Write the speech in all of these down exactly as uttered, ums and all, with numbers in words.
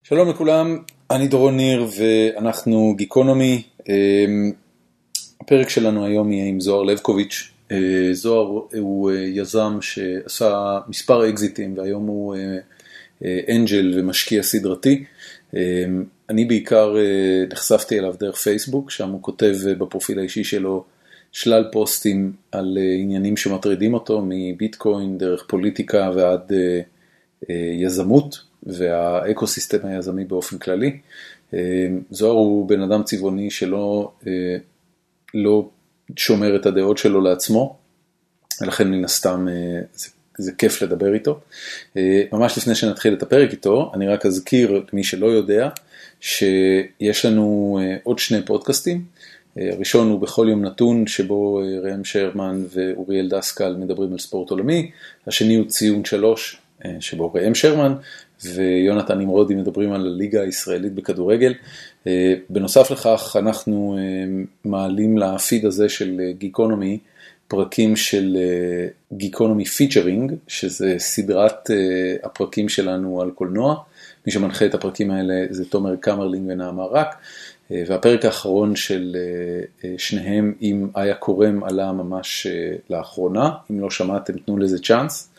שלום לכולם, אני דורון ניר ואנחנו גיקונומי. הפרק שלנו היום יהיה עם זוהר לבקוביץ'. זוהר הוא יזם שעשה מספר אקזיטים והיום הוא אנג'ל ומשקיע סדרתי. אני בעיקר נחשפתי אליו דרך פייסבוק, שם הוא כותב בפרופיל האישי שלו שלל פוסטים על עניינים שמטרידים אותו, מביטקוין דרך פוליטיקה ועד יזמות והאקוסיסטם היזמי באופן כללי. זוהר הוא בן אדם צבעוני שלא לא שומר את הדעות שלו לעצמו, ולכן מן הסתם זה, זה כיף לדבר איתו. ממש לפני שנתחיל את הפרק איתו, אני רק אזכיר למי שלא יודע, שיש לנו עוד שני פודקאסטים. הראשון הוא בכל יום נתון, שבו ראם שרמן ואוריאל דסקל מדברים על ספורט עולמי. השני הוא ציון שלוש, שבו ראם שרמן ויונתן נמרודי מדברים על הליגה הישראלית בכדורגל. בנוסף לכך, אנחנו מעלים לפיד הזה של גיקונומי פרקים של גיקונומי פיצ'רינג, שזה סדרת הפרקים שלנו על קולנוע. מי שמנחה את הפרקים האלה זה תומר קמרלינג ונעמה רק, והפרק האחרון של שניהם עם איה קורם עלה ממש לאחרונה. אם לא שמעתם, תנו לזה צ'אנס.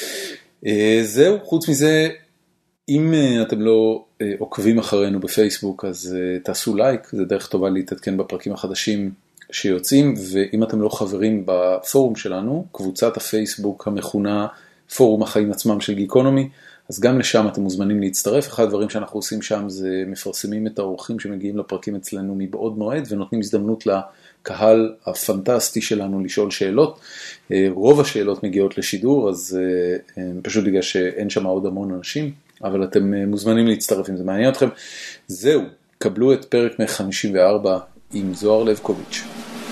זהו, חוץ מזה, אם אתם לא עוקבים אחרינו בפייסבוק, אז תעשו לייק, זה דרך טובה להתעדכן בפרקים החדשים שיוצאים, ואם אתם לא חברים בפורום שלנו, קבוצת הפייסבוק המכונה פורום החיים עצמם של גיקונומי, אז גם לשם אתם מוזמנים להצטרף. אחד הדברים שאנחנו עושים שם זה מפרסמים את האורחים שמגיעים לפרקים אצלנו מבעוד מועד, ונותנים הזדמנות לקהל הפנטסטי שלנו לשאול שאלות. רוב השאלות מגיעות לשידור, אז פשוט בגלל שאין שם עוד המון אנשים, אבל אתם מוזמנים להצטרף אם זה מעניין אתכם. זהו, קבלו את פרק מאה חמישים וארבע עם זוהר לבקוביץ'.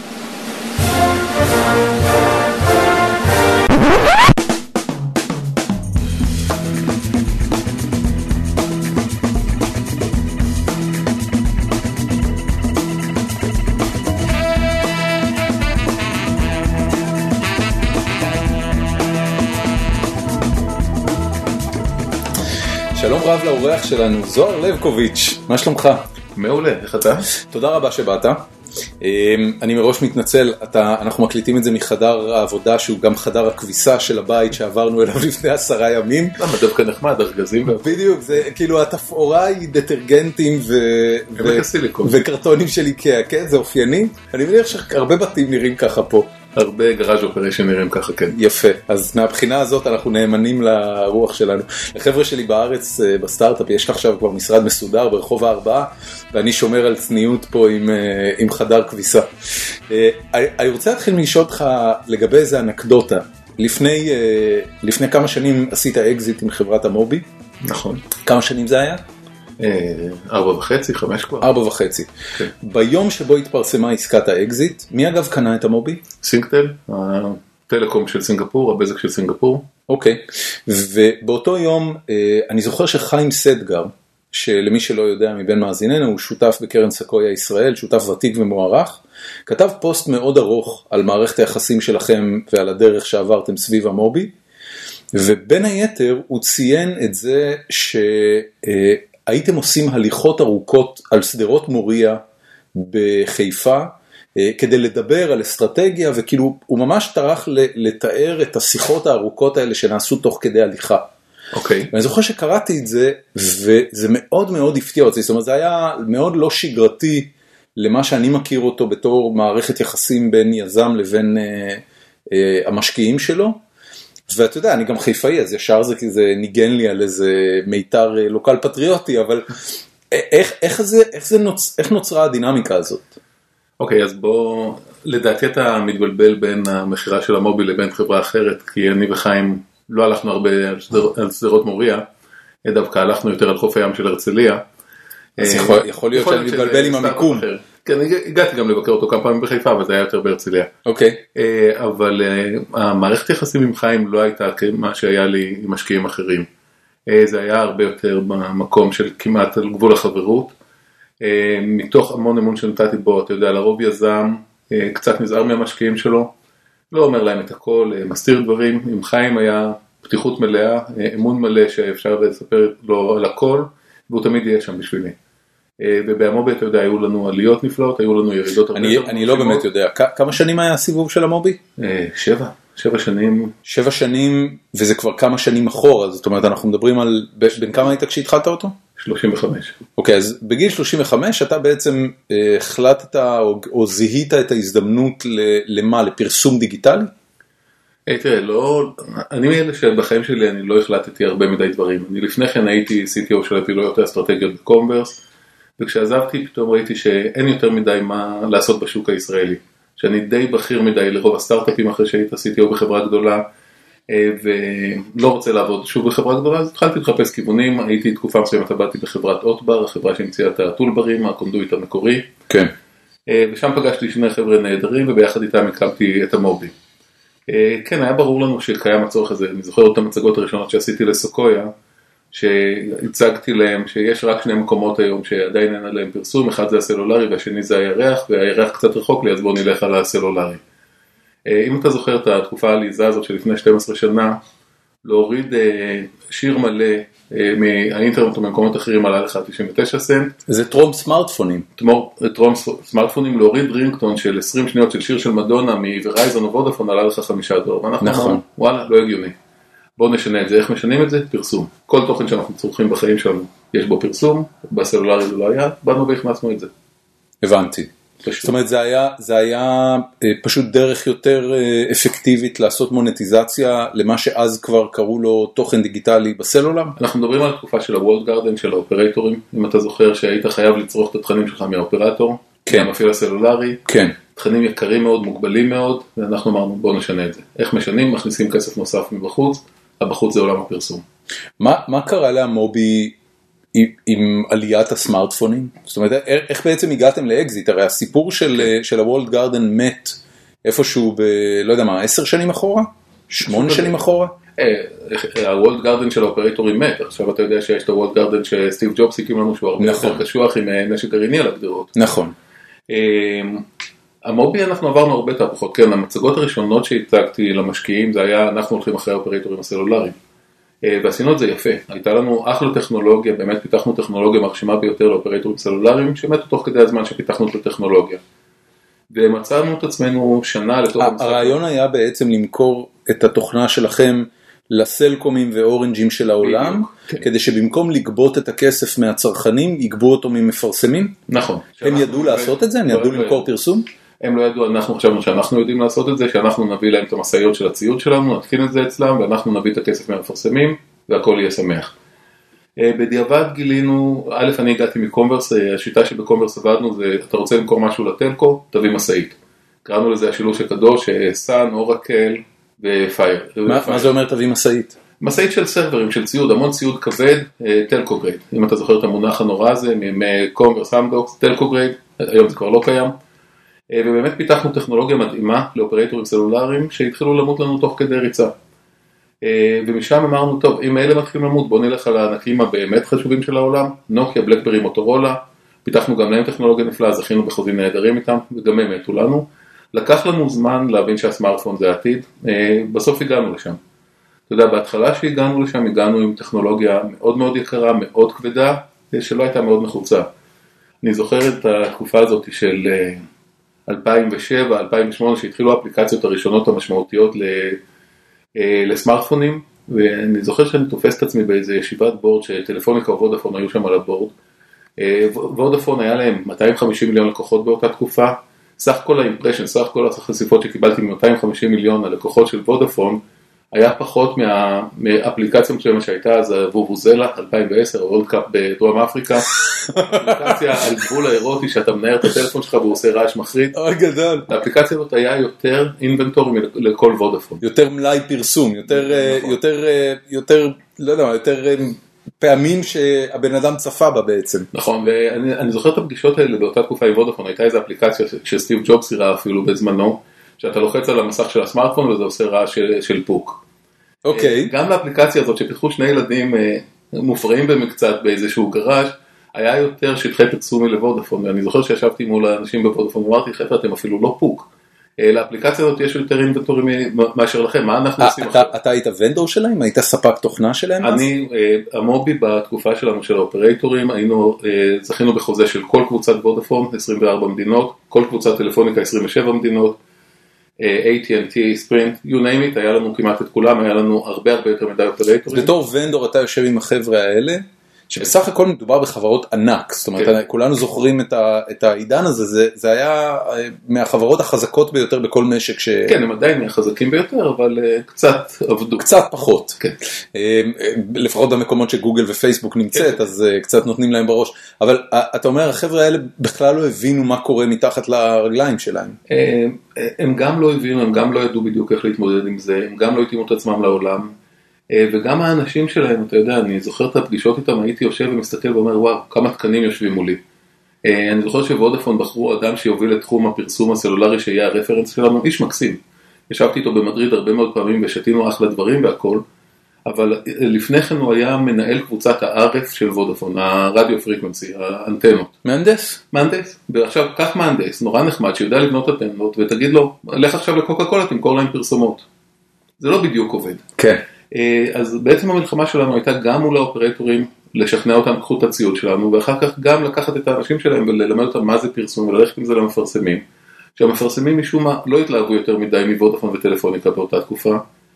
שלום רב לאורח שלנו, זוהר לבקוביץ', מה שלומך? מעולה, איך אתה? תודה רבה שבאת. אני מראש מתנצל, אתה, אנחנו מקליטים את זה מחדר העבודה, שהוא גם חדר הכביסה של הבית שעברנו אליו לפני עשרה ימים. למה דווקא נחמד, ארגזים? בדיוק, זה כאילו התפאורה היא דטרגנטים ו... ו... וקרטונים של איקאה, כן? זה אופייני. אני מניח שהרבה בתים נראים ככה פה. הרבה גראז' אופריישן נראים ככה, כן. יפה, אז מהבחינה הזאת אנחנו נאמנים לרוח שלנו. החבר'ה שלי בארץ, בסטארט-אפ, יש עכשיו כבר משרד מסודר ברחוב הארבעה, ואני שומר על צניעות פה עם, עם חדר כביסה. אני רוצה להתחיל מלשאול אותך לגבי איזה אנקדוטה. לפני, לפני כמה שנים עשית אקזיט עם חברת המובי. נכון. כמה שנים זה היה? ארבע וחצי, חמש כבר. ארבע וחצי. ביום שבו התפרסמה עסקת האקזיט, מי אגב קנה את המובי? סינקטל, הטלקום של סינגפור, הבזק של סינגפור. אוקיי, ובאותו יום אני זוכר שחיים סדגר, שלמי שלא יודע מבין מאזיננו, הוא שותף בקרן סקויה ישראל, שותף ותיק ומוערך, כתב פוסט מאוד ארוך על מערכת היחסים שלכם ועל הדרך שעברתם סביב המובי, ובין היתר הוא ציין את זה ש... הייתם עושים הליכות ארוכות על סדרות מוריה בחיפה, כדי לדבר על אסטרטגיה, וכאילו הוא ממש טרח לתאר את השיחות הארוכות האלה שנעשו תוך כדי הליכה. אוקיי. ואני זוכר שקראתי את זה, וזה מאוד מאוד הפתיע אותי, זאת אומרת זה היה מאוד לא שגרתי, למה שאני מכיר אותו בתור מערכת יחסים בין יזם לבין המשקיעים שלו, ואתה יודע, אני גם חיפאי, אז ישר זה, זה ניגן לי על איזה מיתר לוקל פטריוטי, אבל איך, איך, זה, איך, זה נוצ, איך נוצרה הדינמיקה הזאת? אוקיי, אז בוא, לדעתי אתה מתבלבל בין המחירה של המוביל לבין חברה אחרת, כי אני וחיים לא הלכנו הרבה על, סדר, על סדרות מוריה, דווקא הלכנו יותר על חוף הים של הרצליה. אז יכול, יכול להיות שאני מתבלבל עם המיקום. אחר. כן, הגעתי גם לבקר אותו כמה פעמים בחיפה, אבל זה היה יותר בהרצליה. אוקיי. אבל המערכת יחסים עם חיים לא הייתה מה שהיה לי עם משקיעים אחרים. זה היה הרבה יותר במקום של כמעט על גבול החברות. מתוך המון אמון שנתתי בו, אתה יודע, לרוב יזם, קצת נזהר מהמשקיעים שלו, לא אומר להם את הכל, מסתיר דברים. עם חיים היה פתיחות מלאה, אמון מלא שאפשר לספר לו על הכל, והוא תמיד יהיה שם בשבילי. ובמובי, אתה יודע, היו לנו עליות נפלאות, היו לנו ירידות. אני, אני לא באמת יודע. כמה שנים היה הסיבוב של המובי? שבע, שבע שנים. שבע שנים, וזה כבר כמה שנים אחורה, זאת אומרת, אנחנו מדברים על, בין כמה היית כשהתחלת אותו? שלושים וחמש. אוקיי, אז בגיל שלושים וחמש אתה בעצם החלטת או, או זיהית את ההזדמנות למה? לפרסום דיגיטלי? תראה, לא, אני מאלה שבחיים שלי אני לא החלטתי הרבה מדי דברים. אני לפני כן הייתי סי טי או של הפעילויות האסטרטגיות בקומברס, וכשעזבתי פתאום ראיתי שאין יותר מדי מה לעשות בשוק הישראלי. שאני די בכיר מדי לרוב הסטארט-אפים אחרי שהיית סי טי או בחברה גדולה, ולא רוצה לעבוד שוב בחברה גדולה, אז התחלתי לחפש כיוונים, הייתי תקופה מסוימת, עבדתי בחברת אוטבר, החברה שהמציאה את הטולברים, הקונדויט המקורי. כן. ושם פגשתי שני חבר'ה נהדרים, וביחד איתם הקמתי את המובי. כן, היה ברור לנו שקיים הצורך הזה, אני זוכר את המצגות הראשונות שעשיתי לסוקויה, שהצגתי להם שיש רק שני מקומות היום שעדיין אין עליהם פרסום, אחד זה הסלולרי והשני זה הירח, והירח קצת רחוק לי, אז בואו נלך על הסלולרי. אם אתה זוכר את התקופה העליזה הזאת שלפני שתים עשרה שנה, להוריד שיר מלא מהאינטרנט ומקומות אחרים עלה לך תשעים ותשע סנט. זה טרום סמארטפונים. טרום סמארטפונים, להוריד רינגטון של עשרים שניות של שיר של מדונה מוורייזון או וודאפון עלה לך חמישה דולר. ואנחנו אמרנו, וואלה, לא הגיוני. בואו נשנה את זה. איך משנים את זה? פרסום. כל תוכן שאנחנו צורכים בחיים שלנו, יש בו פרסום, בסלולרי זה לא היה, באנו והכנסנו את זה. הבנתי. זאת אומרת, זה היה, זה היה פשוט דרך יותר אפקטיבית לעשות מונטיזציה למה שאז כבר קראו לו תוכן דיגיטלי בסלולר? אנחנו מדברים על התקופה של הוולד גארדן, של האופרטורים. אם אתה זוכר שהיית חייב לצרוך את התכנים שלך מהאופרטור, כן. מהמפעיל הסלולרי, כן. תכנים יקרים מאוד, מוגבלים מאוד, ואנחנו אמרנו בואו נשנה את זה. איך משנים? מכניסים כסף נוסף מבחוץ, הבחוץ זה עולם הפרסום. מה, מה קרה להמובי עם עליית הסמארטפונים? זאת אומרת, איך בעצם הגעתם לאקזיט? הרי הסיפור של, של הוולד גארדן מת איפשהו ב, לא יודע מה, עשר שנים אחורה? שמונה שנים אחורה? הוולד גארדן של האופרטורים מת. עכשיו אתה יודע שיש את הוולד גארדן שסטיב ג'ובס הקים לנו, שהוא הרבה יותר קשוח עם נשק גרעיני על הגדרות. נכון. המובי אנחנו עברנו הרבה תהפוכות. כן, המצגות הראשונות שהצגתי למשקיעים, זה היה אנחנו הולכים אחרי האופרטורים הסלולריים. ועשינו את זה יפה, הייתה לנו אחלה טכנולוגיה, באמת פיתחנו טכנולוגיה מרשימה ביותר לאופרטורים סלולריים, שמתו תוך כדי הזמן שפיתחנו את הטכנולוגיה. ומצאנו את עצמנו שנה לתוך המשחק. הרעיון היה בעצם למכור את התוכנה שלכם לסלקומים ואורנג'ים של העולם, כדי שבמקום לגבות את הכסף מהצרכנים, יגבו אותו ממפרסמים? נכון. הם ידעו לעשות את זה? הם ידעו למכור פרסום? הם לא ידעו, אנחנו חשבנו שאנחנו יודעים לעשות את זה, שאנחנו נביא להם את המשאיות של הציוד שלנו, נתקין את זה אצלם, ואנחנו נביא את הכסף מהמפרסמים, והכל יהיה שמח. בדיעבד גילינו, א', אני הגעתי מקומברס, השיטה שבקומברס עבדנו זה, אתה רוצה למכור משהו לטלקו, תביא משאית. קראנו לזה השילוש הקדוש, סאן, אורקל ופייר. מה זה אומר תביא משאית? משאית של סרברים, של ציוד, המון ציוד כבד, טלקו גרייד. אם אתה זוכר את המונח הנורא הזה, מקומברס, אמדוקס, טלקו גרייד, היום זה כבר לא קיים. ובאמת פיתחנו טכנולוגיה מדהימה לאופרטורים סלולריים שהתחילו למות לנו תוך כדי ריצה. ומשם אמרנו, טוב, אם אלה מתחילים למות, בוא נלך על הענקים הבאמת חשובים של העולם, נוקיה, בלקברי, מוטורולה, פיתחנו גם להם טכנולוגיה נפלאה, זכינו בחוזים נהדרים איתם, וגם הם מתו לנו. לקח לנו זמן להבין שהסמארטפון זה העתיד, בסוף הגענו לשם. אתה יודע, בהתחלה שהגענו לשם, הגענו עם טכנולוגיה מאוד מאוד יקרה, מאוד כבדה, שלא הייתה מאוד נחוצה. אני זוכר את התקופה הזאת של אלפיים ושבע, אלפיים ושמונה, שהתחילו האפליקציות הראשונות המשמעותיות לסמארטפונים, ואני זוכר שאני תופס את עצמי באיזו ישיבת בורד, שטלפוניקה וודאפון היו שם על הבורד. וודאפון היה להם מאתיים וחמישים מיליון לקוחות באותה תקופה, סך כל האימפרשן, סך כל החשיפות שקיבלתי מ-מאתיים וחמישים מיליון הלקוחות של וודאפון, היה פחות מהאפליקציה מסוימת שהייתה אז וובוזלה, אלפיים ועשר, הוולד קאפ בדרום אפריקה, אפליקציה על גבול האירוטי שאתה מנהר את הטלפון שלך והוא עושה רעש מחריד. אוי גדול. האפליקציה הזאת היה יותר אינבנטורי לכל וודאפון. יותר מלאי פרסום, יותר, יותר, יותר, לא יודע, יותר פעמים שהבן אדם צפה בה בעצם. נכון, ואני זוכר את הפגישות האלה באותה תקופה עם וודאפון, הייתה איזו אפליקציה שסטיב ג'ובס הראה אפילו בזמנו, שאתה לוחץ על המסך של הסמארטפון וזה עושה רעש של, של פוק. אוקיי. גם לאפליקציה הזאת שפיתחו שני ילדים מופרעים במקצת באיזשהו גראז' היה יותר שטחי פרסומי לוודאפון, ואני זוכר שישבתי מול האנשים בוודאפון, ואמרתי, חבר'ה, אתם אפילו לא פוק. לאפליקציה הזאת יש יותר אינבנטורי מאשר לכם, מה אנחנו עושים עכשיו? אתה היית ונדור שלהם? היית ספק תוכנה שלהם? אני, המובי בתקופה שלנו של האופרייטורים, היינו, זכינו בחוזה של כל קבוצת וודאפון, עשרים וארבע מדינות, כל קבוצת טלפוניקה, עשרים ושבע מדינות, איי טי אנד טי, ספרינט, you name it, היה לנו כמעט את כולם, היה לנו הרבה הרבה יותר מדי אופרייטורים. בתור ונדור אתה יושב עם החבר'ה האלה, שבסך הכל מדובר בחברות ענק, זאת אומרת, כולנו זוכרים את העידן הזה, זה היה מהחברות החזקות ביותר בכל משק. כן, הם עדיין מהחזקים ביותר, אבל קצת עבדו. קצת פחות. לפחות במקומות שגוגל ופייסבוק נמצאת, אז קצת נותנים להם בראש. אבל אתה אומר, החבר'ה האלה בכלל לא הבינו מה קורה מתחת לרגליים שלהם. הם גם לא הבינו, הם גם לא ידעו בדיוק איך להתמודד עם זה, הם גם לא התאימו את עצמם לעולם. וגם האנשים שלהם, אתה יודע, אני זוכר את הפגישות איתם, הייתי יושב ומסתכל ואומר, וואו, כמה תקנים יושבים מולי. אני זוכר שוודאפון בחרו אדם שיוביל את תחום הפרסום הסלולרי שיהיה הרפרנס שלנו, איש מקסים. ישבתי איתו במדריד הרבה מאוד פעמים ושתינו אחלה דברים והכל, אבל לפני כן הוא היה מנהל קבוצת ה-אר אף של וודאפון, הרדיו פריקוונסי, האנטנות. מהנדס? מהנדס. ועכשיו, קח מהנדס, נורא נחמד, שיודע לבנות אנטנות, ותגיד לו, לך עכשיו לקוקה קולה, תמכור להם פרסומות. זה לא בדיוק עובד. כן. אז בעצם המלחמה שלנו הייתה גם מול האופרטורים, לשכנע אותם קחו את הציוד שלנו, ואחר כך גם לקחת את האנשים שלהם וללמד אותם מה זה פרסום, וללכת עם זה למפרסמים. שהמפרסמים משום מה לא התלהבו יותר מדי מוודאפון וטלפוניקה באותה תקופה.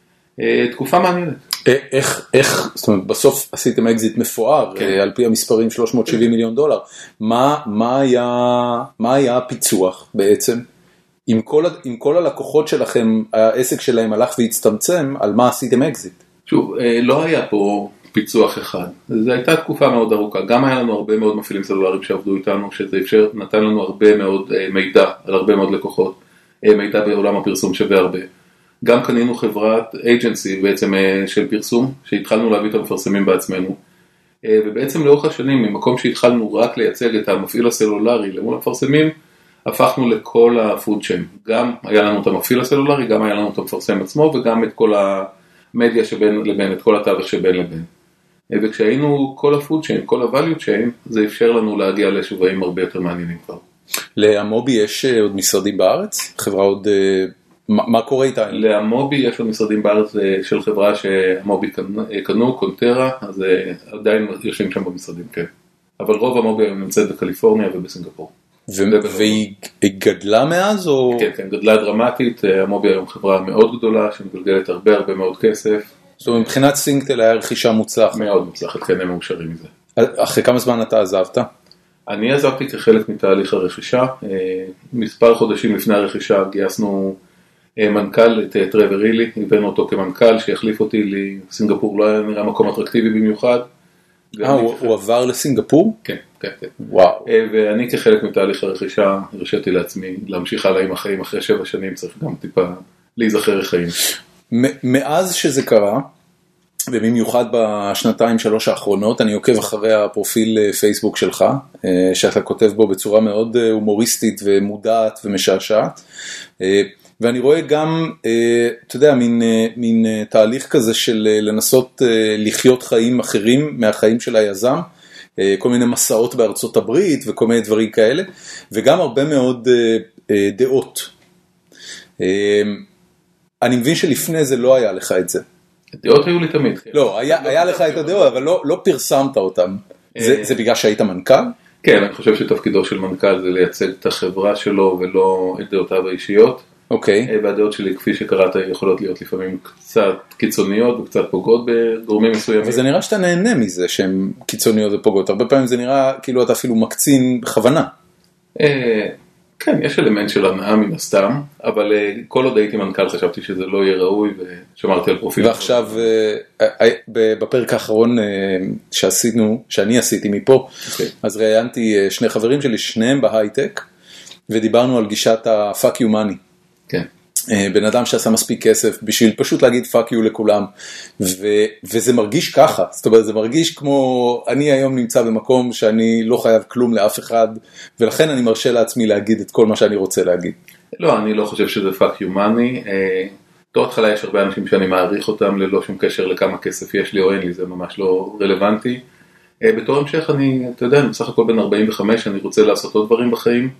תקופה מעניינת. איך, איך, זאת אומרת, בסוף עשיתם אקזיט מפואר, על פי המספרים שלוש מאות שבעים מיליון דולר. מה, מה היה, מה היה הפיצוח בעצם? עם כל, עם כל הלקוחות שלכם, העסק שלהם הלך והצטמצם, על מה עשיתם אקזיט? שוב, לא היה פה פיצוח אחד. זו הייתה תקופה מאוד ארוכה. גם היה לנו הרבה מאוד מפעילים סלולריים שעבדו איתנו, שזה אפשר, נתן לנו הרבה מאוד מידע על הרבה מאוד לקוחות. מידע בעולם הפרסום שווה הרבה. גם קנינו חברת אייג'נסי בעצם של פרסום, שהתחלנו להביא את המפרסמים בעצמנו. ובעצם לאורך השנים, ממקום שהתחלנו רק לייצג את המפעיל הסלולרי למול המפרסמים, הפכנו לכל הפוד צ'יין, גם היה לנו את המפעיל הסלולרי, גם היה לנו את המפרסם עצמו, וגם את כל המדיה שבין לבין, את כל התווך שבין לבין. וכשהיינו כל הפוד צ'יין, כל הvalue chain, זה אפשר לנו להגיע לשווים הרבה יותר מעניינים כבר. להמובי יש עוד משרדים בארץ? חברה עוד, מה, מה קורה איתה? להמובי יש עוד משרדים בארץ של חברה שהמובי קנו, קונטרה, אז עדיין יושבים שם במשרדים, כן. אבל רוב המובי נמצאת בקליפורניה ובסינגפור. והיא גדלה מאז או? כן, כן, גדלה דרמטית, המובי היום חברה מאוד גדולה, שמגלגלת הרבה הרבה מאוד כסף. זאת אומרת, מבחינת סינקטל היה רכישה מוצלחת. מאוד מוצלחת, כן, הם מאושרים מזה. אחרי כמה זמן אתה עזבת? אני עזבתי כחלק מתהליך הרכישה, מספר חודשים לפני הרכישה גייסנו מנכ"ל, את טרוור רילי, הבאנו אותו כמנכ"ל שיחליף אותי לסינגפור, לא היה נראה מקום אטרקטיבי במיוחד. אה, הוא עבר לסינגפור? כן, כן, כן. וואו. ואני כחלק מתהליך הרכישה, הרשיתי לעצמי להמשיך הלאה עם החיים, אחרי שבע שנים צריך גם טיפה להיזכר החיים. מאז שזה קרה, ובמיוחד בשנתיים שלוש האחרונות, אני עוקב אחרי הפרופיל פייסבוק שלך, שאתה כותב בו בצורה מאוד הומוריסטית ומודעת ומשעשעת, ואני רואה גם, אתה יודע, מין, מין תהליך כזה של לנסות לחיות חיים אחרים מהחיים של היזם, כל מיני מסעות בארצות הברית וכל מיני דברים כאלה, וגם הרבה מאוד דעות. אני מבין שלפני זה לא היה לך את זה. דעות היו לי תמיד. לא, היה לך את הדעות, אבל לא פרסמת אותם. זה בגלל שהיית מנכ"ל? כן, אני חושב שתפקידו של מנכ"ל זה לייצג את החברה שלו ולא את דעותיו האישיות. אוקיי. והדעות שלי, כפי שקראת, יכולות להיות לפעמים קצת קיצוניות וקצת פוגעות בגורמים מסוימים. וזה נראה שאתה נהנה מזה שהן קיצוניות ופוגעות. הרבה פעמים זה נראה כאילו אתה אפילו מקצין בכוונה. כן, יש אלמנט של הנאה מן הסתם, אבל כל עוד הייתי מנכ"ל חשבתי שזה לא יהיה ראוי ושמרתי על פרופיל. ועכשיו, בפרק האחרון שעשינו, שאני עשיתי מפה, אז ראיינתי שני חברים שלי, שניהם בהייטק, ודיברנו על גישת ה-fuck you money. כן. בן אדם שעשה מספיק כסף בשביל פשוט להגיד fuck you לכולם, ו- וזה מרגיש ככה, זאת אומרת זה מרגיש כמו אני היום נמצא במקום שאני לא חייב כלום לאף אחד, ולכן אני מרשה לעצמי להגיד את כל מה שאני רוצה להגיד. לא, אני לא חושב שזה fuck you money, תור התחלה יש הרבה אנשים שאני מעריך אותם ללא שום קשר לכמה כסף יש לי או אין לי, זה ממש לא רלוונטי. בתור המשך אני, אתה יודע, אני בסך הכל בן ארבעים וחמש, אני רוצה לעשות עוד דברים בחיים,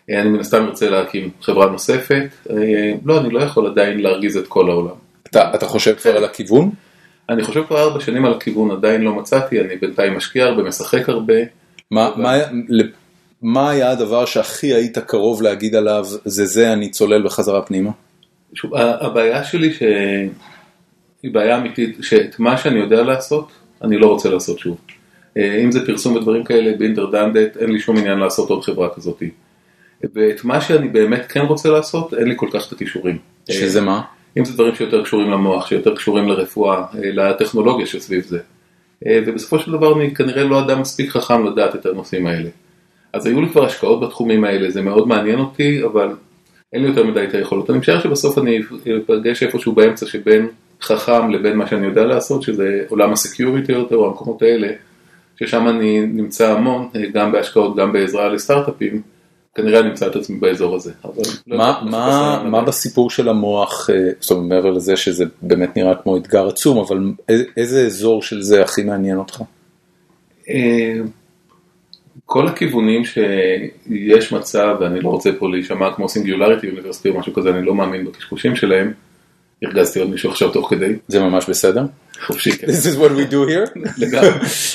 אני מן הסתם רוצה להקים חברה נוספת, לא, אני לא יכול עדיין להרגיז את כל העולם. אתה, אתה חושב כבר על הכיוון? אני חושב כבר ארבע שנים על הכיוון, עדיין לא מצאתי, אני בינתיים משקיע הרבה, משחק הרבה. מה, מה, מה היה הדבר שהכי היית קרוב להגיד עליו, זה זה אני צולל בחזרה פנימה? שוב, הבעיה שלי ש... היא בעיה אמיתית, שאת מה שאני יודע לעשות, אני לא רוצה לעשות שוב. אם זה פרסום ודברים כאלה, בינדר דנדט, אין לי שום עניין לעשות עוד חברה כזאת. ואת מה שאני באמת כן רוצה לעשות, אין לי כל כך את הכישורים. שזה מה? אם זה דברים שיותר קשורים למוח, שיותר קשורים לרפואה, לטכנולוגיה שסביב זה. ובסופו של דבר אני כנראה לא אדם מספיק חכם לדעת את הנושאים האלה. אז היו לי כבר השקעות בתחומים האלה, זה מאוד מעניין אותי, אבל אין לי יותר מדי את היכולות. אני משער שבסוף אני אפגש איפשהו באמצע שבין חכם לבין מה שאני יודע לעשות, שזה עולם הסקיוריטי יותר, או המקומות האלה, ששם אני נמצא המון, גם בהשקעות, גם בעזרה לסטארט-אפים, כנראה אני נמצא את עצמי באזור הזה. מה, מה, מה בסיפור של המוח, זאת אומרת, מעבר לזה שזה באמת נראה כמו אתגר עצום, אבל איזה אזור של זה הכי מעניין אותך? כל הכיוונים שיש מצב, ואני לא רוצה פה להישמע כמו סינגיולריטי אוניברסיטי או משהו כזה, אני לא מאמין בקשקושים שלהם, הרגזתי עוד מישהו עכשיו תוך כדי. זה ממש בסדר? חופשי, כן. This is what we do here? לגמרי.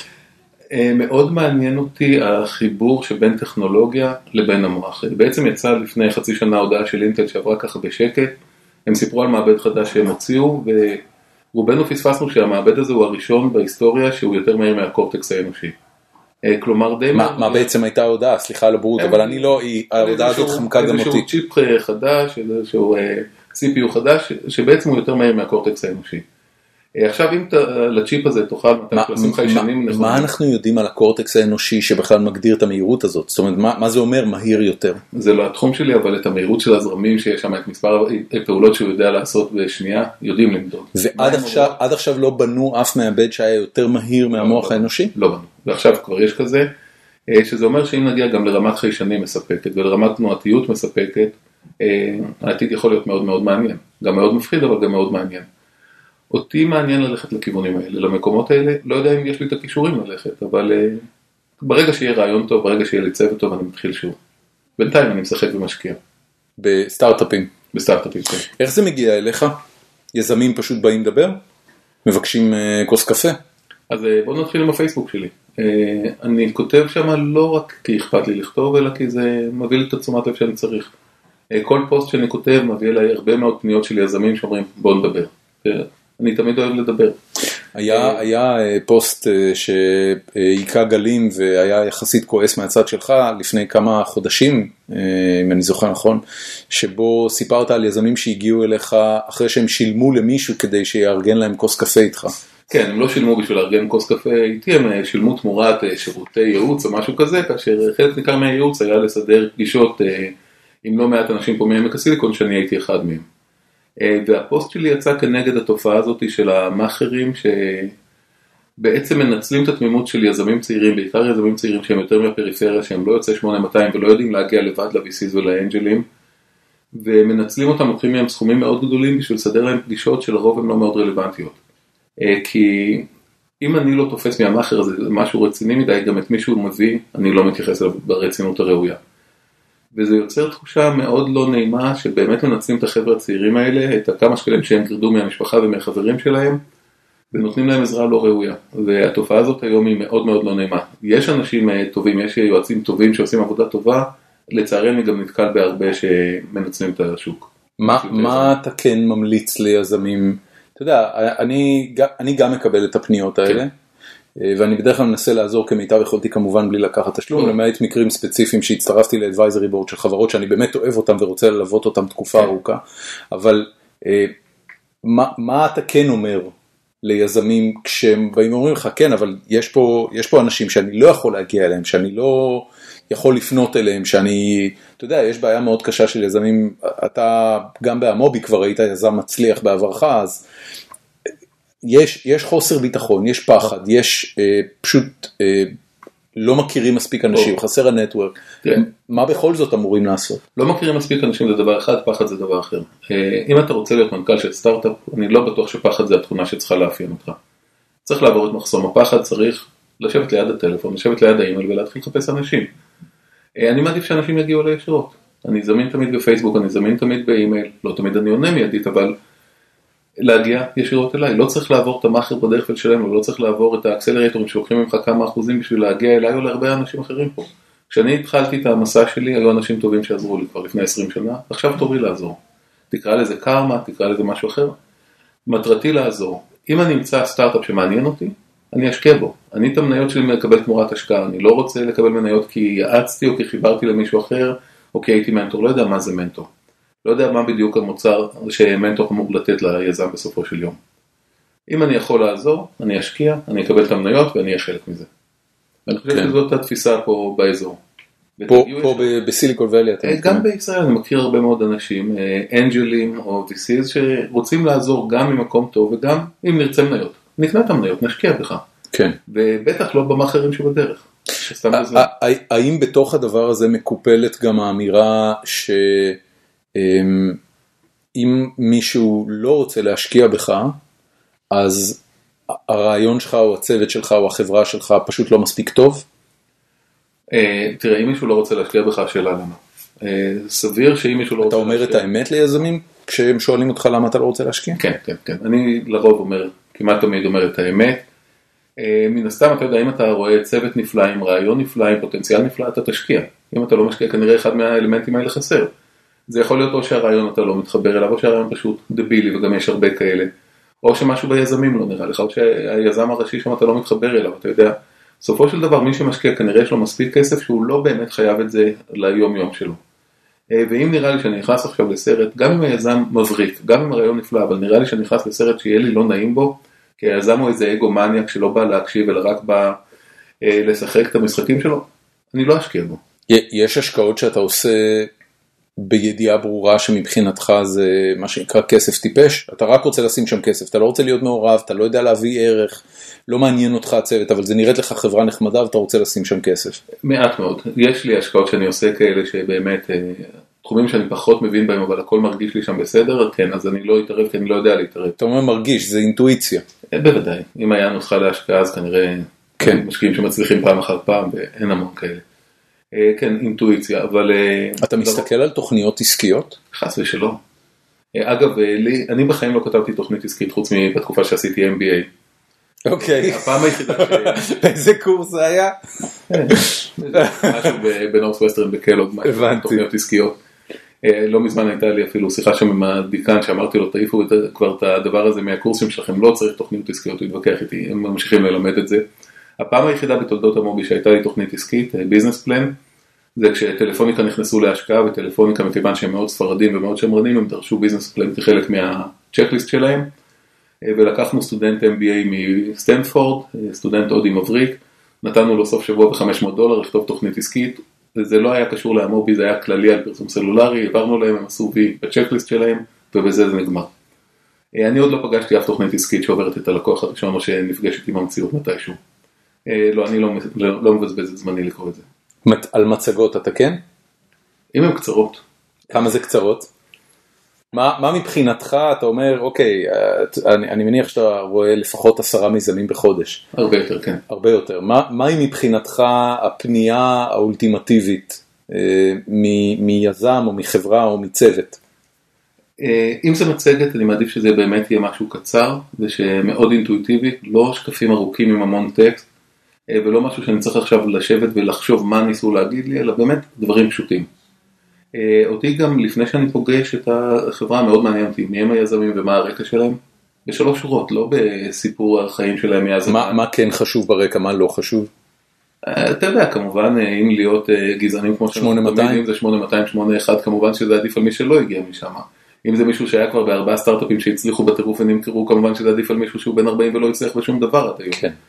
מאוד מעניין אותי החיבור שבין טכנולוגיה לבין המוח. בעצם יצא לפני חצי שנה הודעה של אינטל שעברה ככה בשקט, הם סיפרו על מעבד חדש שהם הוציאו, ורובנו פספסנו שהמעבד הזה הוא הראשון בהיסטוריה שהוא יותר מהיר מהקורטקס האנושי. כלומר די... מה בעצם הייתה ההודעה? סליחה על הבורות, אבל אני לא... ההודעה הזאת חמקה גם אותי. איזשהו צ'יפ חדש, איזשהו סי פי יו חדש, שבעצם הוא יותר מהיר מהקורטקס האנושי. עכשיו אם לצ'יפ הזה תוכל לשים חיישנים נכונים. מה אנחנו יודעים על הקורטקס האנושי שבכלל מגדיר את המהירות הזאת? זאת אומרת, מה זה אומר מהיר יותר? זה לא התחום שלי, אבל את המהירות של הזרמים שיש שם, את מספר הפעולות שהוא יודע לעשות בשנייה, יודעים למדוד. ועד עכשיו לא בנו אף מעבד שהיה יותר מהיר מהמוח האנושי? לא בנו, ועכשיו כבר יש כזה, שזה אומר שאם נגיע גם לרמת חיישנים מספקת ולרמת תנועתיות מספקת, העתיד יכול להיות מאוד מאוד מעניין. גם מאוד מפחיד, אבל גם מאוד מעניין. אותי מעניין ללכת לכיוונים האלה, למקומות האלה, לא יודע אם יש לי את הכישורים ללכת, אבל uh, ברגע שיהיה רעיון טוב, ברגע שיהיה לי צוות טוב, אני מתחיל שוב. בינתיים אני משחק ומשקיע. בסטארט-אפים? בסטארט-אפים, כן. איך זה מגיע אליך? יזמים פשוט באים לדבר? מבקשים uh, כוס קפה? אז uh, בואו נתחיל עם הפייסבוק שלי. Uh, אני כותב שם לא רק כי אכפת לי לכתוב, אלא כי זה מביא לי את התשומת לב שאני צריך. Uh, כל פוסט שאני כותב מביא אליי הרבה מאוד פניות של יזמים שאומרים, בואו נדבר. אני תמיד אוהב לדבר. היה, היה פוסט שהיכה גלים והיה יחסית כועס מהצד שלך לפני כמה חודשים, אם אני זוכר נכון, שבו סיפרת על יזמים שהגיעו אליך אחרי שהם שילמו למישהו כדי שיארגן להם כוס קפה איתך. כן, הם לא שילמו בשביל לארגן כוס קפה איתי, הם שילמו תמורת שירותי ייעוץ או משהו כזה, כאשר חלק ניכר מהייעוץ היה לסדר פגישות עם לא מעט אנשים פה מעמק הסיליקון שאני הייתי אחד מהם. והפוסט שלי יצא כנגד התופעה הזאת של המאכרים שבעצם מנצלים את התמימות של יזמים צעירים, בעיקר יזמים צעירים שהם יותר מהפריפריה, שהם לא יוצא שמונה מאתיים ולא יודעים להגיע לבד ל-וי סי'ס ולאנג'לים, ומנצלים אותם, לוקחים מהם סכומים מאוד גדולים בשביל לסדר להם פגישות שלרוב הן לא מאוד רלוונטיות. כי אם אני לא תופס מהמאכר הזה משהו רציני מדי, גם את מישהו מביא, אני לא מתייחס אליו ברצינות הראויה. וזה יוצר תחושה מאוד לא נעימה, שבאמת מנצלים את החבר'ה הצעירים האלה, את הכמה שקלים שהם גרדו מהמשפחה ומהחברים שלהם, ונותנים להם עזרה לא ראויה. והתופעה הזאת היום היא מאוד מאוד לא נעימה. יש אנשים טובים, יש יועצים טובים שעושים עבודה טובה, לצערי אני גם נתקל בהרבה שמנצלים את השוק. מה, מה אתה כן ממליץ ליזמים? אתה יודע, אני, אני גם מקבל את הפניות האלה. כן. ואני בדרך כלל מנסה לעזור כמיטב יכולתי כמובן בלי לקחת תשלום, למעט מקרים ספציפיים שהצטרפתי לאדוויזרי בורד של חברות שאני באמת אוהב אותם ורוצה ללוות אותם תקופה ארוכה, אבל מה, מה אתה כן אומר ליזמים כשהם באים ואומרים לך, כן, אבל יש פה, יש פה אנשים שאני לא יכול להגיע אליהם, שאני לא יכול לפנות אליהם, שאני, אתה יודע, יש בעיה מאוד קשה של יזמים, אתה גם באמובי כבר היית יזם מצליח בעברך, אז יש, יש חוסר ביטחון, יש פחד, יש אה, פשוט אה, לא מכירים מספיק אנשים, או. חסר הנטוורק. כן. מה בכל זאת אמורים לעשות? לא מכירים מספיק אנשים זה דבר אחד, פחד זה דבר אחר. אה, אם אתה רוצה להיות מנכ"ל של סטארט-אפ, אני לא בטוח שפחד זה התכונה שצריכה לאפיין אותך. צריך לעבור את מחסום הפחד, צריך לשבת ליד הטלפון, לשבת ליד האימייל ולהתחיל לחפש אנשים. אה, אני מעדיף שאנשים יגיעו לישירות. אני זמין תמיד בפייסבוק, אני זמין תמיד באימייל, לא תמיד אני עונה מיידית, אבל להגיע ישירות אליי, לא צריך לעבור את המאחר בדרך ולשלם, לא צריך לעבור את האקסלרטורים שלוקחים ממך כמה אחוזים בשביל להגיע אליי או להרבה אנשים אחרים פה. כשאני התחלתי את המסע שלי, היו אנשים טובים שעזרו לי כבר לפני עשרים שנה, עכשיו תורי לעזור. תקרא לזה קרמה, תקרא לזה משהו אחר. מטרתי לעזור. אם אני אמצא סטארט-אפ שמעניין אותי, אני אשקיע בו. אני את המניות שלי מקבל תמורת השקעה, אני לא רוצה לקבל מניות כי יעצתי או כי חיברתי למישהו אחר, או כי הייתי מנטור, לא יודע מה זה מנטור. לא יודע מה בדיוק המוצר שמנטור אמור לתת ליזם בסופו של יום. אם אני יכול לעזור, אני אשקיע, אני אקבל את המניות ואני אהיה חלק מזה. אני חושב כן. שזאת התפיסה פה באזור. פה, פה בסיליקון ואלי אתה מתכוון? גם בישראל אני מכיר הרבה מאוד אנשים, אנג'לים או וי סיז שרוצים לעזור גם ממקום טוב וגם אם נרצה מניות. נקנה את המניות, נשקיע בך. כן. ובטח לא במאחרים שבדרך. האם בתוך הדבר הזה מקופלת גם האמירה שאם מישהו לא רוצה להשקיע בך, אז הרעיון שלך או הצוות שלך או החברה שלך פשוט לא מספיק טוב? תראה, אם מישהו לא רוצה להשקיע בך, השאלה למה. סביר שאם מישהו לא רוצה להשקיע... אתה אומר את האמת ליזמים כשהם שואלים אותך למה אתה לא רוצה להשקיע? כן, כן, כן. אני לרוב אומר, כמעט תמיד אומר את האמת. מן הסתם, אתה יודע, אם אתה רואה צוות נפלא, עם רעיון נפלא, עם פוטנציאל נפלא, אתה תשקיע. אם אתה לא משקיע, כנראה אחד מהאלמנטים האלה חסר. זה יכול להיות או שהרעיון אתה לא מתחבר אליו, או שהרעיון פשוט דבילי, וגם יש הרבה כאלה. או שמשהו ביזמים לא נראה לך, או שהיזם הראשי שם אתה לא מתחבר אליו, אתה יודע. בסופו של דבר, מי שמשקיע כנראה יש לו מספיק כסף, שהוא לא באמת חייב את זה ליום יום שלו. ואם נראה לי שאני נכנס עכשיו לסרט, גם אם היזם מבריק, גם אם הרעיון נפלא, אבל נראה לי שאני נכנס לסרט שיהיה לי לא נעים בו, כי היזם הוא איזה אגו מניאק שלא בא להקשיב, אלא רק בא אה, לשחק את המשחקים שלו, אני לא אשקיע בו. יש השקעות שאתה עושה בידיעה ברורה שמבחינתך זה מה שנקרא כסף טיפש? אתה רק רוצה לשים שם כסף, אתה לא רוצה להיות מעורב, אתה לא יודע להביא ערך, לא מעניין אותך הצוות, אבל זה נראית לך חברה נחמדה ואתה רוצה לשים שם כסף. מעט מאוד. יש לי השקעות שאני עושה כאלה שבאמת, אה, תחומים שאני פחות מבין בהם, אבל הכל מרגיש לי שם בסדר, כן, אז אני לא אתערב, כי אני לא יודע להתערב. אתה אומר מרגיש, זה אינטואיציה. בוודאי. אם היה נוסחה להשקעה, אז כנראה כן. משקיעים שמצליחים פעם אחר פעם, ואין המון כאלה. כן, אינטואיציה, אבל... אתה מסתכל על תוכניות עסקיות? חס ושלא. אגב, לי, אני בחיים לא כתבתי תוכנית עסקית, חוץ מבתקופה שעשיתי אם בי איי. אוקיי. הפעם היחידה ש... באיזה קורס זה היה? משהו בנורס ווסטרן בקלוג, תוכניות עסקיות. לא מזמן הייתה לי אפילו שיחה שם עם הדיקן, שאמרתי לו, תעיפו כבר את הדבר הזה מהקורסים שלכם, לא צריך תוכניות עסקיות, הוא התווכח איתי, הם ממשיכים ללמד את זה. הפעם היחידה בתולדות המובי שהייתה לי תוכנית עסקית, ביזנס פלן, זה כשטלפוניקה נכנסו להשקעה, וטלפוניקה מכיוון שהם מאוד ספרדים ומאוד שמרנים, הם דרשו ביזנס פלן כחלק מהצ'קליסט שלהם, ולקחנו סטודנט אם בי איי מסטנפורד, סטודנט הודי מבריק, נתנו לו סוף שבוע ב-חמש מאות דולר, לכתוב תוכנית עסקית, זה לא היה קשור למובי, זה היה כללי על פרסום סלולרי, העברנו להם, הם עשו וי בצ'קליסט שלהם, ובזה זה נגמר. אני עוד לא פגשתי אף תוכנית עסקית שעוברת את הלקוח הראשון, או שנפגשת עם המציאות מתישהו. לא, אני לא, לא, לא מבזבז את זמני לקרוא את זה. על מצגות אתה כן? אם הן קצרות. כמה זה קצרות? מה, מה מבחינתך אתה אומר, אוקיי, אני, אני מניח שאתה רואה לפחות עשרה מיזמים בחודש. הרבה יותר, כן. הרבה יותר. מה, מהי מבחינתך הפנייה האולטימטיבית אה, מ, מיזם או מחברה או מצוות? אה, אם זה מצגת, אני מעדיף שזה באמת יהיה משהו קצר, ושמאוד אינטואיטיבי, לא שקפים ארוכים עם המון טקסט, אה, ולא משהו שאני צריך עכשיו לשבת ולחשוב מה ניסו להגיד לי, אלא באמת דברים פשוטים. אותי גם לפני שאני פוגש את החברה מאוד מעניין אותי, מי הם היזמים ומה הרקע שלהם, בשלוש שורות, לא בסיפור החיים שלהם מהזמן. מה, מה כן חשוב ברקע, מה לא חשוב? אתה יודע, כמובן, אם להיות גזענים כמו שמונה מאתיים, אם זה שמונה מאתיים, שמונה אחת, כמובן שזה עדיף על מי שלא הגיע משם. אם זה מישהו שהיה כבר בארבעה סטארט-אפים שהצליחו בטירוף ונמכרו, כמובן שזה עדיף על מישהו שהוא בן ארבעים ולא יצליח בשום דבר עד היום. כן.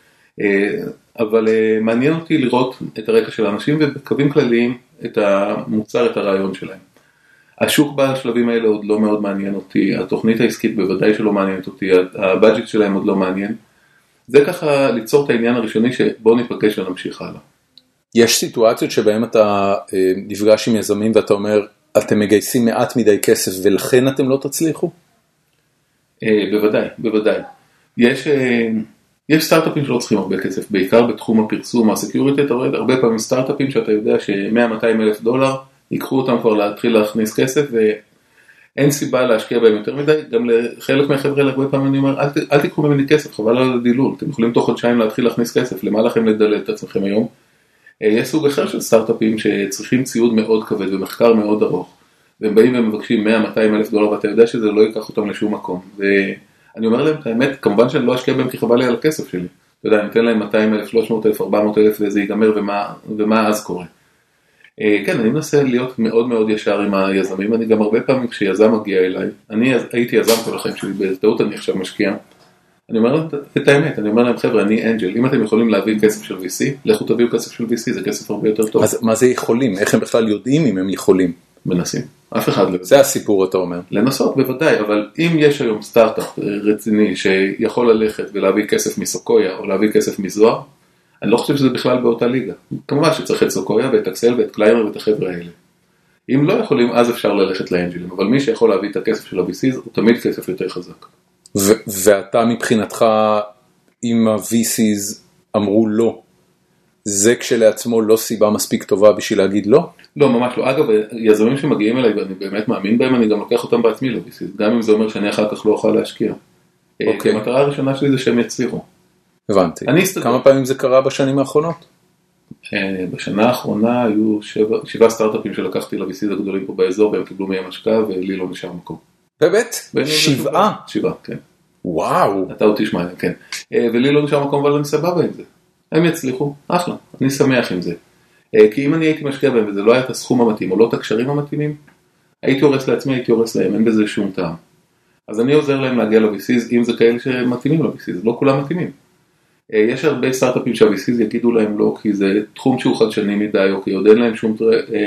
אבל מעניין אותי לראות את הרקע של האנשים ובקווים כלליים את המוצר, את הרעיון שלהם. השוק בשלבים האלה עוד לא מאוד מעניין אותי, התוכנית העסקית בוודאי שלא מעניינת אותי, הבאג'ט שלהם עוד לא מעניין. זה ככה ליצור את העניין הראשוני שבוא ניפגש ונמשיך הלאה. יש סיטואציות שבהם אתה נפגש עם יזמים ואתה אומר, אתם מגייסים מעט מדי כסף ולכן אתם לא תצליחו? בוודאי, בוודאי. יש... יש סטארט-אפים שלא צריכים הרבה כסף, בעיקר בתחום הפרסום, הסקיוריטי, אתה רואה הרבה פעמים סטארט-אפים שאתה יודע ש-מאה עד מאתיים אלף דולר, ייקחו אותם כבר להתחיל להכניס כסף, ואין סיבה להשקיע בהם יותר מדי, גם לחלק מהחבר'ה, הרבה פעמים אני אומר, אל, אל תיקחו ממני כסף, חבל על הדילול, אתם יכולים תוך חודשיים להתחיל להכניס כסף, למה לכם לדלל את עצמכם היום? יש סוג אחר של סטארט-אפים שצריכים ציוד מאוד כבד ומחקר מאוד ארוך, והם באים ומבקשים מאה מאתיים אלף דולר, ואתה יודע שזה לא ייקח אותם לשום מקום, ואני אומר להם את האמת, כמובן שאני לא אשקיע בהם כי חבל לי על הכסף שלי, אתה יודע, אני אתן להם מאתיים אלף, שלוש מאות אלף, ארבע מאות אלף וזה ייגמר, ומה, ומה אז קורה. כן, אני מנסה להיות מאוד מאוד ישר עם היזמים, אני גם הרבה פעמים כשיזם מגיע אליי, אני הייתי יזם כל החיים שלי, בטעות אני עכשיו משקיע, אני אומר להם את האמת, אני אומר להם חבר'ה, אני אנג'ל, אם אתם יכולים להביא כסף של וי סי, לכו תביאו כסף של וי סי, זה כסף הרבה יותר טוב. אז מה זה יכולים? איך הם בכלל יודעים אם הם יכולים? מנסים, אף אחד לא. זה הסיפור אתה אומר. לנסות בוודאי, אבל אם יש היום סטארט-אפ רציני שיכול ללכת ולהביא כסף מסוקויה או להביא כסף מזוהר, אני לא חושב שזה בכלל באותה ליגה. כמובן שצריך את סוקויה ואת אקסל ואת קליימר ואת החבר'ה האלה. אם לא יכולים, אז אפשר ללכת לאנג'לים, אבל מי שיכול להביא את הכסף של ה-וי סי'ז, הוא תמיד כסף יותר חזק. ואתה מבחינתך, אם ה-וי סי'ז אמרו לא, זה כשלעצמו לא סיבה מספיק טובה בשביל להגיד לא? לא, ממש לא. אגב, יזמים שמגיעים אליי, ואני באמת מאמין בהם, אני גם לוקח אותם בעצמי ל-וי סי'ז, גם אם זה אומר שאני אחר כך לא אוכל להשקיע. אוקיי. המטרה הראשונה שלי זה שהם יצליחו. הבנתי. כמה פעמים זה קרה בשנים האחרונות? בשנה האחרונה היו שבעה סטארט-אפים שלקחתי ל-וי סי'ז הגדולים פה באזור, והם קיבלו מהם השקעה, ולי לא נשאר מקום. באמת? שבעה? שבעה, כן. וואו. אתה עוד תשמע, כן. ולי לא נשאר מקום, אבל אני סבבה עם זה. הם יצליחו, אחלה, אני שמח עם זה. כי אם אני הייתי משקיע בהם, וזה לא היה את הסכום המתאים, או לא את הקשרים המתאימים, הייתי הורס לעצמי, הייתי הורס להם, אין בזה שום טעם. אז אני עוזר להם להגיע ל-וי סי'ז, אם זה כאלה שמתאימים ל-וי סי'ז, לא כולם מתאימים. יש הרבה סטארט-אפים שה-וי סי'ז יגידו להם לא, כי זה תחום שהוא חדשני מדי, או כי עוד אין להם שום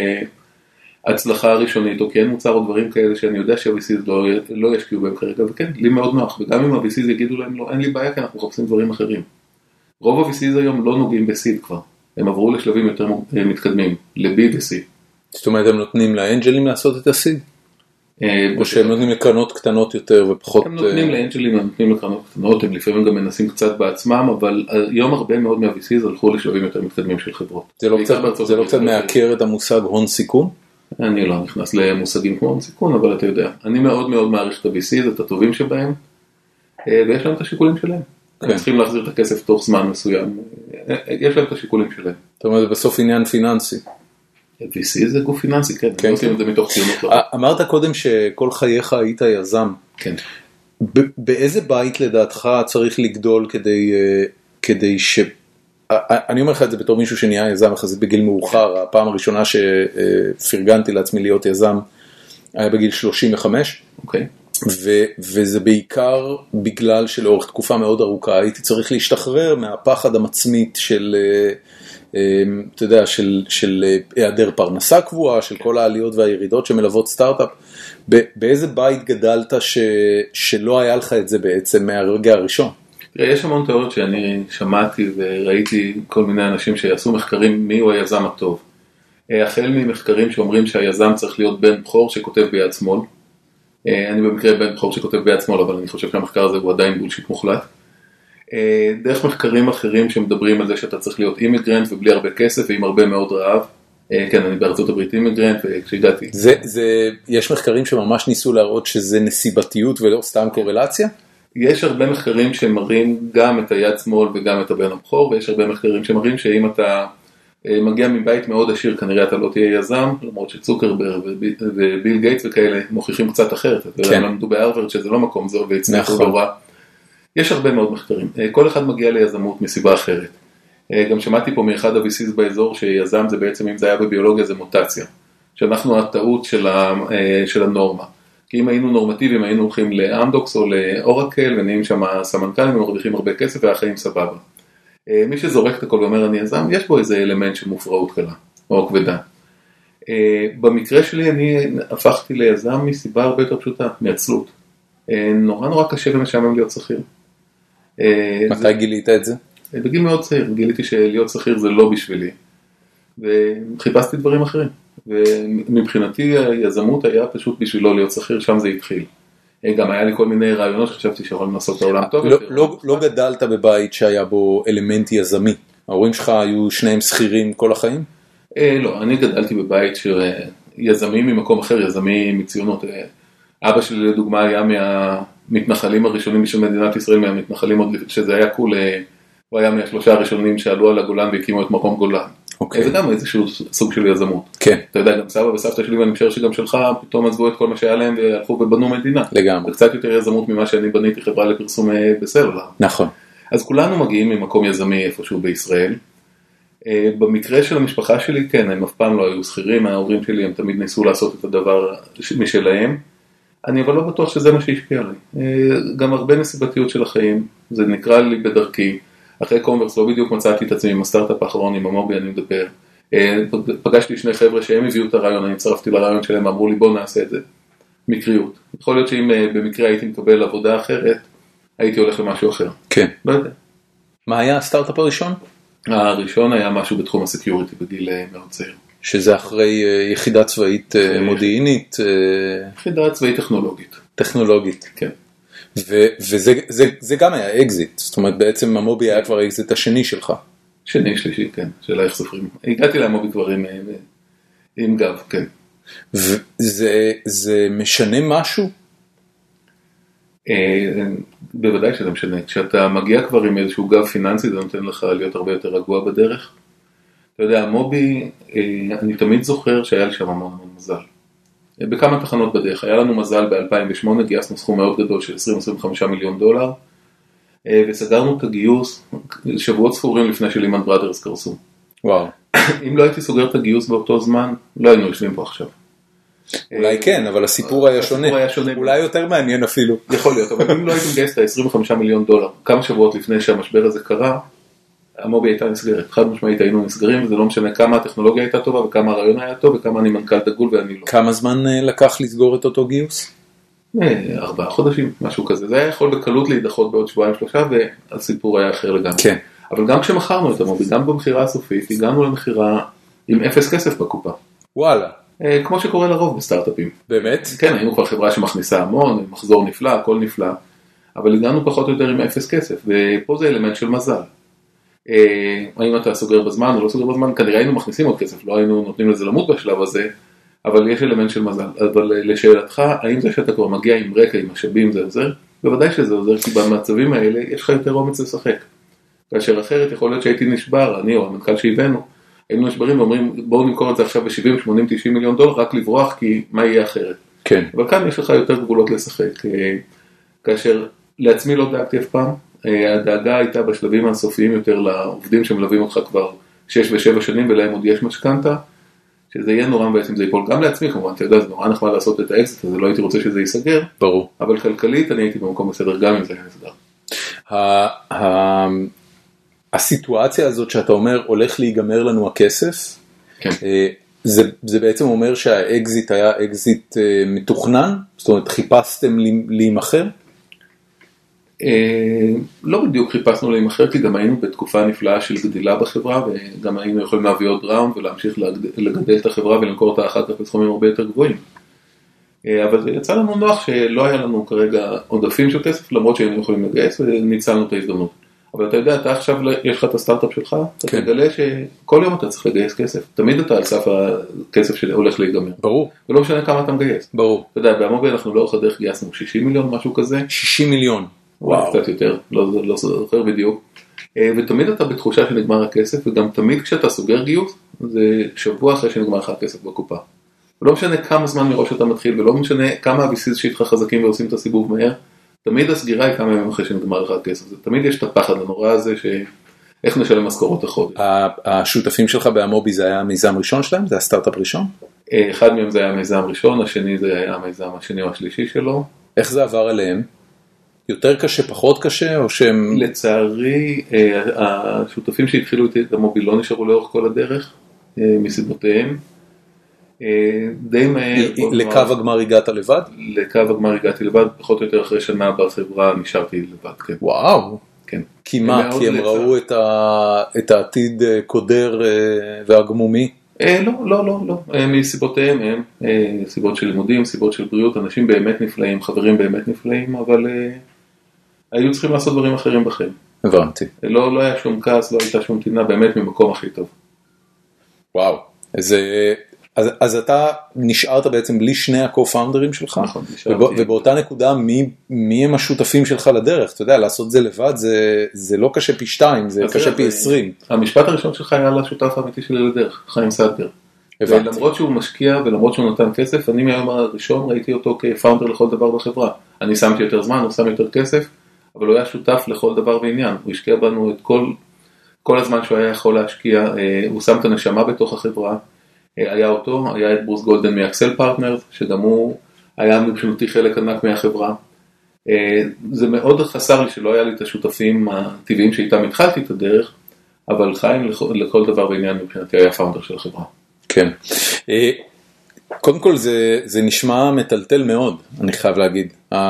הצלחה ראשונית, או כי אין מוצר או דברים כאלה שאני יודע שה-וי סי'ז לא, לא ישקיעו בהם כרגע, וכן, לי מאוד נוח, וגם אם ה-וי סי'ז יגידו להם לא, אין לי בעיה, כי אנחנו מחפשים דברים אחרים. רוב ה-וי סי'ז היום לא נוגעים בסיד כבר, הם עברו לשלבים יותר מתקדמים, ל-B ו-C. זאת אומרת, הם נותנים לאנג'לים לעשות את הסיד? או שהם נותנים לקרנות קטנות יותר ופחות... הם נותנים לאנג'לים, הם נותנים לקרנות קטנות, הם לפעמים גם מנסים קצת בעצמם, אבל היום הרבה מאוד מה-וי סי'ז הלכו לשלבים יותר מתקדמים של חברות. זה לא קצת מעקר את המושג הון סיכון? אני לא נכנס למושגים כמו הון סיכון, אבל אתה יודע, אני מאוד מאוד מעריך את ה-וי סי'ז, את הטובים שבהם, ויש להם את השיקולים שלהם. הם צריכים להחזיר את הכסף תוך זמן מסוים, יש להם את השיקולים שלהם. זאת אומרת, זה בסוף עניין פיננסי. וי סי זה גוף פיננסי, כן, הם עושים את זה מתוך ציונות. אמרת קודם שכל חייך היית יזם. כן. באיזה בית לדעתך צריך לגדול כדי ש... אני אומר לך את זה בתור מישהו שנהיה יזם יחסית בגיל מאוחר, הפעם הראשונה שפרגנתי לעצמי להיות יזם היה בגיל שלושים וחמש. אוקיי. וזה בעיקר בגלל שלאורך תקופה מאוד ארוכה הייתי צריך להשתחרר מהפחד המצמית של, אתה יודע, של, של היעדר פרנסה קבועה, של כל העליות והירידות שמלוות סטארט-אפ. באיזה בית גדלת ש, שלא היה לך את זה בעצם מהרגע הראשון? תראה, יש המון תיאוריות שאני שמעתי וראיתי כל מיני אנשים שיעשו מחקרים מי הוא היזם הטוב. החל ממחקרים שאומרים שהיזם צריך להיות בן בכור שכותב ביד שמאל. אני במקרה בן בכור שכותב ביד שמאל, אבל אני חושב שהמחקר הזה הוא עדיין בולשיט מוחלט. דרך מחקרים אחרים שמדברים על זה שאתה צריך להיות אימיגרנט ובלי הרבה כסף ועם הרבה מאוד רעב. כן, אני בארצות הברית אימיגרנט וכשהגעתי. זה, זה, יש מחקרים שממש ניסו להראות שזה נסיבתיות ולא סתם קורלציה? יש הרבה מחקרים שמראים גם את היד שמאל וגם את הבן הבכור, ויש הרבה מחקרים שמראים שאם אתה מגיע מבית מאוד עשיר, כנראה אתה לא תהיה יזם, למרות שצוקרברג וביל גייטס וכאלה מוכיחים קצת אחרת. אתה יודע, למדו בהרווארד שזה לא מקום זו והצליחו בהוראה. יש הרבה מאוד מחקרים. כל אחד מגיע ליזמות מסיבה אחרת. גם שמעתי פה מאחד ה-וי סי'ז באזור שיזם זה בעצם, אם זה היה בביולוגיה, זה מוטציה. שאנחנו הטעות של, ה, של הנורמה. כי אם היינו נורמטיביים, היינו הולכים לאמדוקס או לאורקל, ונהיים שם סמנכ"לים ומרוויחים הרבה כסף, והחיים סבבה. מי שזורק את הכל ואומר אני יזם, יש בו איזה אלמנט של מופרעות קלה, או כבדה. במקרה שלי אני הפכתי ליזם מסיבה הרבה יותר פשוטה, מעצלות. נורא נורא קשה ומשעמם להיות שכיר. מתי גילית את זה? בגיל מאוד צעיר, גיליתי שלהיות שכיר זה לא בשבילי, וחיפשתי דברים אחרים. ומבחינתי היזמות היה פשוט בשביל לא להיות שכיר, שם זה התחיל. גם היה לי כל מיני רעיונות שחשבתי שיכולים לעשות את העולם טוב. לא, לא, לא גדלת בבית שהיה בו אלמנט יזמי. ההורים שלך היו שניהם שכירים כל החיים? לא, אני גדלתי בבית יזמים ממקום אחר, יזמים מציונות. אבא שלי לדוגמה היה מהמתנחלים הראשונים של מדינת ישראל, מהמתנחלים עוד שזה היה קול, הוא היה מהשלושה הראשונים שעלו על הגולן והקימו את מקום גולן. זה גם איזשהו סוג של יזמות. כן. אתה יודע, גם סבא וסבתא שלי, ואני משער שגם שלך, פתאום עזבו את כל מה שהיה להם והלכו ובנו מדינה. לגמרי. זה קצת יותר יזמות ממה שאני בניתי חברה לפרסום בסלולר. נכון. אז כולנו מגיעים ממקום יזמי איפשהו בישראל. במקרה של המשפחה שלי, כן, הם אף פעם לא היו שכירים, ההורים שלי הם תמיד ניסו לעשות את הדבר משלהם. אני אבל לא בטוח שזה מה שהשפיע עליי. גם הרבה נסיבתיות של החיים, זה נקרא לי בדרכי. אחרי קומברס לא בדיוק מצאתי את עצמי עם הסטארט-אפ האחרון, עם המובי אני מדבר. פגשתי שני חבר'ה שהם הביאו את הרעיון, אני הצטרפתי לרעיון שלהם, אמרו לי בוא נעשה את זה. מקריות. יכול להיות שאם במקרה הייתי מקבל עבודה אחרת, הייתי הולך למשהו אחר. כן. לא יודע. מה היה הסטארט-אפ הראשון? הראשון היה משהו בתחום הסקיוריטי בגיל מאוד צעיר. שזה אחרי יחידה צבאית מודיעינית? יחידה צבאית טכנולוגית. טכנולוגית. כן. וזה גם היה אקזיט, זאת אומרת בעצם המובי היה כבר האקזיט השני שלך. שני, שלישי, כן, שאלה איך סופרים. הגעתי למובי כבר עם, עם גב, כן. וזה משנה משהו? בוודאי שזה משנה. כשאתה מגיע כבר עם איזשהו גב פיננסי, זה נותן לך להיות הרבה יותר רגוע בדרך. אתה יודע, המובי, אני תמיד זוכר שהיה לי שם המון המון מזל. בכמה תחנות בדרך. היה לנו מזל ב-אלפיים ושמונה, גייסנו סכום מאוד גדול של עשרים עד עשרים וחמישה מיליון דולר, וסגרנו את הגיוס שבועות ספורים לפני שלימן בראדרס קרסו. וואו. אם לא הייתי סוגר את הגיוס באותו זמן, לא היינו יושבים פה עכשיו. אולי כן, אבל הסיפור היה שונה. אולי יותר מעניין אפילו. יכול להיות, אבל אם לא הייתם גייסת עשרים וחמישה מיליון דולר, כמה שבועות לפני שהמשבר הזה קרה, המובי הייתה נסגרת. חד משמעית היינו נסגרים, וזה לא משנה כמה הטכנולוגיה הייתה טובה, וכמה הרעיון היה טוב, וכמה אני מנכ"ל דגול ואני לא. כמה זמן לקח לסגור את אותו גיוס? ארבעה חודשים, משהו כזה. זה היה יכול בקלות להידחות בעוד שבועיים שלושה, והסיפור היה אחר לגמרי. כן. אבל גם כשמכרנו את המובי, גם במחירה הסופית, הגענו למחירה עם אפס כסף בקופה. וואלה. כמו שקורה לרוב בסטארט-אפים. באמת? כן, היינו כבר חברה שמכניסה המון, מחזור נפלא, הכל נפלא, אבל הגענו פחות או יותר עם אפס כסף, ופה זה אלמנט של מזל. האם אתה סוגר בזמן או לא סוגר בזמן, כנראה היינו מכניסים עוד כסף, לא היינו נותנים לזה למות בשלב הזה, אבל יש אלמנט של מזל. אבל לשאלתך, האם זה שאתה כבר מגיע עם רקע, עם משאבים, זה עוזר? בוודאי שזה עוזר, כי במצבים האלה יש לך יותר אומץ לשחק. כאשר אחרת יכול להיות שהייתי נשבר, אני או המנכ"ל שהבאנו, היינו נשברים ואומרים בואו נמכור את זה עכשיו ב-שבעים, שמונים, תשעים מיליון דולר, רק לברוח, כי מה יהיה אחרת? כן. אבל כאן יש לך יותר גבולות לשחק. כאשר לעצמי לא דאגתי אף פעם, הדאגה הייתה בשלבים הסופיים יותר לעובדים שמלווים אותך כבר שש ושבע שנים, ולהם עוד יש משכנתה, שזה יהיה נורא בעצם, זה ייפול גם לעצמי כמובן, אתה יודע, זה נורא נחמד לעשות את האקזיט, אז לא הייתי רוצה שזה ייסגר. ברור. אבל כלכלית אני הייתי במקום בסדר, גם אם זה היה נסגר. הסיטואציה הזאת שאתה אומר, הולך להיגמר לנו הכסף, כן. זה, זה בעצם אומר שהאקזיט היה אקזיט מתוכנן? זאת אומרת, חיפשתם להימחר? לא בדיוק חיפשנו להימחר, כי גם היינו בתקופה נפלאה של גדילה בחברה, וגם היינו יכולים להביא עוד ראונד ולהמשיך לגדל את החברה ולמכור אותה אחר כך בסכומים הרבה יותר גבוהים. אבל יצא לנו נוח שלא היה לנו כרגע עודפים של כסף, למרות שהיינו יכולים לגייס וניצלנו את ההזדמנות. אבל אתה יודע, אתה עכשיו יש לך את הסטארט-אפ שלך, אתה כן. תגלה שכל יום אתה צריך לגייס כסף. תמיד אתה על סף הכסף שהולך להיגמר. ברור. ולא משנה כמה אתה מגייס. ברור. אתה יודע, בהמובי אנחנו לאורך הדרך גייסנו שישים מיליון, משהו כזה. שישים מיליון. וואו. קצת יותר, לא, לא זוכר בדיוק. ותמיד אתה בתחושה שנגמר הכסף, וגם תמיד כשאתה סוגר גיוס, זה שבוע אחרי שנגמר לך הכסף בקופה. ולא משנה כמה זמן מראש אתה מתחיל, ולא משנה כמה ה-וי סי'ס שאיתך חזקים ועושים את הסיבוב מהר, תמיד הסגירה היא כמה ימים אחרי שנגמר לך הכסף. זה תמיד יש את הפחד הנורא הזה, שאיך נשלם משכורות החודש. השותפים שלך בהמובי זה היה המיזם ראשון שלהם? זה הסטארט-אפ ראשון? אחד מהם זה היה המיזם ראשון, השני זה היה המיזם השני או השלישי שלו. איך זה עבר אליהם? יותר קשה, פחות קשה, או שהם... לצערי, השותפים שהתחילו איתי את המובי לא נשארו לאורך כל הדרך, מסיבותיהם. די מהר... לקו הגמר הגעת לבד? לקו הגמר הגעתי לבד, פחות או יותר אחרי שנה בחברה נשארתי לבד, כן. וואו. כן. כי מה? כי הם ראו את העתיד קודר והגמומי? לא, לא, לא, לא. מסיבותיהם הם, סיבות של לימודים, סיבות של בריאות, אנשים באמת נפלאים, חברים באמת נפלאים, אבל היו צריכים לעשות דברים אחרים בחיים. הבנתי. לא, לא היה שום כעס, לא הייתה שום תמנה, באמת ממקום הכי טוב. וואו. איזה... אז, אז אתה נשארת בעצם בלי שני הקו-פאונדרים שלך, נכון, ובא, ובאותה נקודה מי, מי הם השותפים שלך לדרך? אתה יודע, לעשות זה לבד זה, זה לא קשה פי שתיים, זה קשה פי עשרים. המשפט הראשון שלך היה לשותף האמיתי שלי לדרך, חיים סדגר. ולמרות שהוא משקיע ולמרות שהוא נותן כסף, אני מהיום הראשון ראיתי אותו כפאונדר לכל דבר בחברה. אני שמתי יותר זמן, הוא שם יותר כסף, אבל הוא היה שותף לכל דבר בעניין. הוא השקיע בנו את כל, כל הזמן שהוא היה יכול להשקיע, הוא שם את הנשמה בתוך החברה. היה אותו, היה את ברוס גולדן מאקסל פרטנרס, שגם הוא היה מבחינתי חלק ענק מהחברה. זה מאוד חסר לי שלא היה לי את השותפים הטבעיים שאיתם התחלתי את הדרך, אבל חיים לכל דבר בעניין מבחינתי היה פאונדר של החברה. כן. קודם כל זה, זה נשמע מטלטל מאוד, אני חייב להגיד.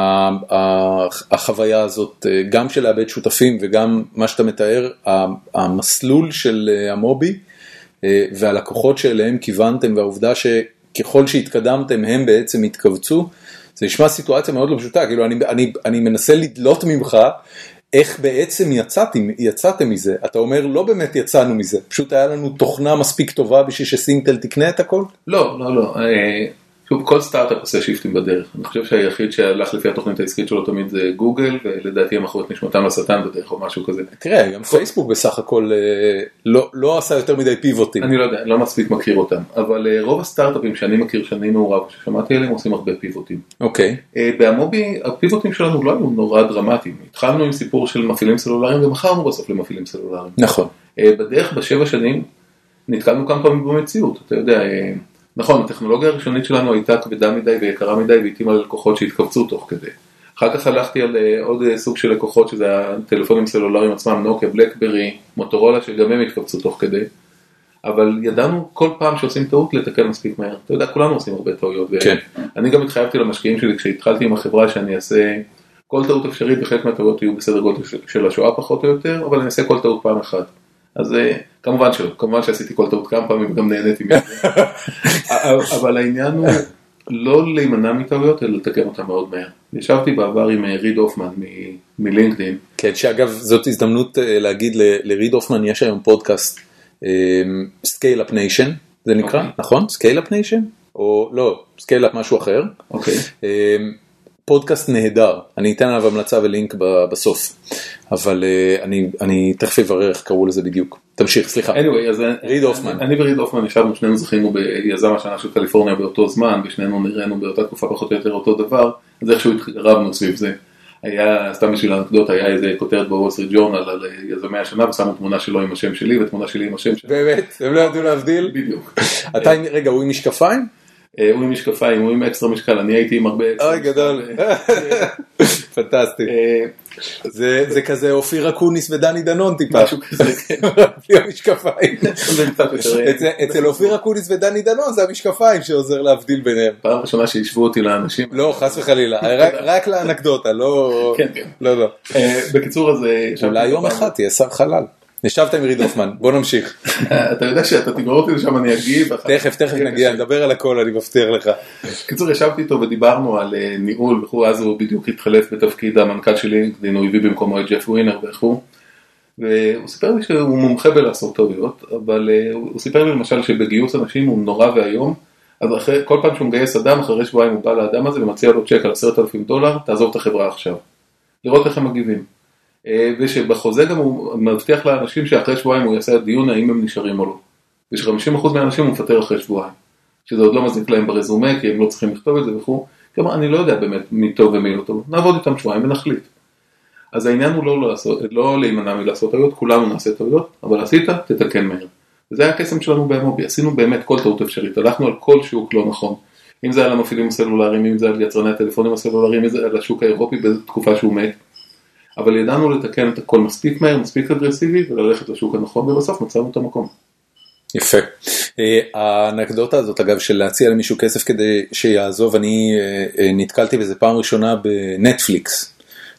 החוויה הזאת, גם של לאבד שותפים וגם מה שאתה מתאר, המסלול של המובי, והלקוחות שאליהם כיוונתם, והעובדה שככל שהתקדמתם הם בעצם התכווצו, זה נשמע סיטואציה מאוד לא פשוטה, כאילו אני, אני, אני מנסה לדלות ממך, איך בעצם יצאתם, יצאתם מזה? אתה אומר, לא באמת יצאנו מזה, פשוט היה לנו תוכנה מספיק טובה בשביל שסינקטל תקנה את הכל? לא, לא, לא. שוב, כל סטארט-אפ עושה שיפטים בדרך. אני חושב שהיחיד שהלך לפי התוכנית העסקית שלו תמיד זה גוגל, ולדעתי הם אחרות נשמתם לשטן בדרך או משהו כזה. תראה, גם פייסבוק בסך הכל לא, לא עשה יותר מדי פיבוטים. אני לא יודע, לא מספיק מכיר אותם, אבל רוב הסטארט-אפים שאני מכיר, שאני מעורב, ששמעתי עליהם, עושים הרבה פיבוטים. אוקיי. בהמובי, הפיבוטים שלנו לא היו נורא דרמטיים. התחלנו עם סיפור של מפעילים סלולריים, ומחרנו בסוף למפעילים סלולריים. נכון. בדרך, בשבע שנים, נתקלנו כמה פעמים במציאות. אתה יודע, נכון, הטכנולוגיה הראשונית שלנו הייתה כבדה מדי ויקרה מדי, והתאימה ללקוחות שהתכווצו תוך כדי. אחר כך הלכתי על עוד סוג של לקוחות, שזה הטלפונים סלולריים עצמם, נוקיה, בלקברי, מוטורולה, שגם הם התכווצו תוך כדי. אבל ידענו כל פעם שעושים טעות לתקן מספיק מהר. אתה יודע, כולנו עושים הרבה טעויות. כן. אני גם התחייבתי למשקיעים שלי, כשהתחלתי עם החברה, שאני אעשה כל טעות אפשרית, וחלק מהטעויות יהיו בסדר גודל של השואה פחות או יותר, אבל אני אעשה כל טעות פעם אחת. אז כמובן שלא, כמובן שעשיתי כל טעות כמה פעמים וגם נהניתי מזה. אבל העניין הוא לא להימנע מטעויות, אלא לתקן אותם מאוד מהר. ישבתי בעבר עם ריד הופמן מלינקדין. כן, שאגב זאת הזדמנות להגיד לריד הופמן, יש היום פודקאסט, Scale Up Nation, זה נקרא, נכון? Scale Up Nation? או לא, Scale Up משהו אחר. אוקיי. פודקאסט נהדר, אני אתן עליו המלצה ולינק בסוף, אבל אני, אני תכף אברר איך קראו לזה בדיוק. תמשיך, סליחה. anyway, אז ריד הופמן. אני וריד הופמן ישבנו, שנינו זכינו ביזם השנה של קליפורניה באותו זמן, ושנינו נראינו באותה תקופה פחות או יותר אותו דבר, אז איכשהו התרבנו סביב זה. היה, סתם בשביל האנקדוטה, היה איזה כותרת בוול סטריט ג'ורנל על יזמי השנה, ושמו תמונה שלו עם השם שלי, ותמונה שלי עם השם שלי. באמת? הם לא ידעו להבדיל? בדיוק. אתה, רגע, הוא עם משקפיים? הוא עם משקפיים, הוא עם אקסטרה משקל, אני הייתי עם הרבה אקסטרה. אוי, גדול. פנטסטי. זה כזה אופיר אקוניס ודני דנון טיפה. משהו כזה, כן. בלי המשקפיים. אצל אופיר אקוניס ודני דנון זה המשקפיים שעוזר להבדיל ביניהם. פעם ראשונה שישבו אותי לאנשים. לא, חס וחלילה, רק לאנקדוטה, לא... כן, כן. לא, לא. בקיצור, אז... אולי יום אחד תהיה שר חלל. נשבת עם ריד הופמן, בוא נמשיך. אתה יודע שאתה תגמור אותי לשם, אני אגיב. תכף, תכף נגיע, נדבר על הכל, אני מבטיח לך. קיצור, ישבתי איתו ודיברנו על ניהול וכו', אז הוא בדיוק התחלף בתפקיד המנכ"ל שלי, הוא הביא במקומו את ג'ף ווינר וכו', והוא סיפר לי שהוא מומחה בלעשות טעויות, אבל הוא סיפר לי למשל שבגיוס אנשים הוא נורא והיום, אז כל פעם שהוא מגייס אדם, אחרי שבועיים הוא בא לאדם הזה ומציע לו צ'ק על עשרת אלפים דולר, תעזוב את החברה עכשיו. לראות איך הם מגיבים. ושבחוזה גם הוא מבטיח לאנשים שאחרי שבועיים הוא יעשה דיון האם הם נשארים או לא. וש-חמישים אחוז מהאנשים הוא מפטר אחרי שבועיים. שזה עוד לא מזיק להם ברזומה, כי הם לא צריכים לכתוב את זה וכו'. כלומר, אני לא יודע באמת מי טוב ומי לא טוב. נעבוד איתם שבועיים ונחליט. אז העניין הוא לא, לעשות, לא להימנע מלעשות טעויות, כולנו נעשה טעויות, אבל עשית, תתקן מהר. וזה היה הקסם שלנו במובי. עשינו באמת כל טעות אפשרית. הלכנו על כל שוק לא נכון. אם זה על המפעילים הסלולריים, אם זה על יצרני הטלפונים הסלולריים, אם זה על השוק האירופי בתקופה שהוא מת. אבל ידענו לתקן את הכל מספיק מהר, מספיק אגרסיבי, וללכת לשוק הנכון, ובסוף מצאנו את המקום. יפה. האנקדוטה הזאת, אגב, של להציע למישהו כסף כדי שיעזוב, אני נתקלתי בזה פעם ראשונה בנטפליקס.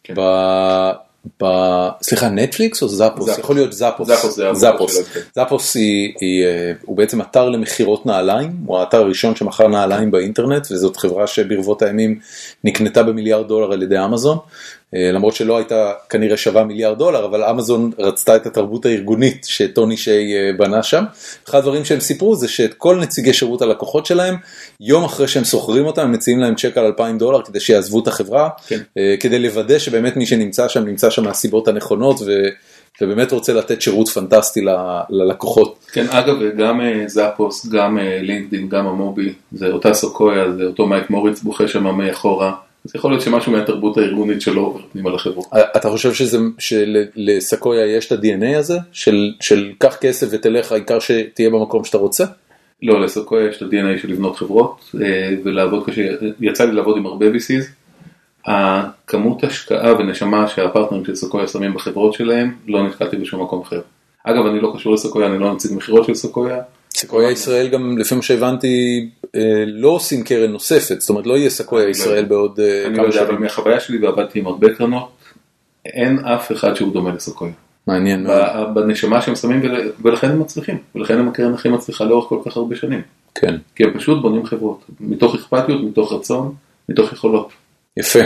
סליחה, נטפליקס או זאפוס? יכול להיות זאפוס. זאפוס. זאפוס הוא בעצם אתר למחירות נעליים, הוא האתר הראשון שמכר נעליים באינטרנט, וזאת חברה שברבות הימים נקנתה במיליארד דולר על ידי אמזון, למרות שלא הייתה כנראה שווה מיליארד דולר, אבל אמזון רצתה את התרבות הארגונית שטוני שיי בנה שם. אחד הדברים שהם סיפרו זה שאת כל נציגי שירות הלקוחות שלהם, יום אחרי שהם סוחרים אותם, הם מציעים להם צ'ק על אלפיים דולר כדי שיעזבו את החברה, כן. כדי לוודא שבאמת מי שנמצא שם, נמצא שם מהסיבות הנכונות, ו... ובאמת רוצה לתת שירות פנטסטי ל... ללקוחות. כן, אגב, גם זאפוס, גם לינקדין, גם המובי, זה אותה סוקויה, זה אותו מייק מוריץ בוכה שם מאחורה, אז יכול להיות שמשהו מהתרבות הארגונית שלו עובר פנימה לחברה. אתה חושב שזה, שלסקויה יש את ה-די אן איי הזה? של, של קח כסף ותלך, העיקר שתהיה במקום שאתה רוצה? לא, לסקויה יש את ה-די אן איי של לבנות חברות, ולעבוד קשה, יצא לי לעבוד עם הרבה וי סיז, הכמות השקעה ונשמה שהפרטנרים של סקויה שמים בחברות שלהם, לא נתקלתי בשום מקום אחר. אגב, אני לא קשור לסקויה, אני לא נציג מחירות של סקויה. סקויה ישראל גם, לפי מה שהבנתי, לא עושים קרן נוספת, זאת אומרת, לא יהיה סקויה ישראל בעוד כמה שנים. אני לא יודע, אבל מהחוויה שלי ועבדתי עם הרבה קרנות, אין אף אחד שהוא דומה לסקויה. מעניין מאוד. בנשמה שהם שמים, ולכן הם מצליחים, ולכן הם הקרן הכי מצליחה לאורך כל כך הרבה שנים. כן. כי הם פשוט בונים חברות, מתוך אכפתיות, מתוך רצון, מתוך יכולות. יפה.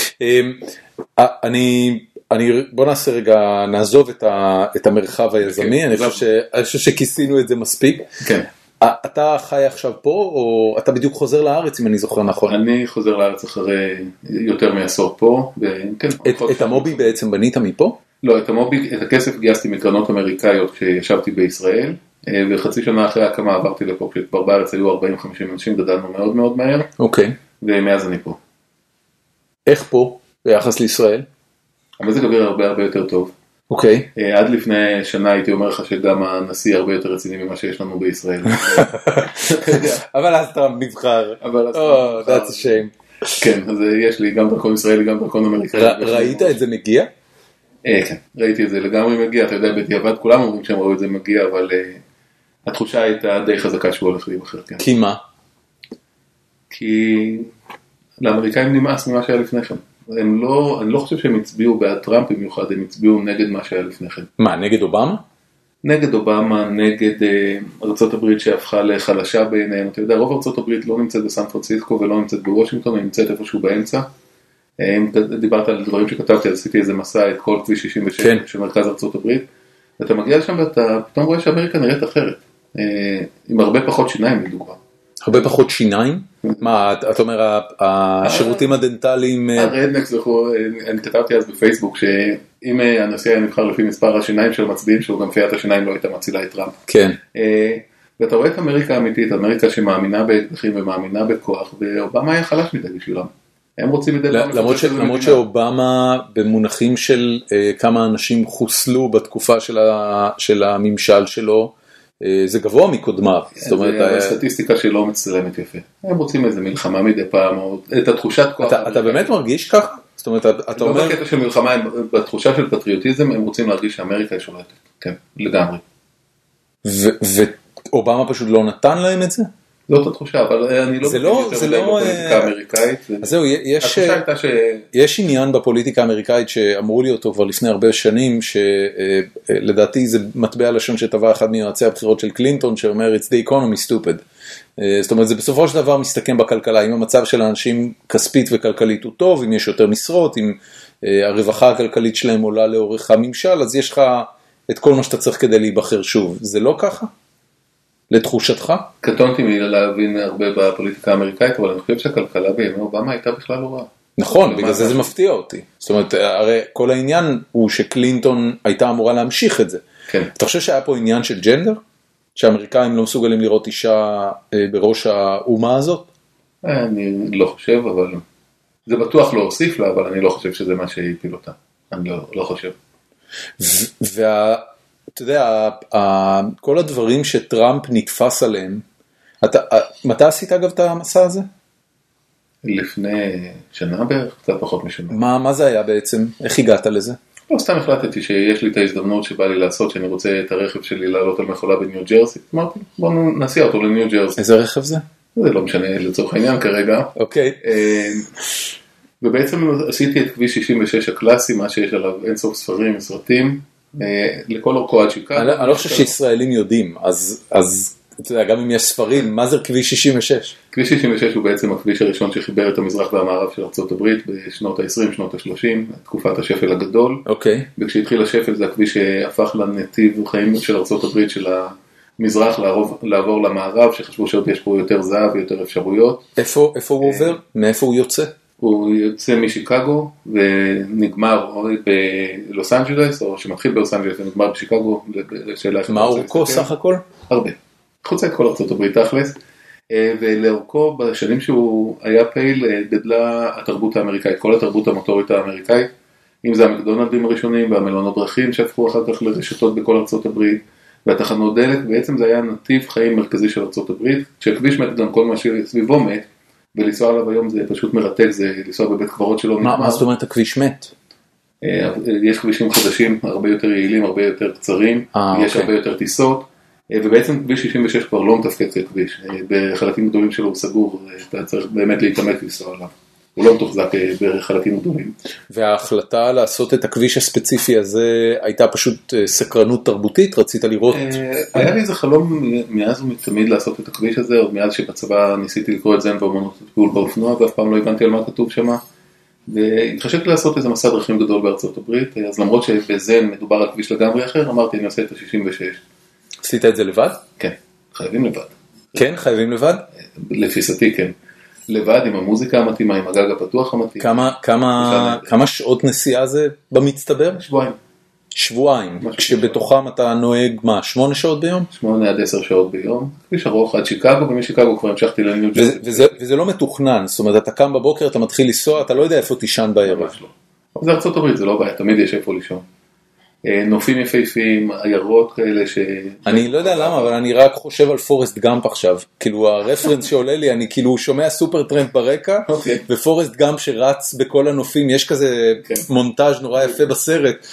אני, אני, בוא נעשה רגע, נעזוב את, ה, את המרחב היזמי, אני חושב, אני חושב שכיסינו את זה מספיק. כן. אתה חי עכשיו פה, או אתה בדיוק חוזר לארץ, אם אני זוכר נכון? אני חוזר לארץ אחרי יותר מעשור פה. וכן, את, את המובי בעצם בנית מפה? לא, את המובי, את הכסף גייסתי מקרנות אמריקאיות כשישבתי בישראל, וחצי שנה אחרי ההקמה עברתי לפה, כשכבר בארץ היו ארבעים חמישים אנשים, גדלנו מאוד מאוד מהר. אוקיי. ומאז אני פה. איך פה, ביחס לישראל? המזג אוויר הרבה הרבה יותר טוב. אוקיי. עד לפני שנה הייתי אומר לך שגם הנשיא הרבה יותר רציני ממה שיש לנו בישראל. אבל אז טראמפ נבחר. אבל אז טראמפ נבחר. Oh, that's a shame. כן, אז יש לי גם דרכון ישראלי, גם דרכון אמריקאי. ראית את זה מגיע? כן, ראיתי את זה לגמרי מגיע. אתה יודע, בדיעבד כולם אומרים שהם ראו את זה מגיע, אבל התחושה הייתה די חזקה שהוא הולך להיבחר. כי מה? כי לאמריקאים נמאס ממה שהיה לפני כן. הם לא, אני לא חושב שהם הצביעו בעד טראמפ במיוחד, הם הצביעו נגד מה שהיה לפני כן. מה, נגד אובמה? נגד אובמה, נגד אה, ארצות הברית שהפכה לחלשה בעיניהם. אתה יודע, רוב ארצות הברית לא נמצאת בסן פרנסיסקו ולא נמצאת בוושינגטון, היא נמצאת איפשהו באמצע. אם דיברת על דברים שכתבתי, אז עשיתי איזה מסע את כל כביש שישים ושש כן. של מרכז ארצות הברית, ואתה מגיע לשם ואתה פתאום רואה שאמריקה נראית אחרת, אה, עם הרבה פחות שיניים לדוגמה. הרבה פחות שיניים? מה, אתה אומר, השירותים הדנטליים... הרדנקס, אני כתבתי אז בפייסבוק, שאם הנשיא היה נבחר לפי מספר השיניים של מצביעים שלו, גם פיית השיניים לא הייתה מצילה את טראמפ. כן. ואתה רואה את אמריקה האמיתית, אמריקה שמאמינה באקדחים ומאמינה בכוח, ואובמה היה חלש מדי בשבילם. הם רוצים מדי פעם... למרות שאובמה במונחים של כמה אנשים חוסלו בתקופה של הממשל שלו, זה גבוה מקודמיו. זאת אומרת, הסטטיסטיקה שלא מצלמת יפה. הם רוצים איזה מלחמה מדי פעם, או את התחושת כוח. אתה באמת מרגיש ככה? זאת אומרת, אתה אומר... לא בקטע של מלחמה, בתחושה של פטריוטיזם, הם רוצים להרגיש שאמריקה היא שולטת. כן, לגמרי. ואובמה פשוט לא נתן להם את זה? זאת התחושה, אבל אני לא... זה לא... זה לא... בפוליטיקה האמריקאית. אז זהו, יש עניין בפוליטיקה האמריקאית שאמרו לי אותו כבר לפני הרבה שנים, שלדעתי זה מטבע לשון שטבע אחד מיועצי הבחירות של קלינטון, שאומר, it's the economy stupid. זאת אומרת, זה בסופו של דבר מסתכם בכלכלה, אם המצב של האנשים כספית וכלכלית הוא טוב, אם יש יותר משרות, אם הרווחה הכלכלית שלהם עולה לאורך הממשל, אז יש לך את כל מה שאתה צריך כדי להיבחר שוב. זה לא ככה? לתחושתך? קטונתי מלהבין הרבה בפוליטיקה האמריקאית, אבל אני חושב שהכלכלה בימי אובמה הייתה בכלל לא רעה. נכון, בגלל זה זה מפתיע אותי. זאת אומרת, הרי כל העניין הוא שקלינטון הייתה אמורה להמשיך את זה. כן. אתה חושב שהיה פה עניין של ג'נדר? שהאמריקאים לא מסוגלים לראות אישה בראש האומה הזאת? אני לא חושב, אבל... זה בטוח לא הוסיף לה, אבל אני לא חושב שזה מה שהפיל אותה. אני לא, לא חושב. וה... אתה יודע, כל הדברים שטראמפ נתפס עליהם, אתה, מתי עשית אגב את המסע הזה? לפני שנה בערך, קצת פחות משנה. מה, מה זה היה בעצם? איך הגעת לזה? לא, סתם החלטתי שיש לי את ההזדמנות שבא לי לעשות, שאני רוצה את הרכב שלי לעלות על מכולה בניו ג'רסי. אמרתי, בואו נסיע אותו לניו ג'רסי. איזה רכב זה? זה לא משנה לצורך העניין כרגע. אוקיי. ובעצם עשיתי את כביש שישים ושש הקלאסי, מה שיש עליו אינסוף ספרים, סרטים, לכל אורכו עד שיקגו. אני לא חושב שישראלים יודעים, אז אתה יודע, גם אם יש ספרים, מה זה כביש שישים ושש? כביש שישים ושש הוא בעצם הכביש הראשון שחיבר את המזרח והמערב של ארצות הברית בשנות ה-עשרים, שנות ה-שלושים, תקופת השפל הגדול. אוקיי. וכשהתחיל השפל זה הכביש שהפך לנתיב חיים של ארצות הברית של המזרח לעבור, לעבור למערב, שחשבו שעוד יש פה יותר זהב ויותר אפשרויות. איפה, איפה הוא עובר? מאיפה הוא יוצא? הוא יוצא משיקגו ונגמר בלוס אנג'לס, או שמתחיל בלוס אנג'לס ונגמר בשיקגו. מה אורכו סך הכל? הרבה. חוצה את כל ארצות הברית תכלס. ולאורכו בשנים שהוא היה פעיל גדלה התרבות האמריקאית, כל התרבות המוטורית האמריקאית, אם זה המקדונלדים הראשונים והמלונות דרכים שהפכו אחר כך לרשתות בכל ארצות הברית, והתחנות דלק, בעצם זה היה נתיב חיים מרכזי של ארצות הברית, כשהכביש מת גם כל מה שסביבו מת, ולנסוע עליו היום זה פשוט מרתק, זה לנסוע בבית קברות שלו. מה, מה זאת אומרת הכביש מת? יש כבישים חדשים, הרבה יותר יעילים, הרבה יותר קצרים, 아, יש אוקיי. הרבה יותר טיסות, ובעצם כביש שישים ושש כבר לא מתפקד ככביש, בחלקים גדולים שלו הוא סגור, אתה צריך באמת להתאמץ לנסוע עליו, הוא לא מתוחזק בחלקים גדולים. וההחלטה לעשות את הכביש הספציפי הזה הייתה פשוט סקרנות תרבותית, רצית לראות? היה לי איזה חלום מאז ומתמיד לעשות את הכביש הזה, עוד מאז שבצבא ניסיתי לקרוא את זן ואומנות טיפול באופנוע, ואף פעם לא הבנתי על מה כתוב שם, והתחשק לעשות איזה מסע דרכים גדול בארצות הברית, אז למרות שבזן מדובר על כביש לגמרי אחר, אמרתי אני עושה את ה-שישים ושש. עשית את זה לבד? כן, חייבים לבד. כן, חייבים לבד? לתפיסתי כן. לבד עם המוזיקה המתאימה, עם הגג הפתוח המתאים. כמה, כמה, כמה שעות נסיעה זה במצטבר? שבועיים. שבועיים, כשבתוכם אתה נוהג מה, שמונה שעות ביום? שמונה עד עשר שעות ביום, כביש ארוך עד שיקגו, ומשיקגו כבר המשכתי לניו ג'רזי. וזה, וזה לא מתוכנן, זאת אומרת, אתה קם בבוקר, אתה מתחיל לנסוע, אתה לא יודע איפה תישן בערב. אבל זה ארצות הברית, זה לא בעיה, תמיד יש איפה לישון. נופים יפהפיים, עיירות כאלה ש... אני לא יודע למה, אבל אני רק חושב על פורסט גאמפ עכשיו. כאילו הרפרנס שעולה לי, אני כאילו שומע סופר טרמפ ברקע, ופורסט גאמפ שרץ בכל הנופים, יש כזה מונטאז' נורא יפה בסרט,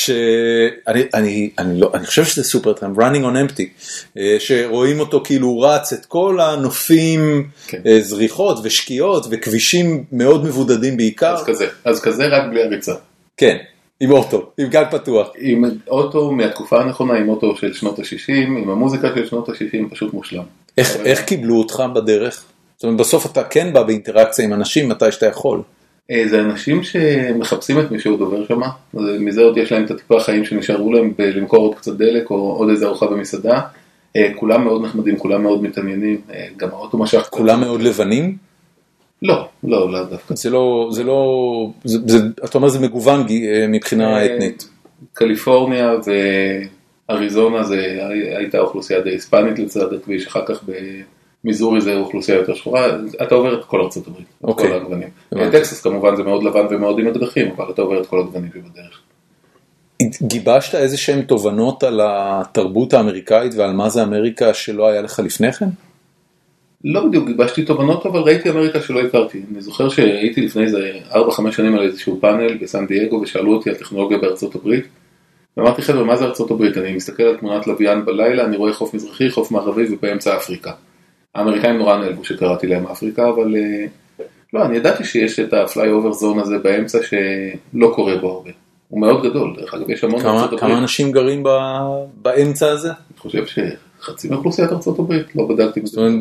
שאני חושב שזה סופר טרמפ, running on empty, שרואים אותו כאילו הוא רץ את כל הנופים, זריחות ושקיעות, וכבישים מאוד מבודדים בעיקר. אז כזה, אז כזה רק בלי הריצה. כן. עם אוטו, עם גג פתוח. עם אוטו מהתקופה הנכונה, עם אוטו של שנות ה-שישים, עם המוזיקה של שנות ה-שישים, פשוט מושלם. איך, איך קיבלו אותך בדרך? זאת אומרת, בסוף אתה כן בא באינטראקציה עם אנשים, מתי שאתה יכול. זה אנשים שמחפשים את מי שהוא דובר שם, מזה עוד יש להם את הטיפה החיים שנשארו להם למכור עוד קצת דלק, או עוד איזה ארוחה במסעדה. כולם מאוד נחמדים, כולם מאוד מתעניינים, גם האוטו משך. כולם מאוד לבנים? לא, לא, לא דווקא. זה לא, זה לא, זה, זה, אתה אומר זה מגוון מבחינה אתנית. קליפורניה ואריזונה זה הייתה אוכלוסייה די היספנית לצד הכביש, אחר כך במיזורי זה אוכלוסייה יותר שחורה, אתה עובר את כל ארצות הברית, את כל הגוונים. טקסס כמובן זה מאוד לבן ומאוד עם אקדחים, אבל אתה עובר את כל הגוונים שבדרך. גיבשת איזה שהן תובנות על התרבות האמריקאית ועל מה זה אמריקה שלא היה לך לפני כן? לא בדיוק, גיבשתי תובנות, אבל ראיתי אמריקה שלא הכרתי. אני זוכר שהייתי לפני איזה ארבע חמש שנים על איזשהו פאנל בסן דייגו, ושאלו אותי על טכנולוגיה בארצות הברית. ואמרתי, חבר'ה, מה זה ארצות הברית? אני מסתכל על תמונת לוויין בלילה, אני רואה חוף מזרחי, חוף מערבי ובאמצע אפריקה. האמריקאים נורא נעלבו שקראתי להם אפריקה, אבל לא, אני ידעתי שיש את הפליי אובר זון הזה באמצע שלא קורה בו הרבה. הוא מאוד גדול, דרך אגב, יש המון ארצות הברית. כמה אנשים גרים באמצע הזה? אני חושב ש... חצי מאוכלוסיית ארצות הברית, לא בדקתי.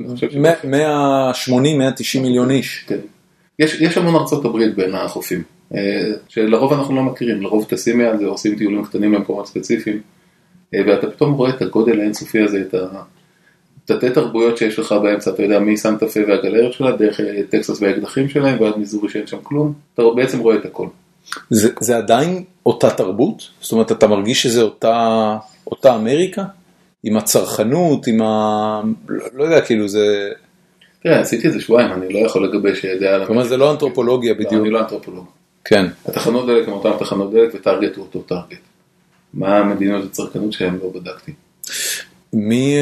מאה שמונים מאה תשעים מיליון איש. כן. יש, יש המון ארצות הברית בין החופים, שלרוב אנחנו לא מכירים, לרוב טסים מעל זה, עושים טיולים קטנים במקומות ספציפיים, ואתה פתאום רואה את הגודל האינסופי הזה, את התתי תרבויות שיש לך באמצע, אתה יודע, מסנטה פה והגלריות שלה, דרך טקסס והאקדחים שלהם, ועד מיזורי שאין שם כלום, אתה בעצם רואה את הכל. זה, זה עדיין אותה תרבות? זאת אומרת, אתה מרגיש שזה אותה, אותה אמריקה? עם הצרכנות, עם ה... לא יודע, כאילו זה... תראה, עשיתי איזה שבועיים, אני לא יכול לגבש ידע... זאת אומרת, זה לא אנתרופולוגיה בדיוק. לא, אני לא אנתרופולוג. כן. התחנות דלק הם אותם תחנות דלק, וטרגט הוא אותו טרגט. מה המדינות הצרכנות שהם לא בדקתי? מי...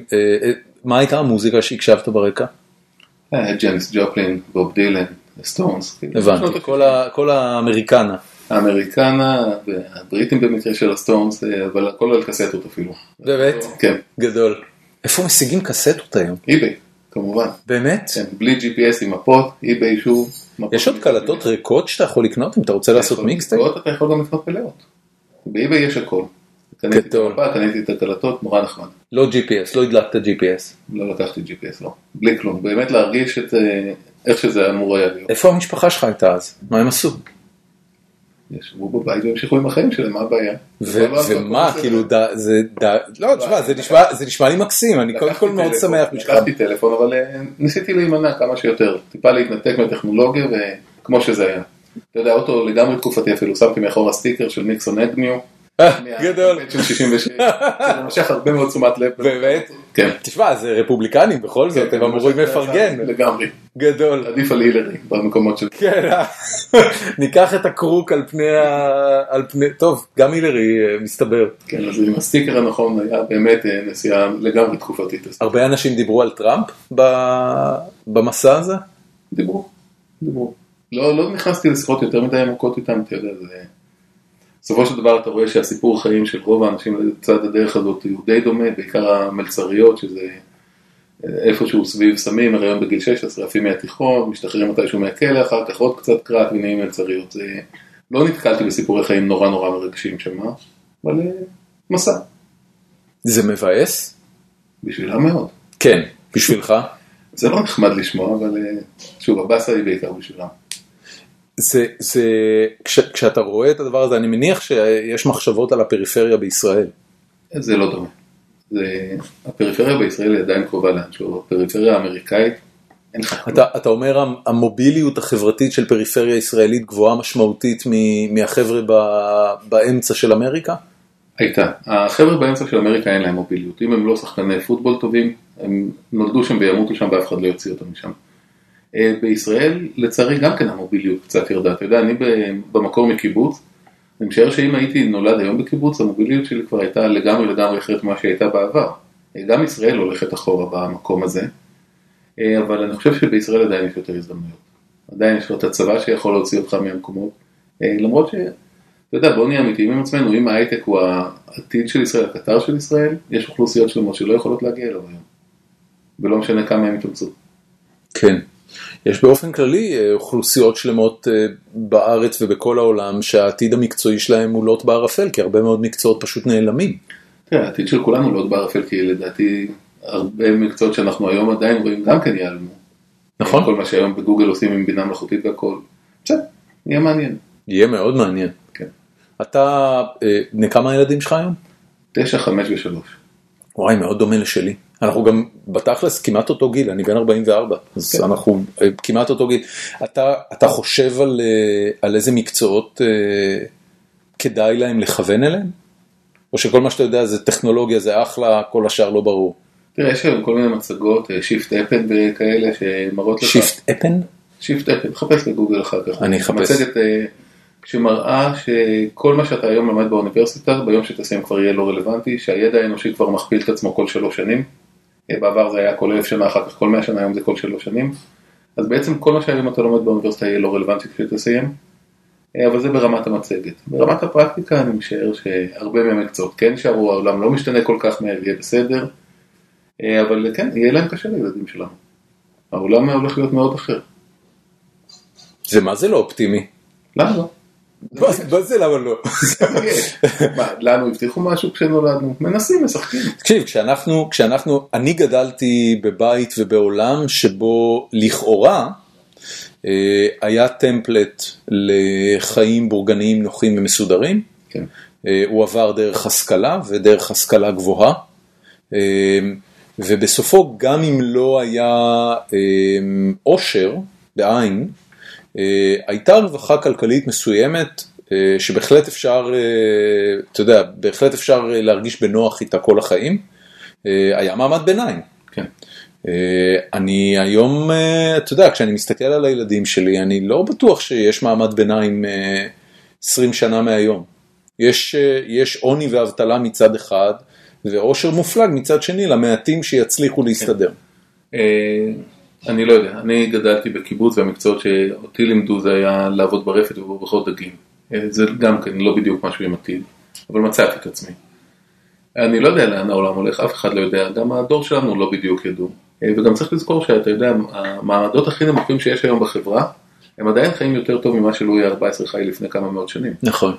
מה הייתה המוזיקה שהקשבת ברקע? ג'ניס ג'ופלין, בוב דילן, סטונס. הבנתי, כל האמריקנה. האמריקנה, והבריטים במקרה של הסטונס, אבל הכל על קסטות אפילו. באמת? כן. גדול. איפה משיגים קסטות היום? איביי, כמובן. באמת? כן, בלי ג'י פי אס עם מפות, איביי שוב. יש עוד קלטות ריקות שאתה יכול לקנות אם אתה רוצה לעשות מיקסטייפ? אתה יכול גם לקנות מלאות. באיביי יש הכל. קניתי את המפה, קניתי את הקלטות, נורא נחמד. לא ג'י פי אס, לא הדלקת ג'י פי אס. לא לקחתי ג'י פי אס, לא. בלי כלום, באמת להרגיש את איך שזה אמור היה להיות. איפה המשפחה שלך הייתה אז? מה הם עשו? ישבו בבית והמשיכו עם החיים שלהם, מה הבעיה? ומה, כאילו, זה, לא, תשמע, זה נשמע לי מקסים, אני קודם כל מאוד שמח בשבילך. לקחתי טלפון, אבל ניסיתי להימנע כמה שיותר, טיפה להתנתק מהטכנולוגיה, וכמו שזה היה. אתה יודע, אוטו לגמרי תקופתי אפילו, שמתי מאחור הסטיקר של ניקסון אגניו, גדול. של שישים ושש, זה משך הרבה מאוד תשומת לב. באמת? כן. תשמע, זה רפובליקנים בכל זאת, הם אמורים לפרגן. לגמרי. גדול. עדיף על הילרי במקומות של... כן, ניקח את הקרוק על פני, טוב, גם הילרי מסתבר. כן, אז עם הסטיקר הנכון היה באמת נסיעה לגמרי תקופתית. הרבה אנשים דיברו על טראמפ במסע הזה? דיברו, דיברו. לא נכנסתי לשיחות יותר מדי עמוקות איתם, אתה יודע, זה... בסופו של דבר אתה רואה שהסיפור חיים של רוב האנשים לצד הדרך הזאת הוא די דומה, בעיקר המלצריות, שזה איפשהו סביב סמים, הריון בגיל שש עשרה, עפים מהתיכון, משתחררים מתישהו מהכלא, אחר כך עוד קצת קראת ונהיים מלצריות. זה... לא נתקלתי בסיפורי חיים נורא נורא מרגשים שם, אבל מסע. זה מבאס? בשבילה מאוד. כן, בשבילך? זה לא נחמד לשמוע, אבל שוב, הבאסה היא בעיקר בשבילה. זה, זה, כש, כשאתה רואה את הדבר הזה, אני מניח שיש מחשבות על הפריפריה בישראל. זה לא דומה. זה, הפריפריה בישראל היא עדיין קרובה לאנשהו, הפריפריה האמריקאית, אין לך. אתה, אתה אומר, המוביליות החברתית של פריפריה ישראלית גבוהה משמעותית מהחבר'ה באמצע של אמריקה? הייתה. החבר'ה באמצע של אמריקה אין להם מוביליות. אם הם לא שחקני פוטבול טובים, הם נולדו שם וימותו שם ואף אחד לא יוציא אותם משם. בישראל, לצערי, גם כן המוביליות קצת ירדה. אתה יודע, אני במקור מקיבוץ, אני משער שאם הייתי נולד היום בקיבוץ, המוביליות שלי כבר הייתה לגמרי לגמרי אחרת מה שהייתה בעבר. גם ישראל הולכת אחורה במקום הזה, אבל אני חושב שבישראל עדיין יש יותר הזדמנויות. עדיין יש את הצבא שיכול להוציא אותך מהמקומות, למרות ש... אתה יודע, בוא נהיה אמיתיים עם עצמנו, אם ההייטק הוא העתיד של ישראל, הקטר של ישראל, יש אוכלוסיות שלמות שלא יכולות להגיע אליו היום. ולא משנה כמה הם יתאמצו. כן. יש באופן כללי אוכלוסיות שלמות בארץ ובכל העולם שהעתיד המקצועי שלהם הוא לוט בערפל, כי הרבה מאוד מקצועות פשוט נעלמים. כן, העתיד של כולנו לוט בערפל, כי לדעתי הרבה מקצועות שאנחנו היום עדיין רואים גם כן ייעלמו. נכון. כל מה שהיום בגוגל עושים עם בינה מלאכותית והכל. בסדר, יהיה מעניין. יהיה מאוד מעניין. כן. אתה, כמה הילדים שלך היום? תשע, חמש ושלוש. וואי, מאוד דומה לשלי. אנחנו גם בתכלס כמעט אותו גיל, אני בן ארבעים וארבע, אז כן. אנחנו כמעט אותו גיל. אתה, אתה חושב על, על איזה מקצועות כדאי להם לכוון אליהם? או שכל מה שאתה יודע זה טכנולוגיה, זה אחלה, כל השאר לא ברור? תראה, יש היום כל מיני מצגות, שיפט אפן וכאלה שמראות לך. שיפט אפן? שיפט אפן, חפש לגוגל אחר כך. אני אחפש. מצגת שמראה שכל מה שאתה היום למד באוניברסיטה, ביום שתסיים כבר יהיה לא רלוונטי, שהידע האנושי כבר מכפיל את עצמו כל שלוש שנים. בעבר זה היה כל אלף שנה, אחר כך כל מאה שנה, היום זה כל שלוש שנים. אז בעצם כל מה שהיום אתה לומד באוניברסיטה יהיה לא רלוונטי כשתסיים. אבל זה ברמת המצגת. ברמת הפרקטיקה אני משער שהרבה מהמקצועות כן שערו, העולם לא משתנה כל כך מהר, יהיה בסדר. אבל כן, יהיה להם קשה לילדים שלנו. העולם הולך להיות מאוד אחר. זה מה זה לא אופטימי? למה לא? מה זה למה לא? מה, לנו הבטיחו משהו כשנולדנו? מנסים, משחקים. תקשיב, כשאנחנו, כשאנחנו, אני גדלתי בבית ובעולם שבו לכאורה היה טמפלט לחיים בורגניים נוחים ומסודרים. כן. הוא עבר דרך השכלה ודרך השכלה גבוהה. ובסופו גם אם לא היה עושר בעין, הייתה רווחה כלכלית מסוימת שבהחלט אפשר, אתה יודע, בהחלט אפשר להרגיש בנוח איתה כל החיים. היה מעמד ביניים. כן. אני היום, אתה יודע, כשאני מסתכל על הילדים שלי, אני לא בטוח שיש מעמד ביניים עשרים שנה מהיום. יש, יש עוני ואבטלה מצד אחד, ועושר מופלג מצד שני, למעטים שיצליחו להסתדר. אני לא יודע, אני גדלתי בקיבוץ, והמקצועות שאותי לימדו זה היה לעבוד ברפת ובבריכות דגים. זה גם כן לא בדיוק משהו עם עתיד, אבל מצאתי את עצמי. אני לא יודע לאן העולם הולך, אף אחד לא יודע, גם הדור שלנו לא בדיוק ידעו. וגם צריך לזכור שאתה יודע, המעמדות הכי נמוכים שיש היום בחברה, הם עדיין חיים יותר טוב ממה שלואי ה-ארבע עשרה חי לפני כמה מאות שנים. נכון.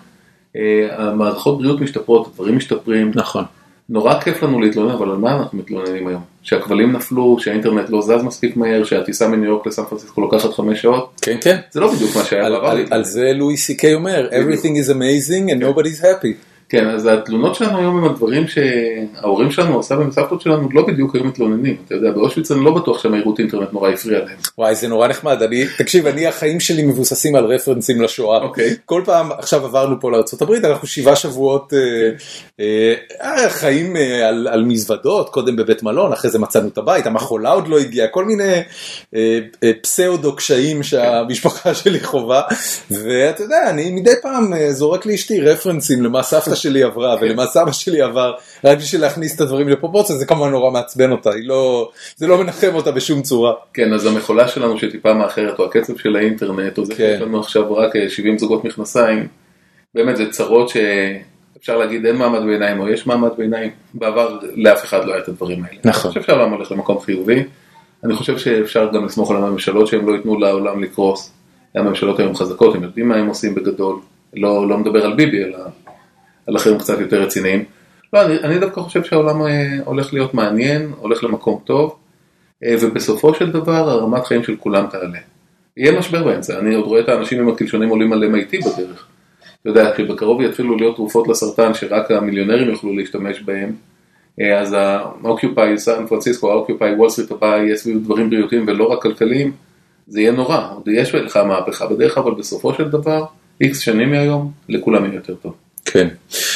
המערכות בריאות משתפרות, דברים משתפרים. נכון. נורא כיף לנו להתלונן, אבל על מה אנחנו מתלוננים היום? שהכבלים נפלו, שהאינטרנט לא זז מספיק מהר, שהטיסה מניו יורק לסן פרנסיסקו לוקחת חמש שעות. כן, כן. זה לא בדיוק מה שהיה בעבר. על זה לואי סי קיי אומר, everything is amazing and nobody's happy. כן, אז התלונות שלנו היום הם הדברים שההורים שלנו, הסבים וסבתות שלנו, לא בדיוק היו מתלוננים. אתה יודע, באושוויץ אני לא בטוח שהמהירות אינטרנט נורא הפריע להם. וואי, זה נורא נחמד. אני, תקשיב, אני, החיים שלי מבוססים על רפרנסים לשואה. אוקיי. כל פעם, עכשיו עברנו פה לארצות הברית, אנחנו שבעה שבועות אה, אה, חיים אה, על, על מזוודות, קודם בבית מלון, אחרי זה מצאנו את הבית, המחולה עוד לא הגיעה, כל מיני אה, אה, פסאודו קשיים שהמשפחה שלי חובה, ואתה יודע, אני מדי פעם אה, זורק לאשתי רפרנסים למה סבתא שלי עברה, ולמה סבא שלי עבר, רק בשביל להכניס את הדברים לפרופורציה, זה כמובן נורא מעצבן אותה, לא, זה לא מנחם אותה בשום צורה. כן, אז המחולה שלנו שטיפה מאחרת, או הקצב של האינטרנט, או זה שיש לנו עכשיו רק שבעים זוגות מכנסיים, באמת זה צרות שאפשר להגיד אין מעמד ביניים, או יש מעמד ביניים, בעבר לאף אחד לא היה את הדברים האלה. נכון. אני חושב שהעולם הולך למקום חיובי, אני חושב שאפשר גם לסמוך על הממשלות שהם לא ייתנו לעולם לקרוס, הממשלות היום חזקות, הם יודעים מה הם עושים בגדול, לא, לא מדבר על ביבי, אלא על אחרים קצת יותר רציניים. לא, אני, אני דווקא חושב שהעולם הולך להיות מעניין, הולך למקום טוב, ובסופו של דבר הרמת חיים של כולם תעלה. יהיה משבר באמצע, אני עוד רואה את האנשים עם הקלשונים עולים על אם איי טי בדרך. אתה יודע, כשבקרוב יתחילו להיות תרופות לסרטן שרק המיליונרים יוכלו להשתמש בהם, אז ה-Occupy סן פרנסיסקו, ה-Occupy וול סטריט הבא יהיה סביב דברים בריאותיים ולא רק כלכליים, זה יהיה נורא, עוד יש לך מהפכה בדרך, אבל בסופו של דבר, איקס שנים מהיום, לכולם יהיה יותר טוב. כן,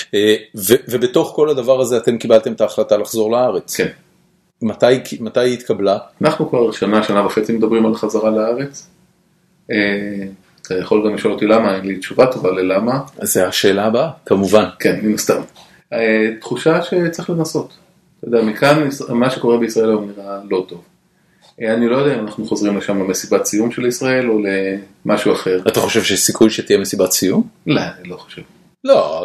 ובתוך כל הדבר הזה אתם קיבלתם את ההחלטה לחזור לארץ. כן. מתי היא התקבלה? אנחנו כבר שנה, שנה וחצי מדברים על חזרה לארץ. אתה יכול גם לשאול אותי למה, אין לי תשובה טובה ללמה. אז זה השאלה הבאה, כמובן. כן, מן הסתם. תחושה שצריך לנסות. אתה יודע, מכאן מה שקורה בישראל היום נראה לא טוב. אני לא יודע אם אנחנו חוזרים לשם למסיבת סיום של ישראל או למשהו אחר. אתה חושב שיש סיכוי שתהיה מסיבת סיום? לא, אני לא חושב. לא,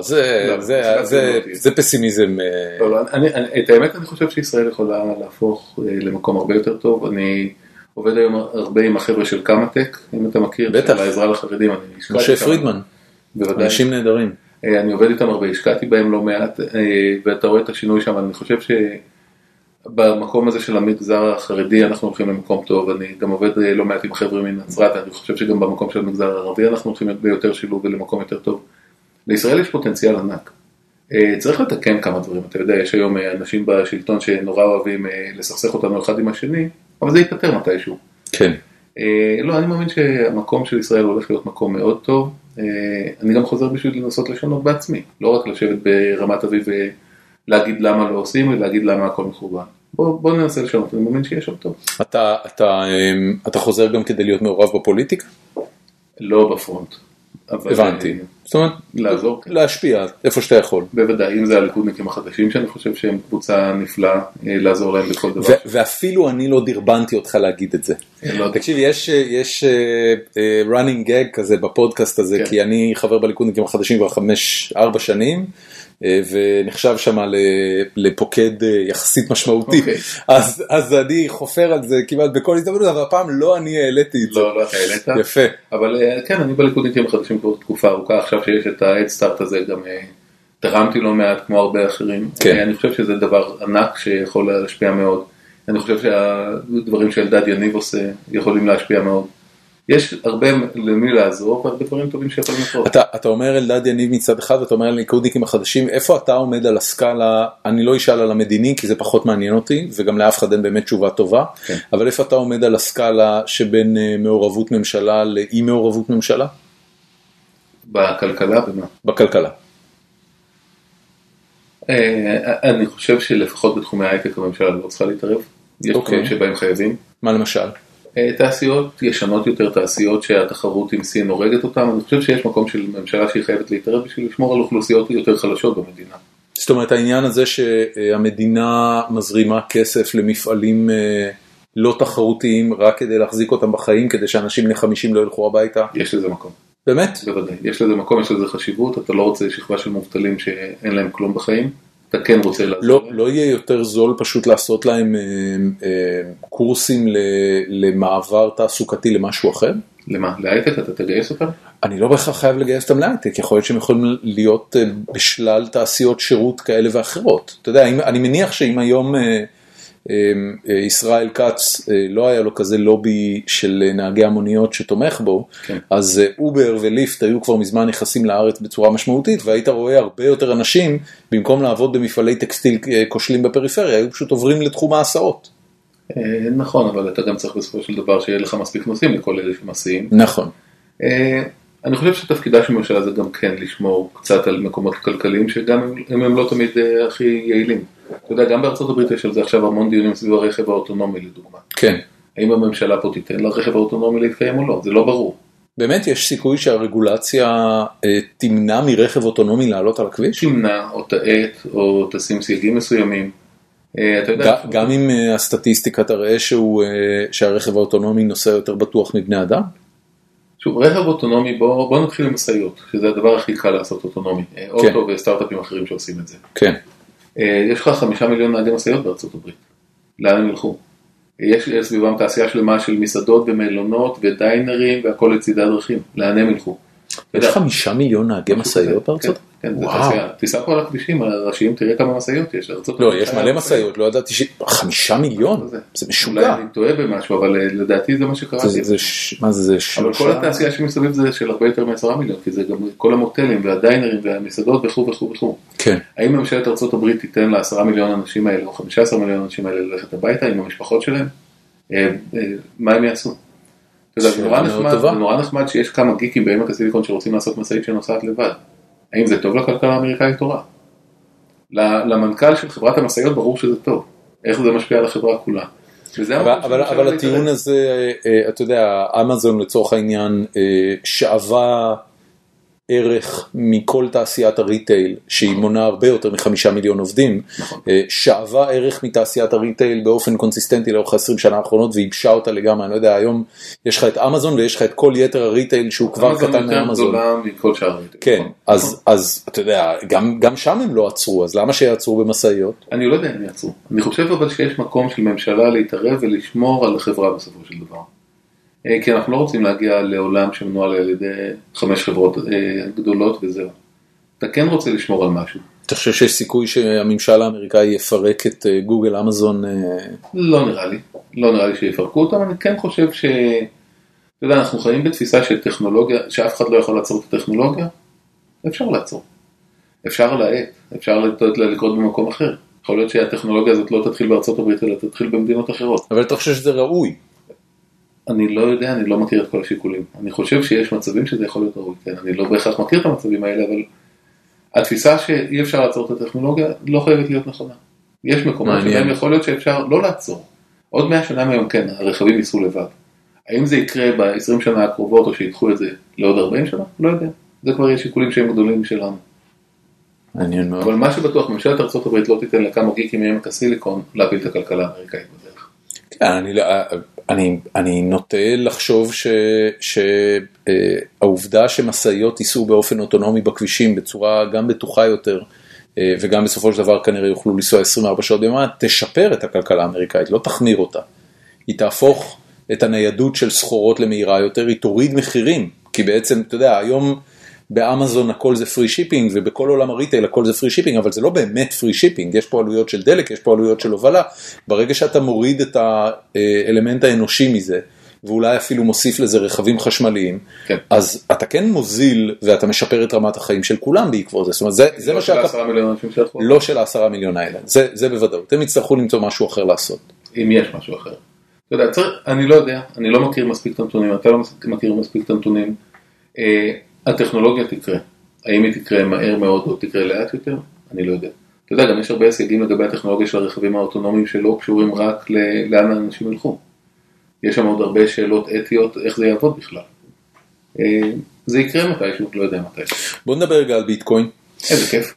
זה פסימיזם. את האמת אני חושב שישראל יכולה להפוך למקום הרבה יותר טוב. אני עובד היום הרבה עם החבר'ה של קמא-טק, אם אתה מכיר, של העזרה לחרדים. משה פרידמן, אנשים נהדרים. אני עובד איתם הרבה, השקעתי בהם לא מעט, ואתה רואה את השינוי שם, אני חושב שבמקום הזה של המגזר החרדי אנחנו הולכים למקום טוב, אני גם עובד לא מעט עם חבר'ה מנצרת, אני חושב שגם במקום של המגזר הערבי אנחנו הולכים ביותר שילוב ולמקום יותר טוב. לישראל יש פוטנציאל ענק. צריך לתקן כמה דברים, אתה יודע, יש היום אנשים בשלטון שנורא אוהבים לסכסך אותנו אחד עם השני, אבל זה ייפטר מתישהו. כן. לא, אני מאמין שהמקום של ישראל הולך להיות מקום מאוד טוב, אני גם חוזר בשביל לנסות לשנות בעצמי, לא רק לשבת ברמת אביב ולהגיד למה לא עושים, ולהגיד למה הכל מחורבן. בוא, בוא ננסה לשנות, אני מאמין שיש עוד טוב. אתה, אתה, אתה חוזר גם כדי להיות מעורב בפוליטיקה? לא בפרונט. הבנתי. זאת אומרת, לעזור, להשפיע איפה שאתה יכול. בוודאי, אם זה הליכודניקים החדשים, שאני חושב שהם קבוצה נפלאה, לעזור להם בכל דבר. ואפילו אני לא דרבנתי אותך להגיד את זה. תקשיב, יש running gag כזה בפודקאסט הזה, כי אני חבר בליכודניקים החדשים כבר חמש, ארבע שנים, ונחשב שם לפוקד יחסית משמעותי. אז אני חופר על זה כמעט בכל הזדמנות, אבל הפעם לא אני העליתי את זה. לא, לא אתה העלית. יפה. אבל כן, אני בליכודניקים החדשים כבר תקופה ארוכה, עכשיו שיש את ה-Head Start הזה, גם תרמתי לא מעט כמו הרבה אחרים. אני חושב שזה דבר ענק שיכול להשפיע מאוד. אני חושב שהדברים שאלדד יניב עושה יכולים להשפיע מאוד. יש הרבה למי לעזור, והרבה דברים טובים שיכולים לקרות. אתה, אתה אומר אלדד יניב מצד אחד, ואתה אומר ליכודניקים החדשים, איפה אתה עומד על הסקאלה, אני לא אשאל על המדיני, כי זה פחות מעניין אותי, וגם לאף אחד אין באמת תשובה טובה, כן. אבל איפה אתה עומד על הסקאלה שבין מעורבות ממשלה לאי מעורבות ממשלה? בכלכלה, במה? בכלכלה. אני חושב שלפחות בתחומי ההייטק הממשלה לא צריכה להתערב. יש תחומים שבהם חייבים. מה למשל? תעשיות ישנות יותר, תעשיות שהתחרות עם סין הורגת אותם, אני חושב שיש מקום של ממשלה שהיא חייבת להתערב בשביל לשמור על אוכלוסיות יותר חלשות במדינה. זאת אומרת, העניין הזה שהמדינה מזרימה כסף למפעלים לא תחרותיים, רק כדי להחזיק אותם בחיים, כדי שאנשים בני חמישים לא ילכו הביתה? יש לזה מקום. באמת? בוודאי, יש לזה מקום, יש לזה חשיבות, אתה לא רוצה שכבה של מובטלים שאין להם כלום בחיים, אתה כן רוצה לעזור. לא, לא יהיה יותר זול פשוט לעשות להם אה, אה, קורסים ל, למעבר תעסוקתי למשהו אחר? למה? להייטק אתה תגייס אותם? אני לא בהכרח חייב לגייס אותם להייטק, יכול להיות שהם יכולים להיות בשלל תעשיות שירות כאלה ואחרות. אתה יודע, אני מניח שאם היום ישראל כץ לא היה לו כזה לובי של נהגי המוניות שתומך בו, כן. אז אובר וליפט היו כבר מזמן נכנסים לארץ בצורה משמעותית, והיית רואה הרבה יותר אנשים, במקום לעבוד במפעלי טקסטיל כושלים בפריפריה, היו פשוט עוברים לתחום ההסעות. נכון, אבל אתה גם צריך בסופו של דבר שיהיה לך מספיק נושאים לכל אלה שמסיעים. נכון. אני חושב שתפקידה של ממשלה זה גם כן לשמור קצת על מקומות כלכליים, שגם אם הם לא תמיד הכי יעילים. אתה יודע, גם בארצות הברית יש על זה עכשיו המון דיונים סביב הרכב האוטונומי לדוגמה. כן. האם הממשלה פה תיתן לרכב האוטונומי להתקיים או לא? זה לא ברור. באמת יש סיכוי שהרגולציה תמנע מרכב אוטונומי לעלות על הכביש? תמנע או תעט או תשים סייגים מסוימים. גם אם הסטטיסטיקה תראה שהרכב האוטונומי נוסע יותר בטוח מבני אדם? שוב, רכב אוטונומי, בוא, בוא נתחיל עם מסעיות, שזה הדבר הכי קל לעשות אוטונומי. כן. אוטו וסטארט-אפים אחרים שעושים את זה. כן. יש לך חמישה מיליון נהגי מסעיות בארצות הברית. לאן הם ילכו? יש סביבם תעשייה שלמה של מסעדות ומלונות ודיינרים והכל לצידי הדרכים. לאן הם ילכו? יש חמישה מיליון נהגי מסעיות בארצות? כן, זה תעשייה. תיסע פה על הכבישים הראשיים, תראה כמה מסעיות יש. לא, יש מלא מסעיות, לא ידעתי ש... חמישה מיליון? זה משוגע. אולי אני טועה במשהו, אבל לדעתי זה מה שקראתי. מה זה, זה שלושה? אבל כל התעשייה שמסביב זה של הרבה יותר מעשרה מיליון, כי זה גם כל המוטלים והדיינרים והמסעדות וכו' וכו' וכו'. כן. האם ממשלת ארצות הברית תיתן לעשרה מיליון אנשים האלה, או חמישה עשר מיליון אנשים האלה ללכת הביתה עם המשפחות שלהם? מה הם יעשו? זה נורא נחמד שיש כמה גיקים בעמק הסיליקון שרוצים לעשות מסעית שנוסעת לבד. האם זה טוב לכלכלה האמריקאית או רע? למנכ"ל של חברת המסעיות ברור שזה טוב. איך זה משפיע על החברה כולה? אבל הטיעון הזה, אתה יודע, אמזון לצורך העניין, שאבה ערך מכל תעשיית הריטייל, שהיא מונה הרבה יותר מחמישה מיליון עובדים, שאבה ערך מתעשיית הריטייל באופן קונסיסטנטי לאורך עשרים שנה האחרונות, והיבשה אותה לגמרי. אני לא יודע, היום יש לך את אמזון ויש לך את כל יתר הריטייל שהוא כבר קטן מאמזון. אמזון יותר גדולה מכל שאר הריטייל. כן, אז אתה יודע, גם שם הם לא עצרו, אז למה שיעצרו במשאיות? אני לא יודע אם יעצרו. אני חושב אבל שיש מקום של ממשלה להתערב ולשמור על החברה בסופו של דבר. כי אנחנו לא רוצים להגיע לעולם שמנוהל על ידי חמש חברות גדולות וזהו. אתה כן רוצה לשמור על משהו. אתה חושב שיש סיכוי שהממשל האמריקאי יפרק את גוגל, אמזון? לא נראה לי. לא נראה לי שיפרקו אותם. אני כן חושב ש... אתה יודע, אנחנו חיים בתפיסה של טכנולוגיה, שאף אחד לא יכול לעצור את הטכנולוגיה. אפשר לעצור. אפשר להעט. אפשר לקרות במקום אחר. יכול להיות שהטכנולוגיה הזאת לא תתחיל בארצות הברית, אלא תתחיל במדינות אחרות. אבל אתה חושב שזה ראוי? אני לא יודע, אני לא מכיר את כל השיקולים. אני חושב שיש מצבים שזה יכול להיות ראוי, כן, אני לא בהכרח מכיר את המצבים האלה, אבל התפיסה שאי אפשר לעצור את הטכנולוגיה לא חייבת להיות נכונה. יש מקומות שבהם יכול להיות שאפשר לא לעצור. עוד מאה שנה מהיום כן, הרכבים ייסעו לבד. האם זה יקרה ב-עשרים שנה הקרובות או שידחו את זה לעוד ארבעים שנה? לא יודע. זה כבר יש שיקולים שהם גדולים שלנו. מעניין מאוד. אבל מה שבטוח, ממשלת ארצות הברית לא תיתן לכמה גיקים מעמק הסיליקון להפיל את הכלכלה האמריקאית בדרך. כן, אני לא... אני, אני נוטה לחשוב שהעובדה שמסעיות ייסעו באופן אוטונומי בכבישים בצורה גם בטוחה יותר, וגם בסופו של דבר כנראה יוכלו לנסוע עשרים וארבע שעות ביממה, תשפר את הכלכלה האמריקאית, לא תחמיר אותה. היא תהפוך את הניידות של סחורות למהירה יותר, היא תוריד מחירים, כי בעצם, אתה יודע, היום באמזון הכל זה פרי שיפינג, ובכל עולם הריטייל הכל זה פרי שיפינג, אבל זה לא באמת פרי שיפינג, יש פה עלויות של דלק, יש פה עלויות של הובלה, ברגע שאתה מוריד את האלמנט האנושי מזה, ואולי אפילו מוסיף לזה רכבים חשמליים, כן. אז אתה כן מוזיל, ואתה משפר את רמת החיים של כולם בעקבות זה, זאת אומרת, זה, זה לא מה של העשרה מיליון אנשים שלחו? לא של העשרה מיליון האלה, זה, זה בוודאות, הם יצטרכו למצוא משהו אחר לעשות. אם יש משהו אחר. אתה יודע, צריך, אני לא יודע, אני לא מכיר מספיק את הנתונים, אתה לא מכיר מספיק את הנתונים, הטכנולוגיה תקרה. האם היא תקרה מהר מאוד או תקרה לאט יותר? אני לא יודע. אתה יודע, גם יש הרבה סייגים לגבי הטכנולוגיה של הרכבים האוטונומיים שלא קשורים רק לאן האנשים ילכו. יש שם עוד הרבה שאלות אתיות, איך זה יעבוד בכלל. זה יקרה מתישהו, לא יודע מתי. בוא נדבר רגע על ביטקוין. איזה כיף.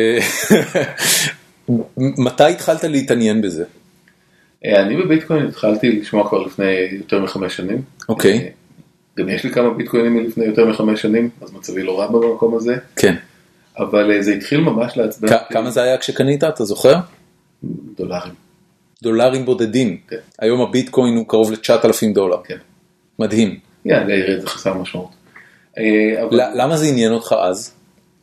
מתי התחלת להתעניין בזה? אני בביטקוין התחלתי לשמוע כבר לפני יותר מחמש שנים. אוקיי. גם יש לי כמה ביטקוינים מלפני יותר מחמש שנים, אז מצבי לא רע במקום הזה. כן. אבל זה התחיל ממש לעצבן. כמה זה היה כשקנית, אתה זוכר? דולרים. דולרים בודדים. כן. היום הביטקוין הוא קרוב ל-תשעת אלפים דולר. כן. מדהים. יעלה ירד, זה חסר משמעות. למה זה עניין אותך אז?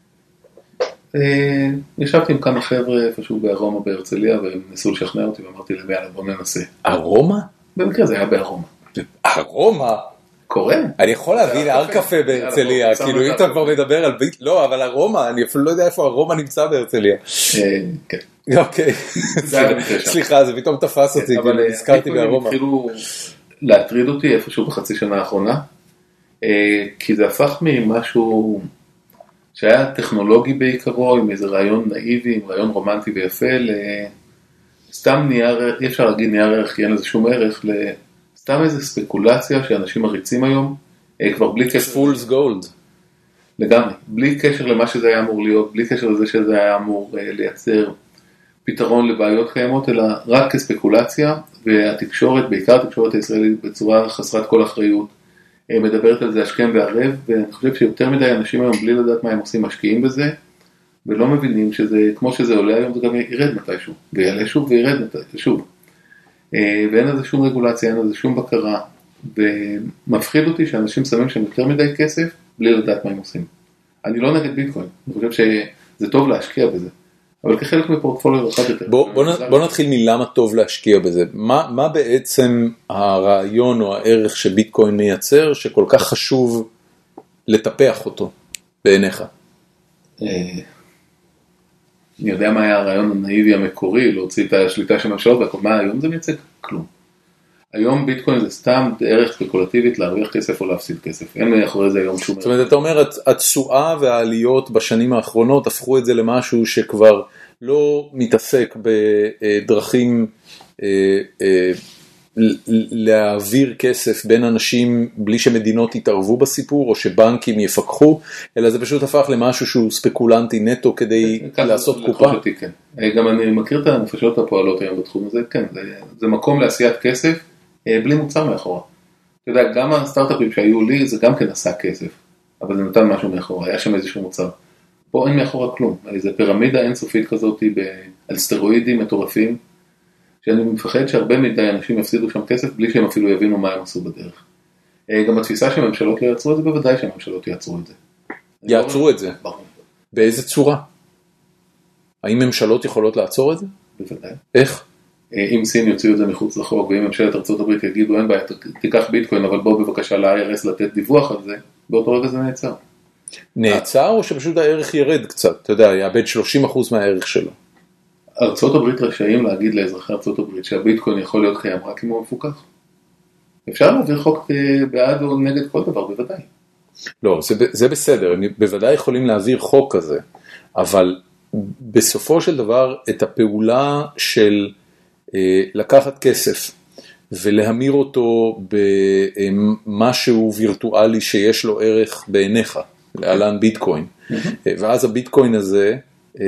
ישבתי עם כמה חבר'ה איפשהו בארומה בהרצליה, והם ניסו לשכנע אותי, ואמרתי להם, יאללה, בוא ננסה. ארומה? במקרה זה היה בארומה. ארומה? קורה? אני יכול להביא להר קפה בהרצליה, כאילו אם אתה כבר מדבר על בית, לא, אבל ארומה, אני אפילו לא יודע איפה ארומה נמצא בהרצליה. כן. אוקיי, סליחה, זה פתאום תפס אותי, כאילו הזכרתי בארומה. הם התחילו להטריד אותי איפשהו בחצי שנה האחרונה, כי זה הפך ממשהו שהיה טכנולוגי בעיקרו, עם איזה רעיון נאיבי, עם רעיון רומנטי ויפה, לסתם נייר, אי אפשר להגיד נייר ערך, כי אין לזה שום ערך, סתם איזו ספקולציה שאנשים מריצים היום, כבר בלי קשר. Fool's gold. לגמרי, בלי קשר למה שזה היה אמור להיות, בלי קשר לזה שזה היה אמור לייצר פתרון לבעיות קיימות, אלא רק כספקולציה, והתקשורת, בעיקר התקשורת הישראלית, בצורה חסרת כל אחריות, מדברת על זה השכם והערב, ואני חושב שיותר מדי אנשים היום, בלי לדעת מה הם עושים, משקיעים בזה, ולא מבינים שזה, כמו שזה עולה היום, זה גם ירד מתישהו, ויעלה שוב וירד מתישהו, שוב. ואין לזה שום רגולציה, אין לזה שום בקרה, ומפחיד אותי שאנשים שמים שם יותר מדי כסף, בלי לדעת מה הם עושים. אני לא נגד ביטקוין, אני חושב שזה טוב להשקיע בזה, אבל כחלק מפורטפוליו רחב יותר. בוא, בוא, בוא נתחיל מלמה טוב להשקיע בזה. מה, מה בעצם הרעיון או הערך שביטקוין מייצר, שכל כך חשוב לטפח אותו בעיניך? אני יודע מה היה הרעיון הנאיבי המקורי, להוציא את השליטה של ממשלות, מה היום זה מייצג? כלום. היום ביטקוין זה סתם ערך ספקולטיבית להרוויח כסף או להפסיד כסף. אין מאחורי זה היום שום... זאת אומרת, אתה אומר, התשואה והעליות בשנים האחרונות הפכו את זה למשהו שכבר לא מתעסק בדרכים להעביר כסף בין אנשים בלי שמדינות יתערבו בסיפור או שבנקים יפקחו, אלא זה פשוט הפך למשהו שהוא ספקולנטי נטו כדי לעשות קופה. גם אני מכיר את הנפשות הפועלות היום בתחום הזה, כן, זה מקום לעשיית כסף בלי מוצר מאחורה. אתה יודע, גם הסטארט-אפים שהיו לי זה גם כן עשה כסף, אבל זה נתן משהו מאחורה, היה שם איזשהו מוצר. פה אין מאחורה כלום, איזו פירמידה אינסופית כזאת על סטרואידים מטורפים, שאני מפחד שהרבה מדי אנשים יפסידו שם כסף בלי שהם אפילו יבינו מה הם עשו בדרך. גם התפיסה שממשלות לא יעצרו את זה, בוודאי שהממשלות יעצרו את זה. יעצרו את זה? באיזה צורה? האם ממשלות יכולות לעצור את זה? בוודאי. איך? אם סין יוציאו את זה מחוץ לחוק, ואם ממשלת ארצות הברית יגידו, אין בעיה, תיקח ביטקוין, אבל בוא בבקשה ל-איי אר אס לתת דיווח על זה, באותו רגע זה נעצר. נעצר או שפשוט הערך ירד קצת? אתה יודע, יאבד שלושים אחוז מהערך שלו. ארצות הברית רשאים להגיד לאזרחי ארצות הברית שהביטקוין יכול להיות קיים רק אם הוא מפוקח. אפשר להעביר חוק בעד או נגד כל דבר, בוודאי. לא, זה, זה בסדר, הם בוודאי יכולים להעביר חוק כזה, אבל בסופו של דבר את הפעולה של אה, לקחת כסף ולהמיר אותו במשהו וירטואלי שיש לו ערך בעיניך, להלן ביטקוין, ואז הביטקוין הזה, אה,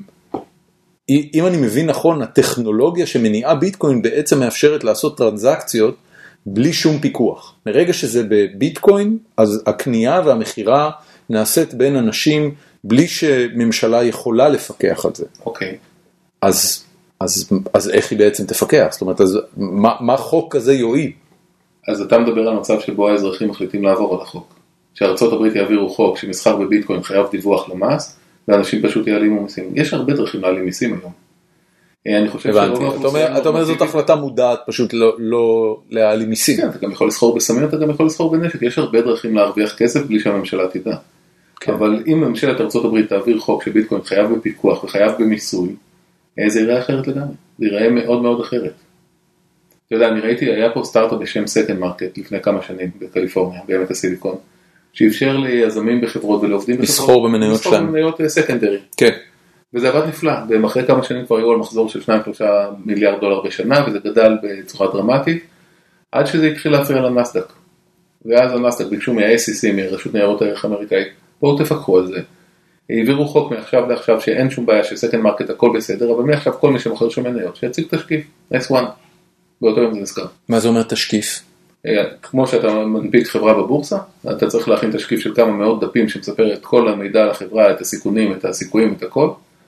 אם אני מבין נכון, הטכנולוגיה שמניעה ביטקוין בעצם מאפשרת לעשות טרנזקציות בלי שום פיקוח. מרגע שזה בביטקוין, אז הקנייה והמחירה נעשית בין אנשים בלי שממשלה יכולה לפקח על זה. אוקיי. אז, אז, אז איך היא בעצם תפקח? זאת אומרת, אז מה, מה חוק כזה יועיל? אז אתה מדבר על מצב שבו האזרחים מחליטים לעבור על החוק. שארצות הברית יעבירו חוק שמסחר בביטקוין חייב דיווח למס, ואנשים פשוט יעלימו מיסים. יש הרבה דרכים להעלים מיסים היום. אני חושב הבנתי, אתה אומר זאת החלטה מודעת, פשוט לא להעלים מיסים. כן, אתה גם יכול לסחור בסמים, אתה גם יכול לסחור בנשק, יש הרבה דרכים להרוויח כסף בלי שהממשלה תדע. אבל אם ממשלת ארצות הברית תעביר חוק שביטקוין חייב בפיקוח וחייב במיסוי, זה ייראה אחרת לגמרי, זה ייראה מאוד מאוד אחרת. אתה יודע, אני ראיתי, היה פה סטארט-אפ בשם Second Market לפני כמה שנים בקליפורניה, בעמק הסיליקון, שאפשר ליזמים בחברות ולעובדים בחברות, לסחור במניות שלהם. לסחור במניות סקנדרי. כן. וזה עבד נפלא, ואחרי כמה שנים כבר היו על מחזור של שניים שלושה מיליארד דולר בשנה, וזה גדל בצורה דרמטית, עד שזה התחיל להפריע לנסדק. ואז הנסדק ביקשו מה-איי סי סי, מרשות ניירות הערך האמריקאית, בואו תפקחו על זה. העבירו חוק מעכשיו לעכשיו שאין שום בעיה שסקנד מרקט הכל בסדר, אבל מעכשיו כל מי שמוכר שום מניות, שיציג תשקיף, אס וואן. באותו יום זה נזכר. מה זה אומר תשקיף? כמו שאתה מנפיק חברה בבורסה, אתה צריך להכין תשקיף של כמה מאות דפים שמספר את כל המידע על החברה, את הסיכונים, את הסיכויים, את הכל.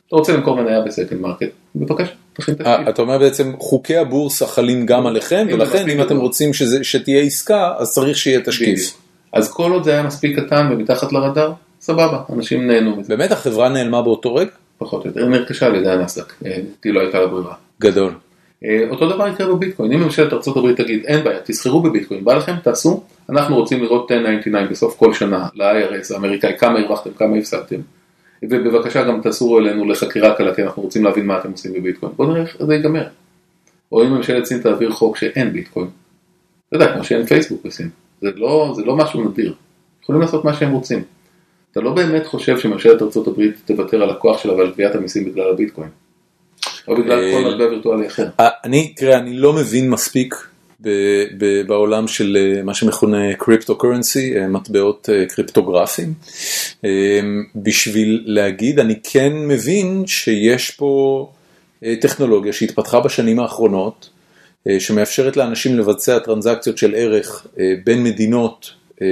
אתה רוצה למכור מניה בסקנד מרקט, בבקשה, תכין תשקיע. אתה אומר בעצם, חוקי הבורסה חלים גם עליכם, ולכן אם אתם רוצים שתהיה עסקה, אז צריך שיהיה תשקיף. אז כל עוד זה היה מספיק קטן ומתחת לרדאר, סבבה, אנשים נהנו מזה. באמת החברה נעלמה באותו רגע? פחות או יותר, נרכשה על ידי הנסדק, היא לא הייתה לברירה. גדול. אותו דבר יקרה בביטקוין, אם ממשלת ארצות הברית תגיד, אין בעיה, תסחרו בביטקוין, בא לכם, תעשו, אנחנו רוצים לראות עשר תשעים ותשע בסוף כל שנה, ל-איי אר אס האמריקאי, כמה הרווחתם, כמה הפסדתם, ובבקשה גם תעשו אלינו לחקירה קלה, כי אנחנו רוצים להבין מה אתם עושים בביטקוין, בואו נראה איך זה ייגמר. או אם ממשלת סין תעביר חוק שאין ביטקוין, אתה יודע, כמו שאין פייסבוק בסין, זה לא, זה לא משהו נדיר, יכולים לעשות מה שהם רוצים. אתה לא באמת חושב שממשלת ארצות הברית תוותר על הכוח שלה ועל גביית המיסים בגלל הביטקוין, או בגלל כל מטבע וירטואלי אחר. אני, תראה, אני לא מבין מספיק בעולם של מה שמכונה קריפטו-קורנסי, מטבעות קריפטוגרפיים, בשביל להגיד, אני כן מבין שיש פה טכנולוגיה שהתפתחה בשנים האחרונות, שמאפשרת לאנשים לבצע טרנזקציות של ערך בין מדינות,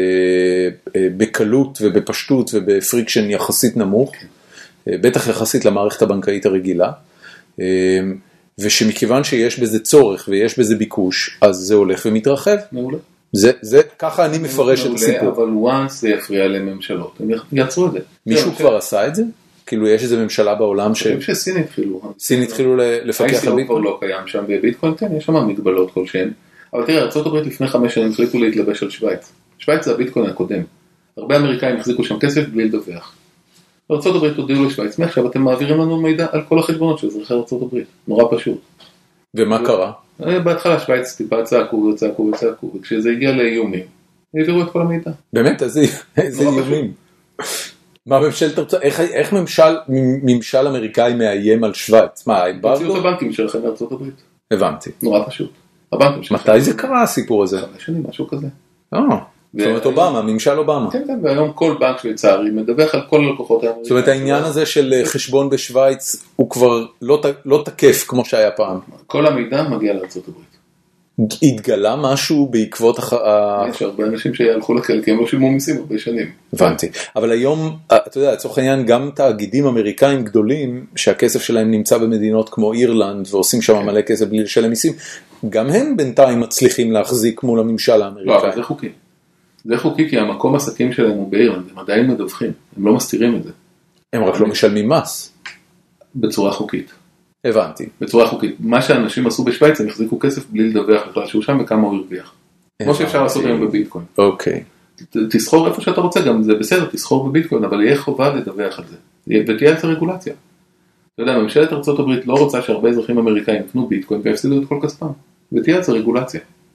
בקלות ובפשטות ובפריקשן יחסית נמוך, בטח יחסית למערכת הבנקאית הרגילה, ושמכיוון שיש בזה צורך ויש בזה ביקוש, אז זה הולך ומתרחב. מעולה. זה, זה, ככה אני מפרש את הסיפור. אבל once זה יפריע לממשלות, הם יעצרו את זה. מישהו כבר עשה את זה? כאילו יש איזו ממשלה בעולם ש... אני חושב שסין התחילו. סין התחילו לפקח על ביטקוין? ה-איי סי או כבר לא קיים שם בביטקוין, כן, יש שם מגבלות כלשהן. אבל תראה, ארצות הברית לפני חמש שנים החליטו להתלבש על שוויץ. שוויץ זה הביטקוין הקודם. הרבה אמריקאים החזיקו שם כסף בלי לדווח. ארצות הברית הודיעו לשוויץ, מעכשיו אתם מעבירים לנו מידע על כל החשבונות של אזרחי ארצות הברית. נורא פשוט. ומה קרה? בהתחלה שוויץ טיפה צעקו וצעקו וצעקו, וכשזה הגיע לאיומים, העבירו את כל המידע. באמת? איזה איומים? מה ממשלת ארצות, איך ממשל אמריקאי מאיים על שוויץ? מה, הוציאו את הבנקים שלכם לארצות הברית. הבנתי. נורא פשוט. מתי זה קרה הסיפור הזה? חמש שנים, משהו כזה. אה, זאת אומרת אובמה, ממשל אובמה. כן, כן, והיום כל בנק שוויצרי מדווח על כל הלקוחות האמריקאים. זאת אומרת העניין הזה של חשבון בשוויץ הוא כבר לא תקף כמו שהיה פעם. כל המידע מגיע לארצות הברית. התגלה משהו בעקבות... יש הרבה אנשים שהלכו לכאלה, כי הם לא שילמו מיסים הרבה שנים. הבנתי. אבל היום, אתה יודע, לצורך העניין, גם תאגידים אמריקאים גדולים, שהכסף שלהם נמצא במדינות כמו אירלנד, ועושים שם מלא כסף בלי לשלם מיסים, גם הם בינתיים מצליחים להחזיק מול הממשל האמריקאי. לא, אבל זה חוקי. זה חוקי כי המקום עסקים שלהם הוא באירלנד, הם עדיין מדווחים, הם לא מסתירים את זה. הם רק לא משלמים מס. בצורה חוקית. הבנתי. בצורה חוקית. מה שאנשים עשו בשוויץ, הם החזיקו כסף בלי לדווח בכלל שהוא שם וכמה הוא הרוויח. כמו שאפשר לעשות היום בביטקוין. אוקיי. תסחור איפה שאתה רוצה, גם זה בסדר, תסחור בביטקוין, אבל יהיה חובה לדווח על זה. ותהיה את הרגולציה. אתה יודע, ממשלת ארצות הברית לא רוצה שהרבה אזרחים אמריקאים יקנו ביטקוין ויפסידו את כל כספם. ותהיה את הרגולציה.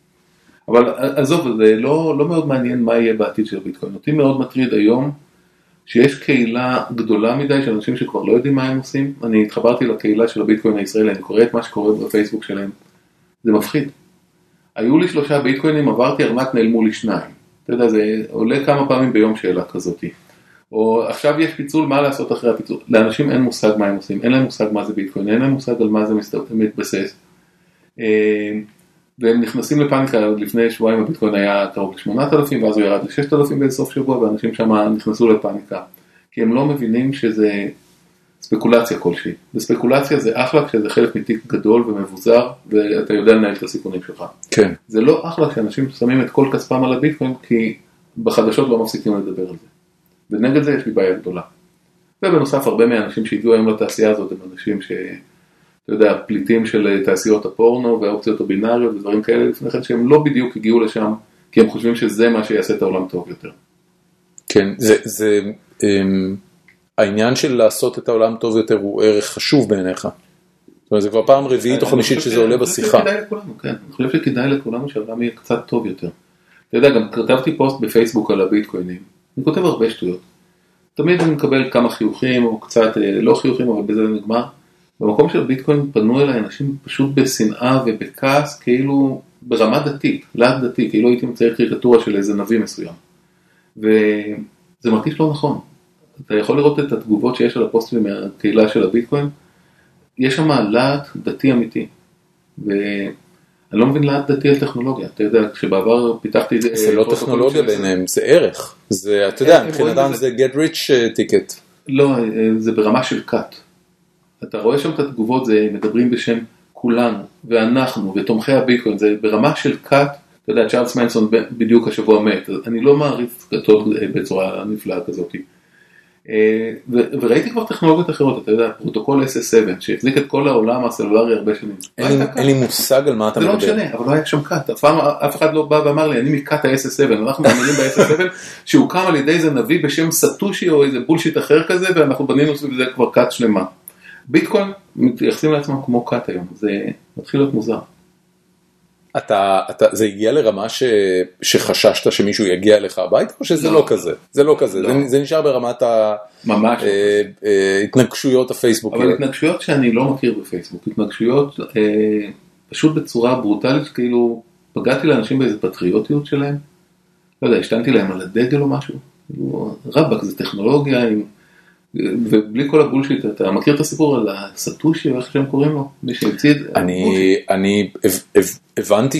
אבל עזוב, זה לא, לא מאוד מעניין מה יהיה בעתיד של ביטקוין. אותי מאוד מטריד היום שיש קהילה גדולה מדי של אנשים שכבר לא יודעים מה הם עושים. אני התחברתי לקהילה של הביטקוין הישראלי, אני קורא את מה שקורה בפייסבוק שלהם. זה מפחיד. היו לי שלושה ביטקוינים, עברתי ארנק, נעלמו לי שניים. אתה יודע, זה עולה כמה פעמים ביום שאלה כזאת. או עכשיו יש פיצול, מה לעשות אחרי הפיצול? לאנשים אין מושג מה הם עושים, אין להם מושג מה זה ביטקוין, אין להם מושג על מה זה מתבסס. והם נכנסים לפאניקה, לפני שבועיים הביטקוין היה קרוב ל-שמונת אלפים, ואז הוא ירד ל-ששת אלפים בסוף שבוע, ואנשים שם נכנסו לפאניקה, כי הם לא מבינים שזה ספקולציה כלשהי. וספקולציה זה אחלה כשזה חלק מתיק גדול ומבוזר, ואתה יודע לנהל את הסיכונים שלך. כן. זה לא אחלה כשאנשים שמים את כל כספם על הביטקוין, כי בחדשות לא מפסיקים לדבר על זה. ונגד זה יש לי בעיה גדולה. ובנוסף, הרבה מהאנשים שהגיעו היום לתעשייה הזאת, הם אנשים ש... אתה יודע, פליטים של תעשיות הפורנו והאופציות הבינאריות ודברים כאלה לפני כן, שהם לא בדיוק הגיעו לשם, כי הם חושבים שזה מה שיעשה את העולם טוב יותר. כן, זה, זה, um, העניין של לעשות את העולם טוב יותר הוא ערך חשוב בעיניך. זאת אומרת, זה כבר פעם רביעית או חמישית שזה עולה בשיחה. אני חושב שכדאי לכולנו, כן. אני חושב שכדאי לכולנו שהעולם יהיה קצת טוב יותר. אתה יודע, גם כתבתי פוסט בפייסבוק על הביטקוינים. אני כותב הרבה שטויות. תמיד אני מקבל כמה חיוכים או קצת, לא חיוכים, אבל בזה זה נגמר. במקום של ביטקוין פנו אליי אנשים פשוט בשנאה ובכעס, כאילו ברמה דתית, לאט דתי, כאילו הייתי מצייר קריקטורה של איזה נביא מסוים. וזה מרגיש לא נכון. אתה יכול לראות את התגובות שיש על הפוסטים מהקהילה של הביטקוין, יש שם לאט דתי אמיתי. ואני לא מבין לאט דתי על טכנולוגיה. אתה יודע, כשבעבר פיתחתי את זה... זה לא טכנולוגיה ביניהם, זה ערך. זה, אתה יודע, מבחינתם זה get rich ticket. לא, זה ברמה של cut. אתה רואה שם את התגובות, זה מדברים בשם כולנו, ואנחנו, ותומכי הביטקוין, זה ברמה של קאט, אתה יודע, צ'ארלס מנסון בדיוק השבוע מת, אני לא מעריץ קאטות בצורה נפלאה כזאת. וראיתי כבר טכנולוגיות אחרות, אתה יודע, פרוטוקול אס אס שבע, שהחזיק את כל העולם הסלולרי הרבה שנים. אין לי מושג על מה אתה מדבר. זה לא משנה, אבל לא היה שם קאט, אף אחד לא בא ואמר לי, אני מקאט ה-אס אס שבע, אנחנו מאמינים ב-אס אס שבע, שהוא קם על ידי איזה נביא בשם סטושי, או איזה בולשיט אחר כזה, ואנחנו בנינו סביב זה כבר קאט שלמה. ביטקוין מתייחסים לעצמם כמו קאט היום, זה מתחיל להיות מוזר. אתה, אתה, זה הגיע לרמה ש, שחששת שמישהו יגיע לך הביתה, או שזה לא, לא כזה? זה לא כזה, לא. זה, זה נשאר ברמת ההתנגשויות הפייסבוקיות. אבל התנגשויות שאני לא מכיר בפייסבוק, התנגשויות אה, פשוט בצורה ברוטלית, כאילו פגעתי לאנשים באיזה פטריוטיות שלהם, לא יודע, השתנתי להם על הדגל או משהו, רבק, זה טכנולוגיה, עם, ובלי כל הבולשיט, אתה מכיר את הסיפור על הסטושי, או איך שהם קוראים לו? מי שהמציא את אני, אני הבנתי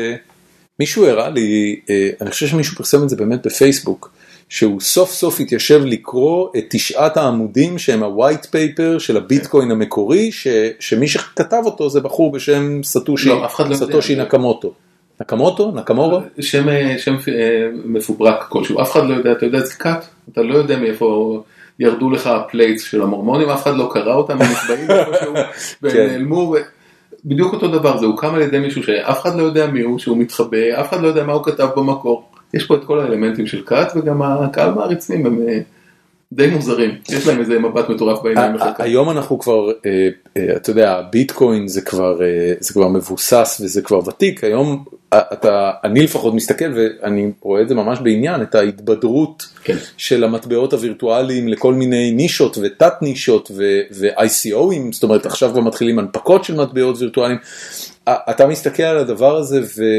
שמישהו הראה לי, אני חושב שמישהו פרסם את זה באמת בפייסבוק, שהוא סוף סוף התיישב לקרוא את תשעת העמודים שהם ה-white paper של הביטקוין המקורי, שמי שכתב אותו זה בחור בשם סטושי, סטושי נקמוטו. נקמוטו? נקמורו? שם, שם מפוברק כלשהו, אף אחד לא יודע, אתה יודע את זה קאט? אתה לא יודע מאיפה ירדו לך הפלייטס של המורמונים, אף אחד לא קרא אותם, הם נשבעים איפשהו, ונעלמו, בדיוק אותו דבר, זה הוקם על ידי מישהו שאף אחד לא יודע מי הוא, שהוא מתחבא, אף אחד לא יודע מה הוא כתב במקור, יש פה את כל האלמנטים של קאט, וגם הקהל מעריצים הם די מוזרים, יש להם איזה מבט מטורף בעיניים. היום אנחנו כבר, אתה יודע, הביטקוין זה כבר, זה כבר מבוסס וזה כבר ותיק, היום אתה, אני לפחות מסתכל ואני רואה את זה ממש בעניין, את ההתבדרות של המטבעות הווירטואליים לכל מיני נישות ותת נישות ו-איי סי או-ים, זאת אומרת עכשיו כבר מתחילים הנפקות של מטבעות וירטואליים, אתה מסתכל על הדבר הזה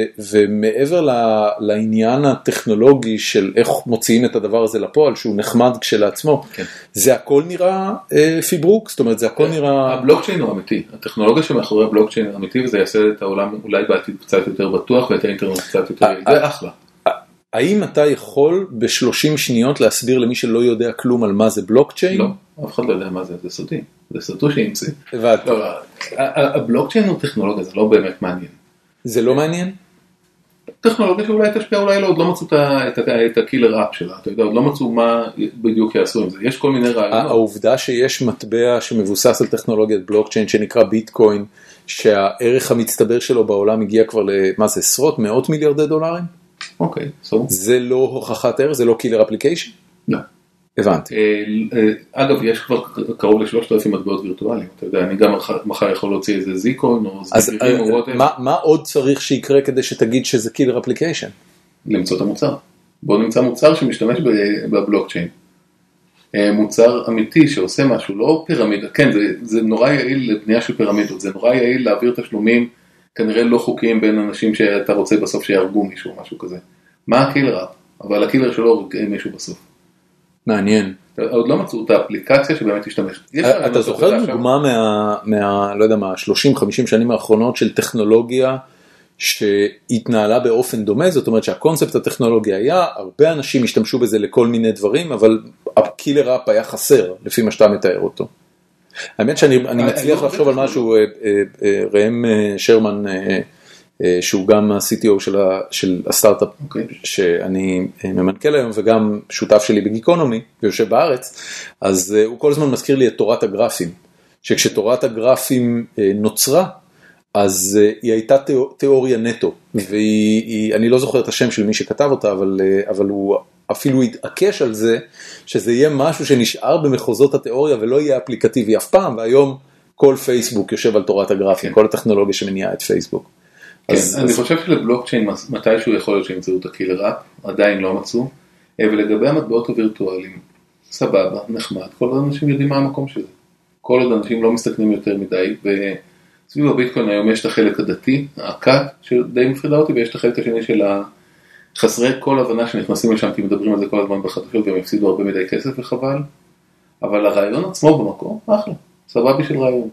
ומעבר לעניין הטכנולוגי של איך מוציאים את הדבר הזה לפועל, שהוא נחמד כשלעצמו, זה הכל נראה פיברוק, זאת אומרת זה הכל נראה... הבלוקצ'יין הוא אמיתי, הטכנולוגיה שמאחורי הבלוקצ'יין הוא אמיתי וזה יעשה את העולם אולי בעתיד קצת יותר בטוח ואת האינטרנט קצת יותר, זה אחלה. האם אתה יכול בשלושים שניות להסביר למי שלא יודע כלום על מה זה בלוקצ'יין? לא, אף אחד לא יודע מה זה, זה סודי, זה סטושי המציא. הבנתי. הבלוקצ'יין הוא טכנולוגיה, זה לא באמת מעניין. זה לא מעניין? טכנולוגיה שאולי תשפיע, אולי לא, עוד לא מצאו את הקילר אפ שלה, אתה יודע, עוד לא מצאו מה בדיוק יעשו עם זה, יש כל מיני רעיונות. העובדה שיש מטבע שמבוסס על טכנולוגיית בלוקצ'יין שנקרא ביטקוין, שהערך המצטבר שלו בעולם הגיע כבר למה זה, עשרות, מאות מיליארדי דולרים? אוקיי, סבבה. זה לא הוכחת ערך, זה לא קילר אפליקיישן? לא. הבנתי. אגב, יש כבר קרוב לשלושת אלפים מטבעות וירטואליים, אתה יודע, אני גם מחר יכול להוציא איזה זיקון או זיקירים או ווטב. מה עוד צריך שיקרה כדי שתגיד שזה קילר אפליקיישן? למצוא את המוצר. בואו נמצא מוצר שמשתמש בבלוקצ'יין. מוצר אמיתי שעושה משהו, לא פירמידה, כן, זה, זה נורא יעיל לבנייה של פירמידות, זה נורא יעיל להעביר תשלומים כנראה לא חוקיים בין אנשים שאתה רוצה בסוף שיהרגו מישהו או משהו כזה. מה הקילר? אבל הקילר שלו הוא מישהו בסוף. מעניין. עוד לא מצאו את האפליקציה שבאמת תשתמש. אתה זוכר דוגמה מה, מה, לא יודע מה, שלושים חמישים שנים האחרונות של טכנולוגיה שהתנהלה באופן דומה, זאת אומרת שהקונספט הטכנולוגי היה, הרבה אנשים השתמשו בזה לכל מיני דברים, אבל הקילר אפ היה חסר, לפי מה שאתה מתאר אותו. האמת שאני מצליח לחשוב על משהו, ראם שרמן, שהוא גם ה-סי טי או של הסטארט-אפ שאני ממנכ"ל היום, וגם שותף שלי בגיקונומי, ויושב בארץ, אז הוא כל הזמן מזכיר לי את תורת הגרפים, שכשתורת הגרפים נוצרה, אז היא הייתה תיאוריה נטו, ואני לא זוכר את השם של מי שכתב אותה, אבל, אבל הוא אפילו התעקש על זה, שזה יהיה משהו שנשאר במחוזות התיאוריה, ולא יהיה אפליקטיבי אף פעם, והיום כל פייסבוק יושב על תורת הגרפים, כל הטכנולוגיה שמניעה את פייסבוק. אני חושב שלבלוקצ'יין מתישהו יכול להיות שימצאו את הקילר אפ, עדיין לא מצאו, ולגבי המטבעות הווירטואליים, סבבה, נחמד, כל עוד אנשים יודעים מה המקום שזה, כל עוד אנשים לא מסתכנים יותר מדי, וסביב הביטקוין היום יש את החלק הדתי, הקאט, שדי מפחידה אותי, ויש את החלק השני של חסרי כל הבנה שנכנסים לשם, כי מדברים על זה כל הזמן בחדשות, והם הפסידו הרבה מדי כסף וחבל, אבל הרעיון עצמו במקום, אחלה, סבבי של רעיון.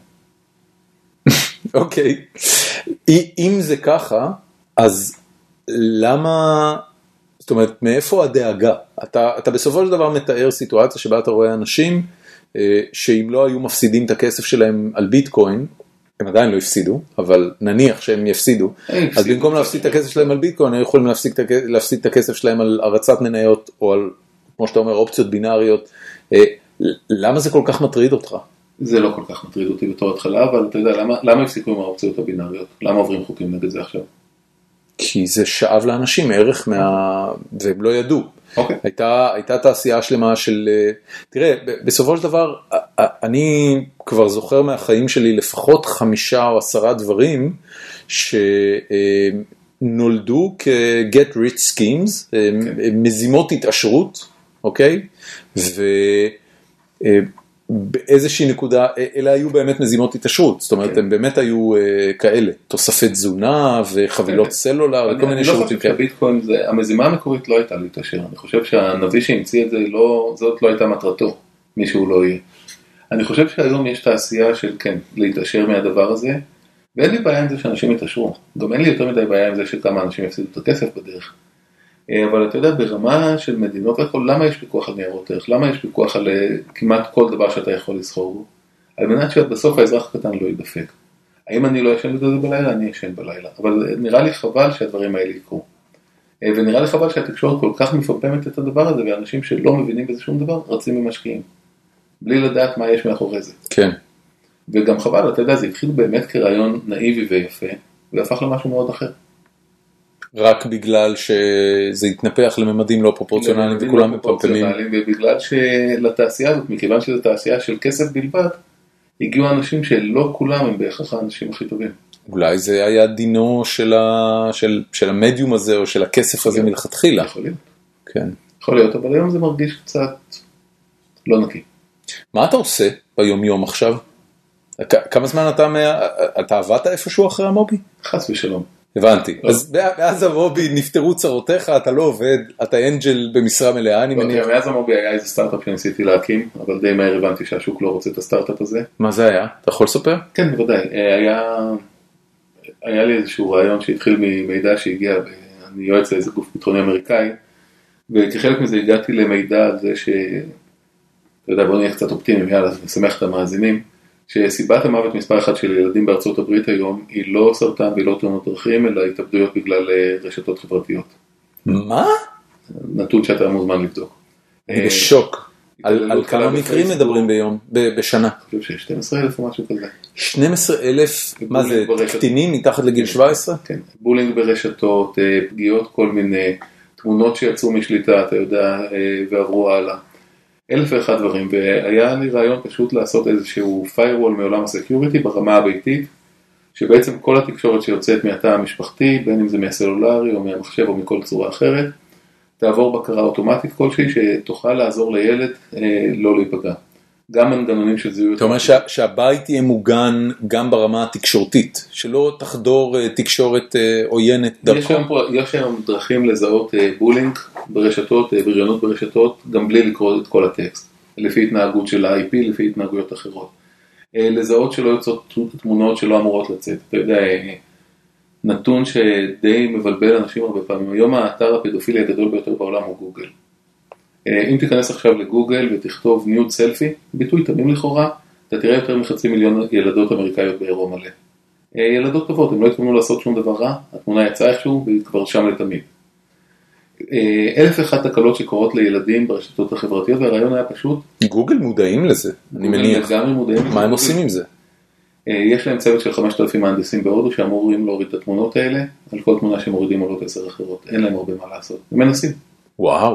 אוקיי. אם זה ככה, אז למה, זאת אומרת, מאיפה הדאגה? אתה, אתה בסופו של דבר מתאר סיטואציה שבה אתה רואה אנשים, שאם לא היו מפסידים את הכסף שלהם על ביטקוין, הם עדיין לא הפסידו, אבל נניח שהם יפסידו, אז במקום להפסיד את הכסף שלהם על ביטקוין, הם יכולים להפסיד את הכסף שלהם על הרצת מניות, או על, כמו שאתה אומר, אופציות בינאריות. למה זה כל כך מטריד אותך? זה לא כל כך מטריד אותי בתור התחלה, אבל אתה יודע, למה, למה הפסיקו עם האופציות הבינאריות? למה עוברים חוקים נגד זה עכשיו? כי זה שאב לאנשים ערך מה... והם לא ידעו. Okay. הייתה, הייתה תעשייה שלמה של... תראה, בסופו של דבר, אני כבר זוכר מהחיים שלי לפחות חמישה או עשרה דברים שנולדו כ-get rich schemes, okay. מזימות התעשרות, אוקיי? ו... באיזושהי נקודה, אלה היו באמת מזימות התעשרות, זאת אומרת, הם באמת היו כאלה, תוספי תזונה וחבילות סלולר, וכל מיני שירותים כאלה. אני לא חושב שהביטקוין, המזימה המקורית לא הייתה להתעשר, אני חושב שהנביא שהמציא את זה, זאת לא הייתה מטרתו, מישהו לא יהיה. אני חושב שהיום יש תעשייה של כן, להתעשר מהדבר הזה, ואין לי בעיה עם זה שאנשים יתעשרו, גם אין לי יותר מדי בעיה עם זה שכמה אנשים יפסידו את הכסף בדרך. אבל אתה יודע, ברמה של מדינות, למה יש פיקוח על ניירות ערך? למה יש פיקוח על כמעט כל דבר שאתה יכול לסחור בו? על מנת שבסוף האזרח הקטן לא ידפק. האם אני לא ישן בזה בלילה? אני ישן בלילה. אבל נראה לי חבל שהדברים האלה יקרו. ונראה לי חבל שהתקשורת כל כך מפמפמת את הדבר הזה, ואנשים שלא מבינים בזה שום דבר, רצים ומשקיעים. בלי לדעת מה יש מאחורי זה. כן. וגם חבל, אתה יודע, זה התחיל באמת כרעיון נאיבי ויפה, והפך למשהו מאוד אחר. רק בגלל שזה יתנפח לממדים לא פרופורציונליים וכולם מפרפמים. ובגלל שלתעשייה הזאת, מכיוון שזו תעשייה של כסף בלבד, הגיעו אנשים שלא כולם הם בהכרח האנשים הכי טובים. אולי זה היה דינו של, ה... של... של המדיום הזה או של הכסף הזה מלכתחילה. יכול להיות. כן. יכול להיות, אבל היום זה מרגיש קצת לא נקי. מה אתה עושה ביום יום עכשיו? כמה זמן אתה, אתה עבדת איפשהו אחרי המובי? חס ושלום. הבנתי. אז מאז המובי נפטרו צרותיך, אתה לא עובד, אתה אנג'ל במשרה מלאה, אני מניח. מאז המובי היה איזה סטארט-אפ שניסיתי להקים, אבל די מהר הבנתי שהשוק לא רוצה את הסטארט-אפ הזה. מה זה היה? אתה יכול לספר? כן, בוודאי. היה לי איזשהו רעיון שהתחיל ממידע שהגיע, אני יועץ לאיזה גוף ביטחוני אמריקאי, וכחלק מזה הגעתי למידע על זה ש... אתה יודע, בוא נהיה קצת אופטימיים, יאללה, נשמח את המאזינים. שסיבת המוות מספר אחת של ילדים בארצות הברית היום היא לא סרטן והיא לא תאונות דרכים, אלא התאבדויות בגלל רשתות חברתיות. מה? נתון שאתה מוזמן לבדוק. אני בשוק. על כמה מקרים מדברים ביום, בשנה? אני חושב ש-שנים עשר אלף או משהו כזה. שנים עשר אלף? מה זה, קטינים מתחת לגיל שבע עשרה? כן, בולינג ברשתות, פגיעות, כל מיני תמונות שיצאו משליטה, אתה יודע, ועברו הלאה. אלף ואחד דברים, והיה לי רעיון פשוט לעשות איזשהו firewall מעולם הסקיוריטי ברמה הביתית, שבעצם כל התקשורת שיוצאת מהתא המשפחתי, בין אם זה מהסלולרי או מהמחשב או מכל צורה אחרת, תעבור בקרה אוטומטית כלשהי, שתוכל לעזור לילד אה, לא להיפגע. גם מנגנונים של זיהוי. אתה אומר שהבית יהיה מוגן גם ברמה התקשורתית, שלא תחדור תקשורת עוינת דרכו? יש היום דרכים לזהות בולינג ברשתות, בריונות ברשתות, גם בלי לקרוא את כל הטקסט, לפי התנהגות של ה-איי פי, לפי התנהגויות אחרות. לזהות שלא יוצאות תמונות שלא אמורות לצאת. אתה יודע, נתון שדי מבלבל אנשים הרבה פעמים. היום האתר הפדופילי הגדול ביותר בעולם הוא גוגל. אם תיכנס עכשיו לגוגל ותכתוב ניוד סלפי, ביטוי תמים לכאורה, אתה תראה יותר מחצי מיליון ילדות אמריקאיות בעירום מלא. ילדות טובות, הם לא התכוונו לעשות שום דבר רע, התמונה יצאה איכשהו והיא כבר שם לתמיד. אלף אחד תקלות שקורות לילדים ברשתות החברתיות, והרעיון היה פשוט... גוגל מודעים לזה, אני מניח. מה הם עושים עם זה? יש להם צוות של חמשת אלפים מהנדסים בהודו שאמורים להוריד את התמונות האלה, על כל תמונה שמורידים עולות עשר אחרות, אין להם הרבה מה לעשות, הם מנסים. וואו.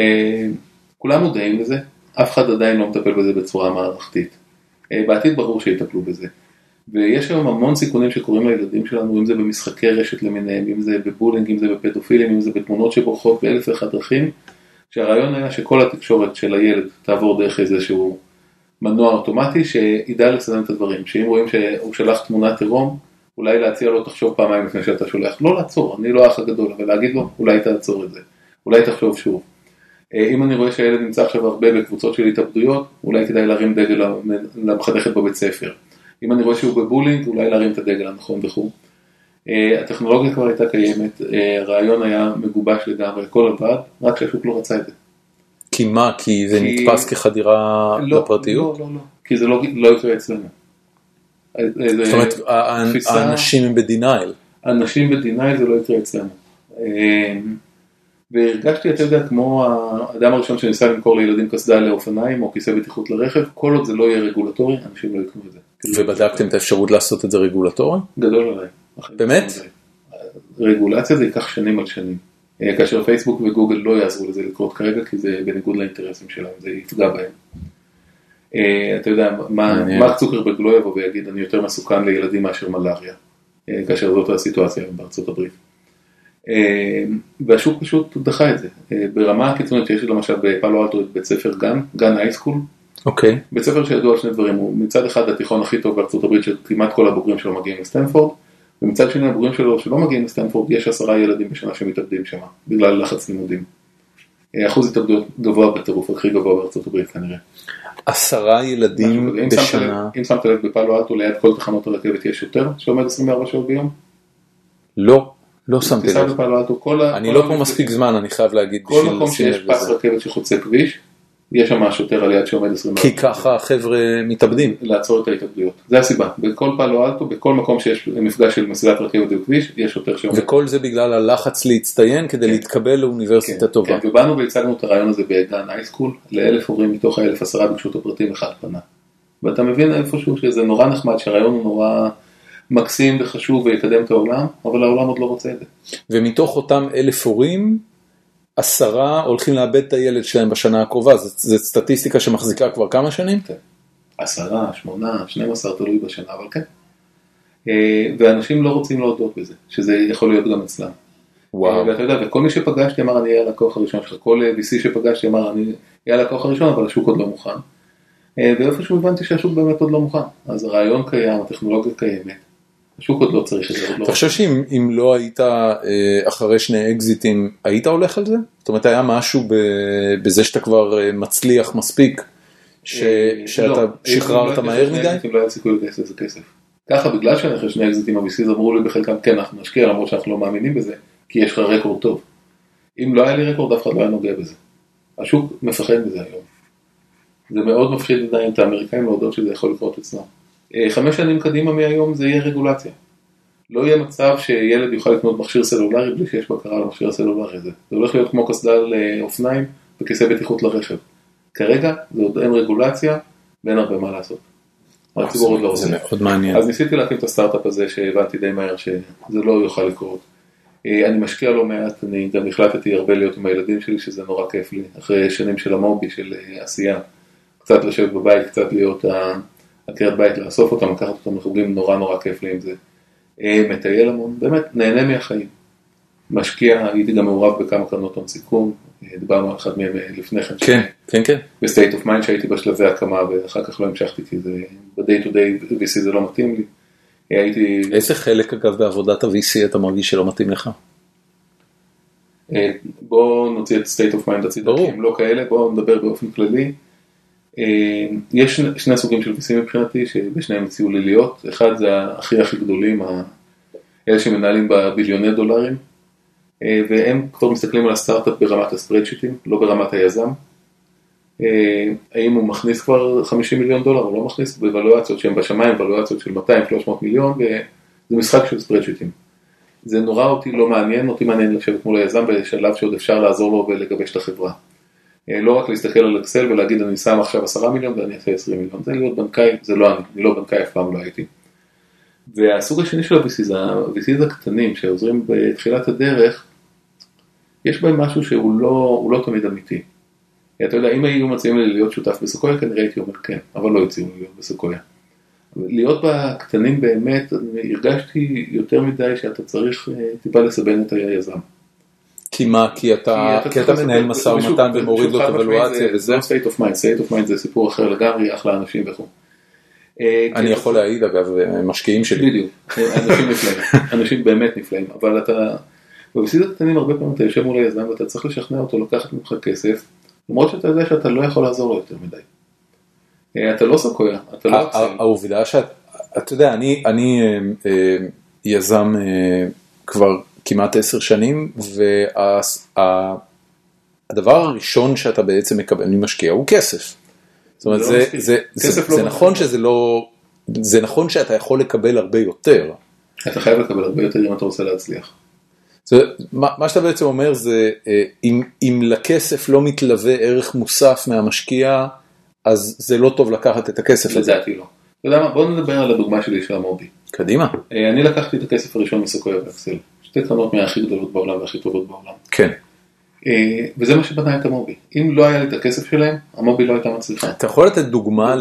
כולם מודעים לזה, אף אחד עדיין לא מטפל בזה בצורה מערכתית. בעתיד ברור שיטפלו בזה. ויש היום המון סיכונים שקורים לילדים שלנו, אם זה במשחקי רשת למיניהם, אם זה בבולינג, אם זה בפדופילים, אם זה בתמונות שבורחות באלף ואחד דרכים, שהרעיון היה שכל התקשורת של הילד תעבור דרך איזשהו מנוע אוטומטי, שידע לסנן את הדברים, שאם רואים שהוא שלח תמונת עירום, אולי להציע לו תחשוב פעמיים לפני שאתה שולח, לא לעצור, אני לא האח הגדול, אבל להגיד לו, אולי תעצור את זה, אולי תחשוב שוב. אם אני רואה שהילד נמצא עכשיו הרבה בקבוצות של התאבדויות, אולי כדאי להרים דגל למחנכת בבית ספר. אם אני רואה שהוא בבולינג, אולי להרים את הדגל הנכון וכו'. הטכנולוגיה כבר הייתה קיימת, הרעיון היה מגובש לגמרי, כל לבד, רק שהשוק לא רצה את זה. כי מה? כי זה כי... נתפס כחדירה לא, לפרטיות? לא, לא, לא. כי זה לא, לא יקרה אצלנו. זאת אומרת, האנשים הם בדינייל. האנשים בדינייל זה לא יקרה אצלנו. והרגשתי, אתה יודע, כמו האדם הראשון שניסה למכור לילדים קסדה לאופניים או כיסא בטיחות לרכב, כל עוד זה לא יהיה רגולטורי, אנשים לא יקנו את זה. ובדקתם את האפשרות לעשות את זה רגולטורי? גדול עליי. באמת? רגולציה זה ייקח שנים על שנים. כאשר פייסבוק וגוגל לא יעזרו לזה לקרות כרגע, כי זה בניגוד לאינטרסים שלהם, זה יפגע בהם. אתה יודע, מרק צוקרברג לא יבוא ויגיד, אני יותר מסוכן לילדים מאשר מלאריה, כאשר זאת הסיטואציה בארצות הברית. והשוק פשוט דחה את זה. ברמה הקיצונית שיש למשל בפאלו אלטו בית ספר גן, גן הייסקול. אוקיי. בית ספר שידוע על שני דברים, הוא מצד אחד התיכון הכי טוב בארצות הברית, שכמעט כל הבוגרים שלו מגיעים לסטנפורד, ומצד שני הבוגרים שלו שלא מגיעים לסטנפורד, יש עשרה ילדים בשנה שמתאבדים שם, בגלל לחץ לימודים. אחוז התאבדות גבוה בטירוף, הכי גבוה בארצות הברית כנראה. עשרה ילדים בשנה. אם שמת לב בפאלו אלטו, ליד כל תחנות הרכבת יש יותר, שעומד עשרים וארבע שעות ביום? לא, לא שמתי לב. כל אני לא פה מספיק זמן, אני חייב להגיד. כל מקום שיש פס רכבת שחוצה כביש, יש שם שוטר על יד שעומד עשרים וארבע. כי ככה החבר'ה מתאבדים. לעצור את ההתאבדויות. זה הסיבה. בכל פאלו אלטו, בכל מקום שיש מפגש של מסילת רכבת וכביש, יש שוטר שעומד. וכל זה בגלל הלחץ להצטיין כדי להתקבל לאוניברסיטה טובה. כן, ובאנו והצגנו את הרעיון הזה בגן הייסקול, לאלף הורים מתוך האלף עשרה ביקשו את הפרטים אחד פנה. ואתה מבין איפשהו שזה נורא נחמד, שהרעיון הוא נורא מקסים וחשוב ויקדם את העולם, אבל העולם עוד לא רוצה את זה. ומתוך אותם אלף הורים, עשרה הולכים לאבד את הילד שלהם בשנה הקרובה, זו סטטיסטיקה שמחזיקה כבר כמה שנים? כן. עשרה, שמונה, שנים עשר תלוי בשנה, אבל כן. ואנשים לא רוצים להודות בזה, שזה יכול להיות גם אצלם. וואו. ואתה יודע, וכל מי שפגשתי אמר, אני אהיה הלקוח הראשון שלך, כל וי סי שפגשתי אמר, אני אהיה הלקוח הראשון, אבל השוק עוד לא מוכן. ואיפשהו הבנתי שהשוק באמת עוד לא מוכן. אז הרעיון קיים, הטכנולוגיה קיימת. השוק עוד לא צריך את זה. אתה חושב שאם לא היית אחרי שני אקזיטים, היית הולך על זה? זאת אומרת, היה משהו בזה שאתה כבר מצליח מספיק, שאתה שחררת מהר מדי? אם לא היה סיכוי לגייס לזה כסף. ככה, בגלל שאני אחרי שני אקזיטים, ה-וי סי'ז אמרו לי בחלקם, כן, אנחנו נשקיע, למרות שאנחנו לא מאמינים בזה, כי יש לך רקורד טוב. אם לא היה לי רקורד, אף אחד לא היה נוגע בזה. השוק מפחד מזה היום. זה מאוד מפחיד עדיין את האמריקאים להודות שזה יכול לקרות אצלם. חמש שנים קדימה מהיום זה יהיה רגולציה. לא יהיה מצב שילד יוכל לקנות מכשיר סלולרי בלי שיש בקרה על המכשיר הסלולרי הזה. זה הולך להיות כמו קסדה לאופניים וכיסא בטיחות לרכב. כרגע זה עוד אין רגולציה ואין הרבה מה לעשות. הציבור עוד לא רוצה. זה מאוד מעניין. אז ניסיתי להקים את הסטארט-אפ הזה שהבנתי די מהר שזה לא יוכל לקרות. אני משקיע לא מעט, אני גם החלטתי הרבה להיות עם הילדים שלי שזה נורא כיף לי. אחרי שנים של המובי, של עשייה. קצת לשבת בבית, קצת להיות עקרת בית, לאסוף אותם, לקחת אותם לחוגים, נורא נורא כיף לי עם זה. מטייל המון, באמת נהנה מהחיים. משקיע, הייתי גם מעורב בכמה קרנות הון סיכון, דיברנו על אחד מהם לפני כן. כן, כן, כן. בסטייט אוף מיינד שהייתי בשלבי הקמה, ואחר כך לא המשכתי, כי זה, ב-day to day וי סי זה לא מתאים לי. הייתי... איזה חלק אגב בעבודת ה-וי סי אתה מרגיש שלא מתאים לך? בואו נוציא את סטייט אוף מיינד הצידה, כי הם לא כאלה, בואו נדבר באופן כללי. יש שני סוגים של וי סי מבחינתי, שבשניהם הציעו לי להיות. אחד זה הכי הכי גדולים, אלה שמנהלים בביליוני דולרים, והם כבר מסתכלים על הסטארט-אפ ברמת הספרדשיטים, לא ברמת היזם. האם הוא מכניס כבר חמישים מיליון דולר, או לא מכניס בוולואציות שהן בשמיים, וולואציות של מאתיים שלוש מאות מיליון, וזה משחק של ספרדשיטים. זה נורא אותי לא מעניין, אותי מעניין לשבת מול היזם בשלב שעוד אפשר לעזור לו ולגבש את החברה. לא רק להסתכל על אקסל ולהגיד אני שם עכשיו עשרה מיליון ואני אעשה עשרים מיליון, זה להיות בנקאי, זה לא אני, אני לא בנקאי, אף פעם לא הייתי. והסוג השני של ה-וי סי זה ה-וי סי הקטנים שעוזרים בתחילת הדרך, יש בהם משהו שהוא לא, לא תמיד אמיתי. אתה יודע, אם היו מציעים לי להיות שותף בסקויה, כנראה הייתי אומר כן, אבל לא הציעו לי להיות בסקויה. להיות בקטנים באמת, הרגשתי יותר מדי שאתה צריך טיפה לסבן את היזם. כי מה? כי אתה, כי אתה מנהל מסע ומתן ומוריד לו את הוולואציה וזה? זה state of mind, state of mind זה סיפור אחר לגמרי, אחלה אנשים וכו'. אני יכול להעיד אגב, משקיעים שלי. בדיוק, אנשים נפלאים, אנשים באמת נפלאים, אבל אתה, בבסיס הקטנים הרבה פעמים אתה יושב מול היזם ואתה צריך לשכנע אותו לקחת ממך כסף, למרות שאתה יודע שאתה לא יכול לעזור לו יותר מדי. אתה לא סקויה, אתה לא אקסל. העובדה שאת, אתה יודע, אני יזם כבר כמעט עשר שנים, הדבר הראשון שאתה בעצם מקבל ממשקיע הוא כסף. זאת אומרת, זה, זה, זה, זה נכון שזה לא, זה נכון שאתה יכול לקבל הרבה יותר. אתה חייב לקבל הרבה יותר אם אתה רוצה להצליח. זה, מה, מה שאתה בעצם אומר זה, אם, אם לכסף לא מתלווה ערך מוסף מהמשקיע, אז זה לא טוב לקחת את הכסף הזה. לדעתי לא. אתה יודע מה, בואו נדבר על הדוגמה שלי של המובי. קדימה. אני לקחתי את הכסף הראשון מסקויה ואקסל. שתי קרנות מהכי גדולות בעולם והכי טובות בעולם. כן. וזה מה שבנה את המובי. אם לא היה לי את הכסף שלהם, המובי לא הייתה מצליחה. אתה יכול לתת דוגמה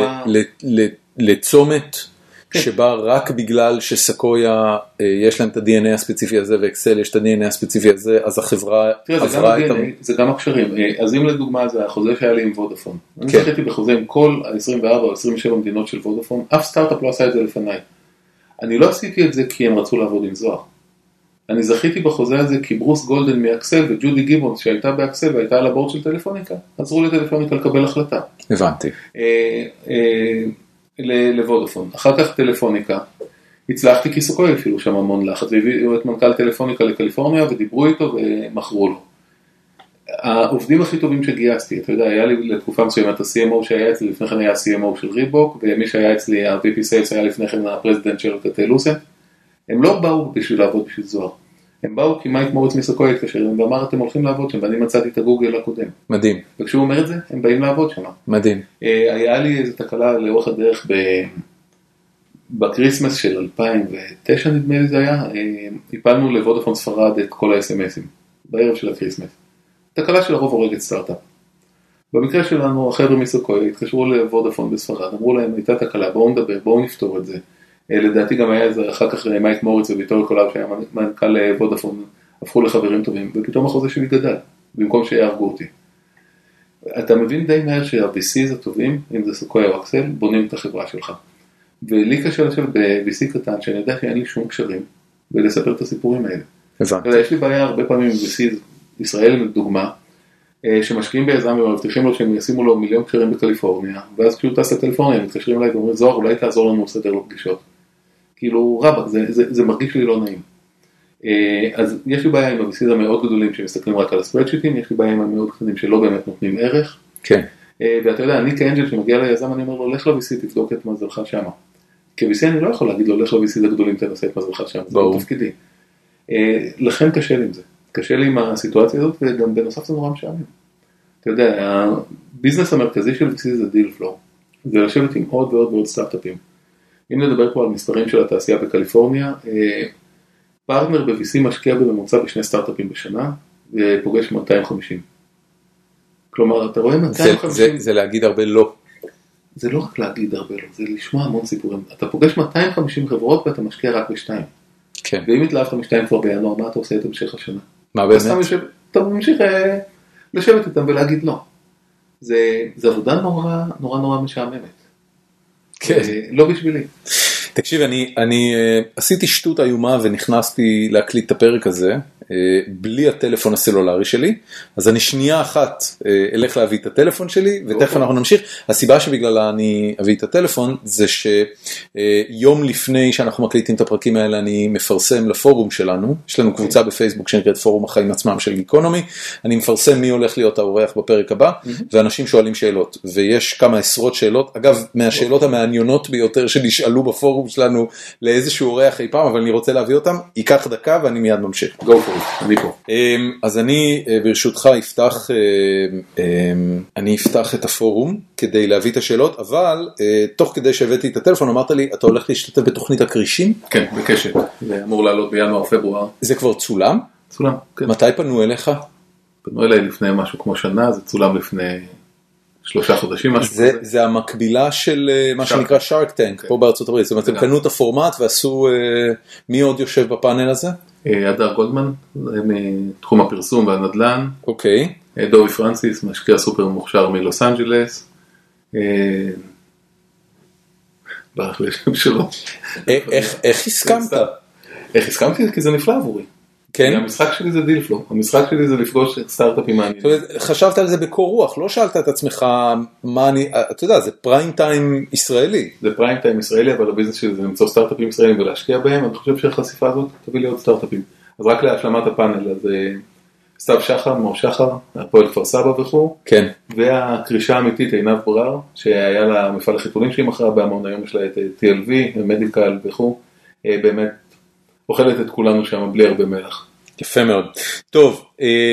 לצומת שבה רק בגלל שסקויה יש להם את ה-די אן איי הספציפי הזה ואקסל יש את ה-די אן איי הספציפי הזה, אז החברה עברה את... זה גם הקשרים. אז אם לדוגמה זה החוזה שהיה לי עם וודאפון. אני זכיתי בחוזה עם כל ה-עשרים וארבע או עשרים ושבע מדינות של וודאפון, אף סטארט-אפ לא עשה את זה לפניי. אני לא עשיתי את זה כי הם רצו לעבוד עם זוהר. אני זכיתי בחוזה הזה כי ברוס גולדן מאקסל וג'ודי גיבונס שהייתה באקסל והייתה על הבורד של טלפוניקה, עזרו לטלפוניקה לקבל החלטה. הבנתי. לוודאפון. אחר כך טלפוניקה, הצלחתי כי סקויה אפילו שם המון לחץ, והביאו את מנכ"ל טלפוניקה לקליפורניה ודיברו איתו ומכרו לו. העובדים הכי טובים שגייסתי, אתה יודע, היה לי לתקופה מסוימת ה-סי אם או שהיה אצלי, לפני כן היה ה-סי אם או של ריבוק, ומי שהיה אצלי, ה-וי פי Sales היה לפני כן הפרזידנט של לוסנט. הם לא באו בשביל לעבוד בשביל זוהר. הם באו כי מייק מוריץ מסקויה התקשר אליהם ואמר אתם הולכים לעבוד שם, ואני מצאתי את הגוגל הקודם. מדהים. וכשהוא אומר את זה, הם באים לעבוד שם. מדהים. היה לי איזו תקלה לאורך הדרך בקריסמס של אלפיים ותשע נדמה לי זה היה, הפלנו לוודאפון ספרד את כל ה-אס אם אסים, בערב של הקריסמס. תקלה של הרוב הורגת סטארט-אפ. במקרה שלנו, החבר'ה מסקויה התקשרו לוודאפון בספרד, אמרו להם, הייתה תקלה, בואו נדבר, בואו נפתור את זה. לדעתי גם היה איזה אחר כך מייק מוריץ וויטורי קולאב שהיה מנכ"ל וודאפון, הפכו לחברים טובים, ופתאום החוזה שלי גדל, במקום שיהרגו אותי. אתה מבין די מהר שה-וי סי'ז הטובים, אם זה סקויה או אקסל, בונים את החברה שלך. ולי קשה לשבת ב-וי סי קטן, שאני יודע שאין לי שום קשרים, ולספר את הסיפורים האלה. הבנתי. יש לי בעיה הרבה פעמים עם וי סי'ז, ישראל לדוגמה, שמשקיעים ביזם ומבטיחים לו שהם ישימו לו מיליון קשרים בקליפורניה, ואז כשהוא טס לקליפורניה, הם מתקשרים אליי ואומרים, זוהר, אולי תעזור לנו לסדר לו פגישות. כאילו, רבק, זה, זה, זה מרגיש לי לא נעים. אז יש לי בעיה עם ה-וי סי'ז המאוד גדולים שמסתכלים רק על הספרדשיטים, יש לי בעיה עם המאוד קטנים שלא באמת נותנים ערך. כן. ואתה יודע, אני כאנג'ל שמגיע ליזם, אני אומר לו, לך ל-וי סי, תבדוק את מזלך שמה. כ-וי סי אני לא יכול להגיד לו, לך ל-וי סי הגדולים, תנסה את מזלך שמה. זה לא תפקידי. לכן קשה לי עם זה. קשה לי עם הסיטואציה הזאת, וגם בנוסף זה נורא משעמם. אתה יודע, הביזנס המרכזי של וי סי זה דיל פלואו. זה לשבת עם עוד ועוד ועוד סטארט-אפים. אם נדבר פה על מספרים של התעשייה בקליפורניה, פרטנר ב-וי סי משקיע בממוצע בשני סטארט-אפים בשנה, ופוגש מאתיים וחמישים. כלומר, אתה רואה מאתיים וחמישים... זה להגיד הרבה לא. זה לא רק להגיד הרבה לא, זה לשמוע המון סיפורים. אתה פוגש מאתיים וחמישים חברות ואתה משקיע רק בשתיים. כן. ואם התלהבת משתיים כבר בינואר, מה אתה עושה את המשך השנה? מה באמת? אתה ממשיך לשבת איתם ולהגיד לא. זה עבודה נורא נורא נורא משעממת. כן. לא בשבילי. תקשיב, אני, אני עשיתי שטות איומה ונכנסתי להקליט את הפרק הזה, בלי הטלפון הסלולרי שלי, אז אני שנייה אחת אלך להביא את הטלפון שלי, ותכף אנחנו נמשיך. הסיבה שבגללה אני אביא את הטלפון, זה שיום לפני שאנחנו מקליטים את הפרקים האלה, אני מפרסם לפורום שלנו, יש לנו קבוצה בפייסבוק שנקראת פורום החיים עצמם של גיקונומי, אני מפרסם מי הולך להיות האורח בפרק הבא, ואנשים שואלים שאלות, ויש כמה עשרות שאלות, אגב, מהשאלות המעניינות ביותר שנשאלו בפורום שלנו לאיזשהו אורח אי פעם, אבל אני רוצה להביא אותם, ייקח דקה ואני מיד ממשיך. Go for it, אני פה. אז אני ברשותך אפתח, אני אפתח את הפורום כדי להביא את השאלות, אבל תוך כדי שהבאתי את הטלפון אמרת לי, אתה הולך להשתתף בתוכנית הקרישים? כן, בקשת. זה אמור לעלות בינואר, פברואר. זה כבר צולם? צולם, כן. מתי פנו אליך? פנו אליי לפני משהו כמו שנה, זה צולם לפני שלושה חודשים, משהו כזה. זה המקבילה של מה שנקרא שרק טנק, פה בארצות הברית. זאת אומרת, הם קנו את הפורמט ועשו, מי עוד יושב בפאנל הזה? אדר גולדמן, מתחום הפרסום והנדל"ן. אוקיי. דובי פרנסיס, משקיע סופר מוכשר מלוס אנג'לס. ברח לי השם שלו. איך הסכמת? איך הסכמתי? כי זה נפלא עבורי. כן? המשחק שלי זה דיל פלואו. המשחק שלי זה לפגוש סטארט-אפים מעניינים. זאת אומרת, חשבת על זה בקור רוח, לא שאלת את עצמך מה אני, אתה יודע, זה פריים טיים ישראלי. זה פריים טיים ישראלי, אבל הביזנס שלי זה למצוא סטארט-אפים ישראלים ולהשקיע בהם. אני חושב שהחשיפה הזאת תביא לי עוד סטארט-אפים. אז רק להשלמת הפאנל, אז סתיו שחר, מור שחר, הפועל כפר סבא וכו'. כן. והקרישה האמיתית עינב ברר, שהיה לה מפעל החיתולים שהיא מכרה בהמון, היום יש לה את טי אל וי, מדיקל וכו'. באמת אוכלת את כולנו שם בלי הרבה מלח. יפה מאוד. טוב,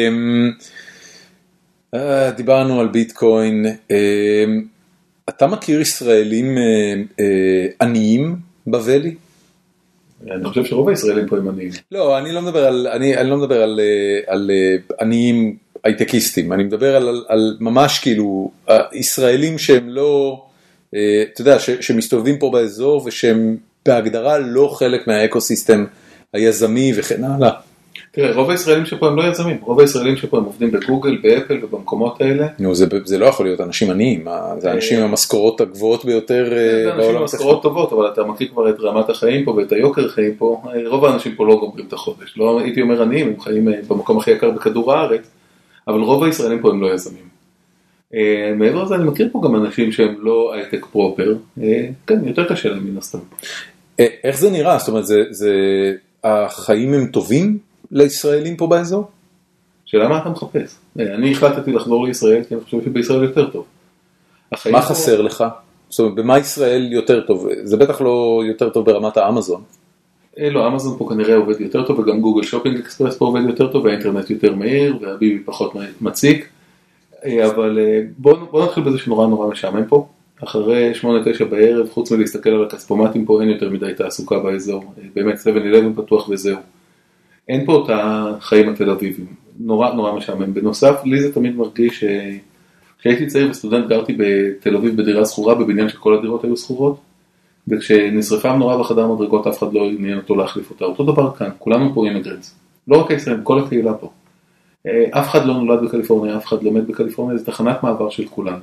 דיברנו על ביטקוין. אתה מכיר ישראלים עניים בוואלי? אני חושב שרוב הישראלים פה הם עניים. לא, אני לא מדבר על, אני, אני לא מדבר על, על עניים הייטקיסטים, אני מדבר על, על ממש כאילו, ישראלים שהם לא, אתה יודע, ש, שמסתובבים פה באזור ושהם בהגדרה לא חלק מהאקוסיסטם היזמי וכן הלאה. תראה, רוב הישראלים שפה הם לא יזמים, רוב הישראלים שפה הם עובדים בגוגל, באפל ובמקומות האלה. נו, זה, זה לא יכול להיות אנשים עניים, זה אנשים עם המשכורות הגבוהות ביותר בעולם. זה אנשים עם המשכורות טובות, אבל אתה מכיר כבר את רמת החיים פה ואת היוקר חיים פה, רוב האנשים פה לא גומרים את החודש, לא הייתי אומר עניים, הם חיים במקום הכי יקר בכדור הארץ, אבל רוב הישראלים פה הם לא יזמים. מעבר לזה אני מכיר פה גם אנשים שהם לא הייטק פרופר, כן, יותר קשה להם מן הסתם. איך זה נראה? זאת אומרת, זה, זה, החיים הם טובים לישראלים פה באזור? שאלה מה אתה מחפש? אני החלטתי לחזור לישראל, כי אני חושב שבישראל יותר טוב. מה חסר לך? זאת אומרת, במה ישראל יותר טוב? זה בטח לא יותר טוב ברמת האמזון. לא, אמזון פה כנראה עובד יותר טוב, וגם גוגל שופינג אקספרס פה עובד יותר טוב, והאינטרנט יותר מהיר, והביבי פחות מציק. אבל בואו נתחיל בזה שנורא נורא משעמם פה. אחרי שמונה תשע בערב, חוץ מלהסתכל על הכספומטים פה, אין יותר מדי תעסוקה באזור. באמת סבן אלבן פתוח וזהו. אין פה את החיים התל אביבים. נורא נורא משעמם. בנוסף, לי זה תמיד מרגיש כשהייתי צעיר וסטודנט גרתי בתל אביב בדירה סחורה, בבניין שכל הדירות היו סחורות, וכשנשרפה המנורה בחדר מדרגות אף אחד לא עניין אותו להחליף אותה. אותו דבר כאן, כולנו פה אימגרנטס. לא רק הישראלים, כל הקהילה פה. אף אחד לא נולד בקליפורניה, אף אחד לומד בקליפורניה, זה תחנת מעבר של כולנו.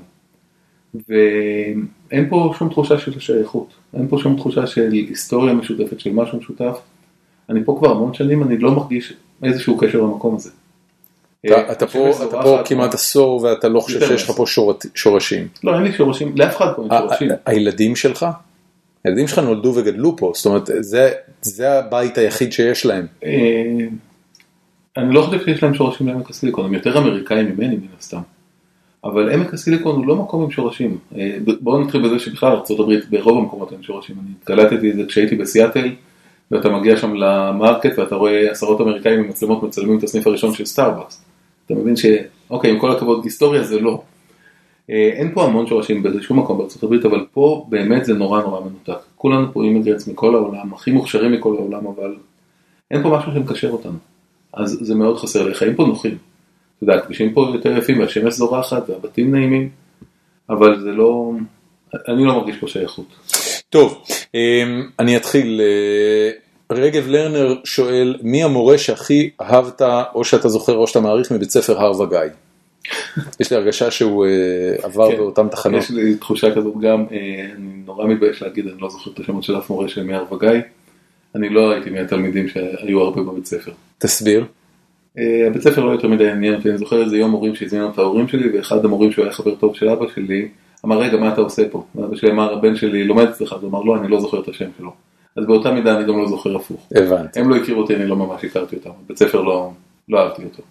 ואין פה שום תחושה של שייכות, אין פה שום תחושה של היסטוריה משותפת, של משהו משותף. אני פה כבר המון שנים, אני לא מרגיש איזשהו קשר במקום הזה. אתה פה כמעט עשור ואתה לא חושב שיש לך פה שורשים. לא, אין לי שורשים, לאף אחד פה אין שורשים. הילדים שלך? הילדים שלך נולדו וגדלו פה, זאת אומרת, זה הבית היחיד שיש להם. אני לא חושב שיש להם שורשים לעמק הסיליקון, הם יותר אמריקאים ממני מן הסתם. אבל עמק הסיליקון הוא לא מקום עם שורשים. בואו נתחיל בזה שבכלל ארצות הברית ברוב המקומות עם שורשים. אני קלטתי את זה כשהייתי בסיאטל, ואתה מגיע שם למרקט ואתה רואה עשרות אמריקאים עם מצלמות מצלמים את הסניף הראשון של סטארבקס. אתה מבין שאוקיי, עם כל הכבוד, היסטוריה זה לא. אין פה המון שורשים באיזשהו מקום בארצות הברית, אבל פה באמת זה נורא נורא מנותק. כולנו פה אימגרנטס מכל העולם, הכי מוכשרים מכל העולם, אבל אין פה משהו שמקשר אותנו. אז זה מאוד חסר לי. חיים פה נוחים. אתה יודע, הכבישים פה יותר יפים, והשמש זורחת, והבתים נעימים, אבל זה לא, אני לא מרגיש פה שייכות. טוב, אני אתחיל. רגב לרנר שואל, מי המורה שהכי אהבת, או שאתה זוכר, או שאתה מעריך מבית ספר הר וגיא? יש לי הרגשה שהוא עבר באותם תחנות. יש לי תחושה כזאת גם, אני נורא מתבייש להגיד, אני לא זוכר את השמות של אף מורה של מהר וגיא, אני לא הייתי מהתלמידים שהיו הרבה בבית ספר. תסביר. הבית ספר לא יותר מדי עניין אותי, אני זוכר איזה יום מורים שהזמינו את ההורים שלי, ואחד המורים שהוא היה חבר טוב של אבא שלי, אמר, רגע, מה אתה עושה פה? ואבא שלי אמר, הבן שלי לומד אצלך, הוא אמר, לא, אני לא זוכר את השם שלו. אז באותה מידה אני גם לא זוכר הפוך. הבנתי. הם לא הכירו אותי, אני לא ממש הכרתי אותם. בית ספר לא, לא אהבתי אותו.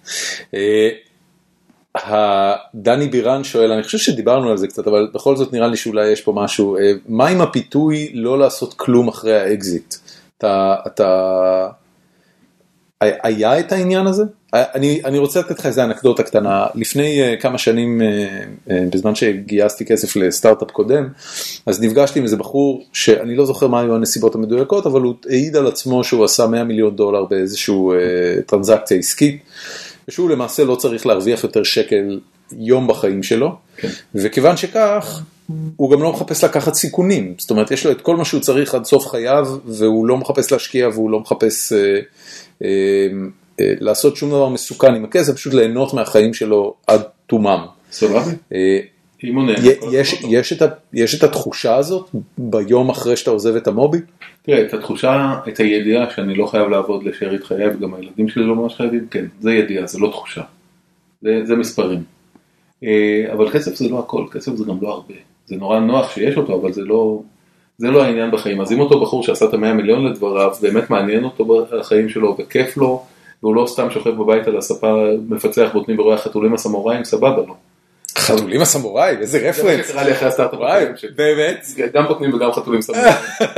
דני בירן שואל, אני חושב שדיברנו על זה קצת, אבל בכל זאת נראה לי שאולי יש פה משהו, מה עם הפיתוי לא לעשות כלום אחרי האקזיט? אתה, אתה, היה את העניין הזה? אני, אני רוצה לתת לך איזה אנקדוטה קטנה. לפני כמה שנים, בזמן שגייסתי כסף לסטארט-אפ קודם, אז נפגשתי עם איזה בחור, שאני לא זוכר מה היו הנסיבות המדויקות, אבל הוא העיד על עצמו שהוא עשה מאה מיליון דולר באיזשהו טרנזקציה עסקית, ושהוא למעשה לא צריך להרוויח יותר שקל יום בחיים שלו, כן. וכיוון שכך, הוא גם לא מחפש לקחת סיכונים, זאת אומרת, יש לו את כל מה שהוא צריך עד סוף חייו, והוא לא מחפש להשקיע, והוא לא מחפש אה, אה, אה, לעשות שום דבר מסוכן עם הכסף, פשוט ליהנות מהחיים שלו עד תומם. סבבה. אה, יש, יש, את ה, יש את התחושה הזאת ביום אחרי שאתה עוזב את המוביל? תראה, את התחושה, את הידיעה שאני לא חייב לעבוד לשארית חיי, וגם הילדים שלי לא ממש חייבים, כן, זה ידיעה, זה לא תחושה. זה, זה מספרים. אבל כסף זה לא הכל, כסף זה גם לא הרבה. זה נורא נוח שיש אותו, אבל זה לא, זה לא העניין בחיים. אז אם אותו בחור שעשה את המאה מיליון לדבריו, באמת מעניין אותו בחיים שלו וכיף לו, והוא לא סתם שוכב בבית על הספה, מפצח בוטנים ורואה חתולים הסמוראים, סבבה לו. חתולים הסמוראים, איזה רפרנס. זה מה שקרה לי אחרי הסטארט-אפ. וואי, באמת? גם בוטנים וגם חתולים סמוראים.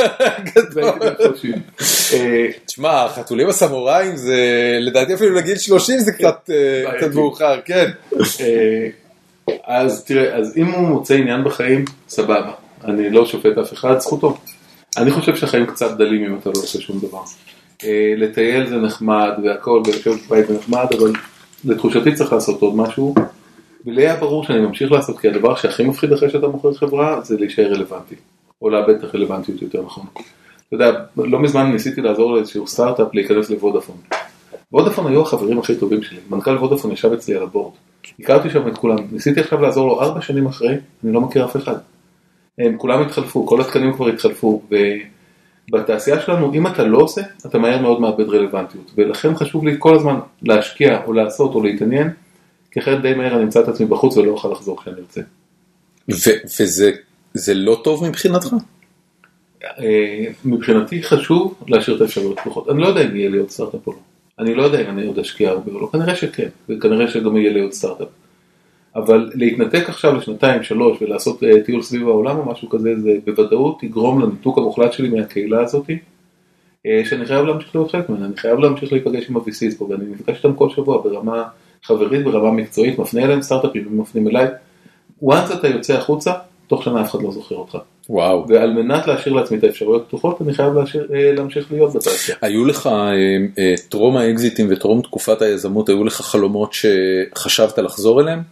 תשמע, חתולים הסמוראים זה, לדעתי אפילו לגיל שלושים זה קצת מאוחר, כן. אז תראה, אז אם הוא מוצא עניין בחיים, סבבה. אני לא שופט אף אחד, זכותו. אני חושב שהחיים קצת דלים אם אתה לא עושה שום דבר. לטייל זה נחמד והכל, ולשבת בבית זה נחמד, אבל לתחושתי צריך לעשות עוד משהו. ולי היה ברור שאני ממשיך לעשות, כי הדבר שהכי מפחיד אחרי שאתה מוכר חברה, זה להישאר רלוונטי. או לאבד את הרלוונטיות יותר נכון. אתה יודע, לא מזמן ניסיתי לעזור לאיזשהו סטארט-אפ להיכנס לוודאפון. וודאפון היו החברים הכי טובים שלי. מנכ"ל וודאפון ישב אצלי על הבורד. הכרתי שם את כולם. ניסיתי עכשיו לעזור לו ארבע שנים אחרי, אני לא מכיר אף אחד. הם כולם התחלפו, כל התקנים כבר התחלפו, ובתעשייה שלנו, אם אתה לא עושה, אתה מהר מאוד מאבד רלוונטיות. ולכן חשוב לי כל הזמן להשקיע או לעשות או להתעניין, כי אחרת די מהר אני אמצא את עצמי בחוץ ולא אוכל לחזור כשאני ארצה. וזה לא טוב מבחינתך? מבחינתי חשוב להשאיר את האפשרויות פתוחות. אני לא יודע אם יהיה לי עוד סטארט-אפ או לא. אני לא יודע אם אני עוד אשקיע הרבה או לא. כנראה שכן, וכנראה שגם יהיה לי עוד סטארט-אפ. אבל להתנתק עכשיו לשנתיים, שלוש, ולעשות טיול סביב העולם או משהו כזה, זה בוודאות יגרום לניתוק המוחלט שלי מהקהילה הזאת, שאני חייב להמשיך להיות חלק ממנה. אני חייב להמשיך להיפגש עם ה-וי סי'ס פה, ואני מפגש איתם כל שבוע ברמה חברית, ברמה מקצועית, מפנה אליהם סטארט-אפים ומפנים אליי. once אתה יוצא החוצה, תוך שנה אף אחד לא זוכר אותך. וואו. ועל מנת להשאיר לעצמי את האפשרויות פתוחות, אני חייב להשאיר, להמשיך להיות בתעשייה. היו לך, טרום האקזיטים וטרום תקופת היזמות, היו לך חלומות שחשבת לחזור אליהם?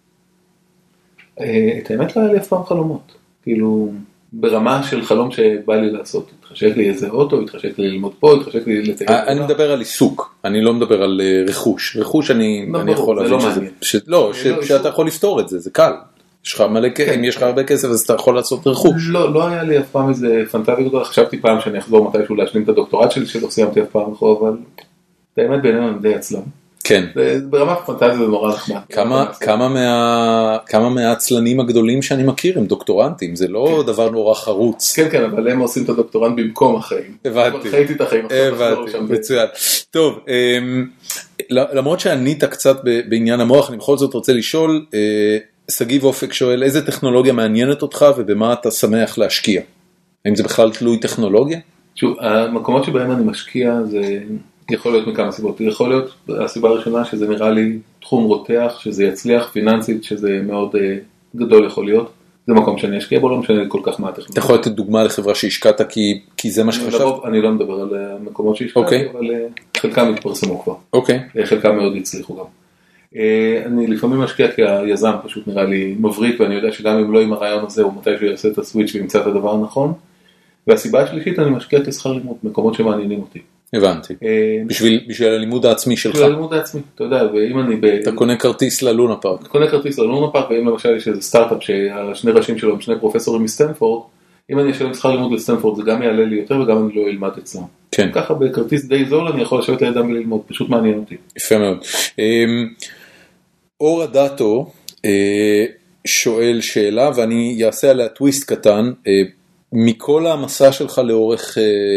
את האמת לא היה לי אף פעם חלומות. כאילו, ברמה של חלום שבא לי לעשות. התחשק לי איזה אוטו, התחשק לי ללמוד פה, התחשק לי לטייל. אני מדבר על עיסוק, אני לא מדבר על רכוש. רכוש אני יכול להבין שזה, לא, שאתה יכול לפתור את זה, זה קל. יש לך מלא, אם יש לך הרבה כסף אז אתה יכול לעשות רכוש. לא, לא היה לי אף פעם איזה פנטזיה גדולה, חשבתי פעם שאני אחזור מתישהו להשלים את הדוקטורט שלי, שלא סיימתי אף פעם אחורה, אבל באמת בינינו אני די עצלן. כן. ברמת פנטזיה זה נורא נחמד. כמה מהעצלנים הגדולים שאני מכיר הם דוקטורנטים, זה לא דבר נורא חרוץ. כן, כן, אבל הם עושים את הדוקטורנט במקום החיים. הבנתי. חייתי את החיים. הבנתי, מצוין. טוב, למרות שענית קצת בעניין המוח, אני בכל זאת רוצה לשאול, סגיב אופק שואל, איזה טכנולוגיה מעניינת אותך ובמה אתה שמח להשקיע? האם זה בכלל תלוי טכנולוגיה? שוב, המקומות שבהם אני משקיע זה יכול להיות מכמה סיבות. יכול להיות הסיבה הראשונה שזה נראה לי תחום רותח, שזה יצליח פיננסית, שזה מאוד גדול יכול להיות. זה מקום שאני אשקיע בו, לא משנה כל כך מה הטכנולוגיה. אתה יכול לתת דוגמה לחברה שהשקעת כי זה מה שחשבת? אני לא מדבר על המקומות שהשקעתי, אבל חלקם התפרסמו כבר. חלקם מאוד הצליחו גם. אני לפעמים משקיע כי היזם פשוט נראה לי מבריק, ואני יודע שגם אם לא עם הרעיון הזה, הוא מתישהו יעשה את הסוויץ' וימצא את הדבר הנכון. והסיבה השלישית, אני משקיע כשכר לימוד, מקומות שמעניינים אותי. הבנתי. בשביל הלימוד העצמי שלך. בשביל הלימוד העצמי, אתה יודע, ואם אני ב... אתה קונה כרטיס ללונה פארק. קונה כרטיס ללונה פארק, ואם למשל יש איזה סטארט-אפ שהשני ראשים שלו הם שני פרופסורים מסטנפורד, אם אני אשלם שכר לימוד לסטנפורד, זה גם יעלה לי יותר וגם אני לא אלמד אצלם. כן. ככה בכרטיס די זול אני יכול לשבת לידם וללמוד, פשוט מעניין אותי. יפה מאוד. אור הדאטו שואל שאלה, ואני אעשה עליה טוויסט קטן, מכל המסע שלך לאורך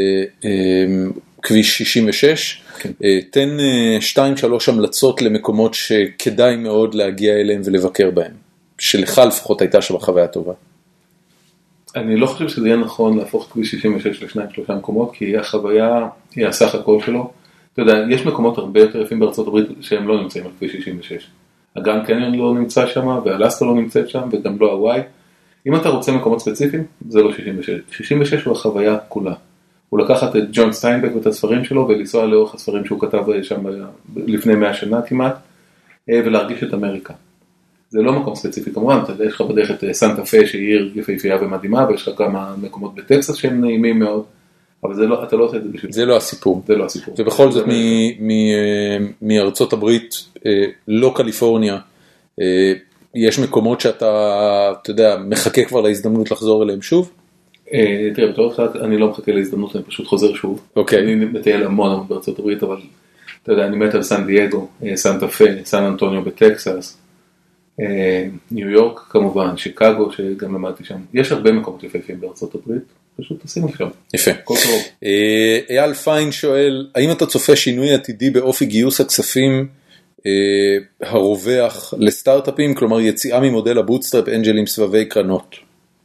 כביש שישים ושש, תן שתיים שלוש המלצות למקומות שכדאי מאוד להגיע אליהם ולבקר בהם, שלך לפחות הייתה שם חוויה טובה. אני לא חושב שזה יהיה נכון להפוך את כביש שישים ושש לשניים שלושה מקומות, כי החוויה היא הסך הכל שלו. אתה יודע, יש מקומות הרבה יותר יפים בארצות הברית שהם לא נמצאים על כביש שישים ושש. הגן קניון לא נמצא שם, והלסקה לא נמצאת שם, וגם לא הוואי. אם אתה רוצה מקומות ספציפיים, זה לא שישים ושש. שישים ושש הוא החוויה כולה. הוא לקחת את ג'ון סטיינבק ואת הספרים שלו, ולנסוע לאורך הספרים שהוא כתב שם לפני מאה שנה כמעט, ולהרגיש את אמריקה. זה לא מקום ספציפי, כמובן, אתה יודע, יש לך בדרך את סנטה פה, שהיא עיר יפהפייה ומדהימה, ויש לך כמה מקומות בטקסס שהם נעימים מאוד, אבל זה לא, אתה לא עושה את זה בשביל... זה לא הסיפור. זה לא הסיפור. ובכל זאת, מארצות הברית, לא קליפורניה, יש מקומות שאתה, אתה יודע, מחכה כבר להזדמנות לחזור אליהם שוב? תראה, בתור אחד, אני לא מחכה להזדמנות, אני פשוט חוזר שוב. אוקיי. אני מטייל המון בארצות הברית, אבל אתה יודע, אני מת על סן דייגו, סנטה פה, סן אנטוניו בטקסס, ניו יורק כמובן, שיקגו, שגם למדתי שם. יש הרבה מקומות יפהפים בארצות הברית, פשוט תשימו שם. יפה. אייל פיין שואל, האם אתה צופה שינוי עתידי באופי גיוס הכספים הרווח לסטארט-אפים, כלומר יציאה ממודל הבוטסטראפ, אנג'לים, סבבי קרנות?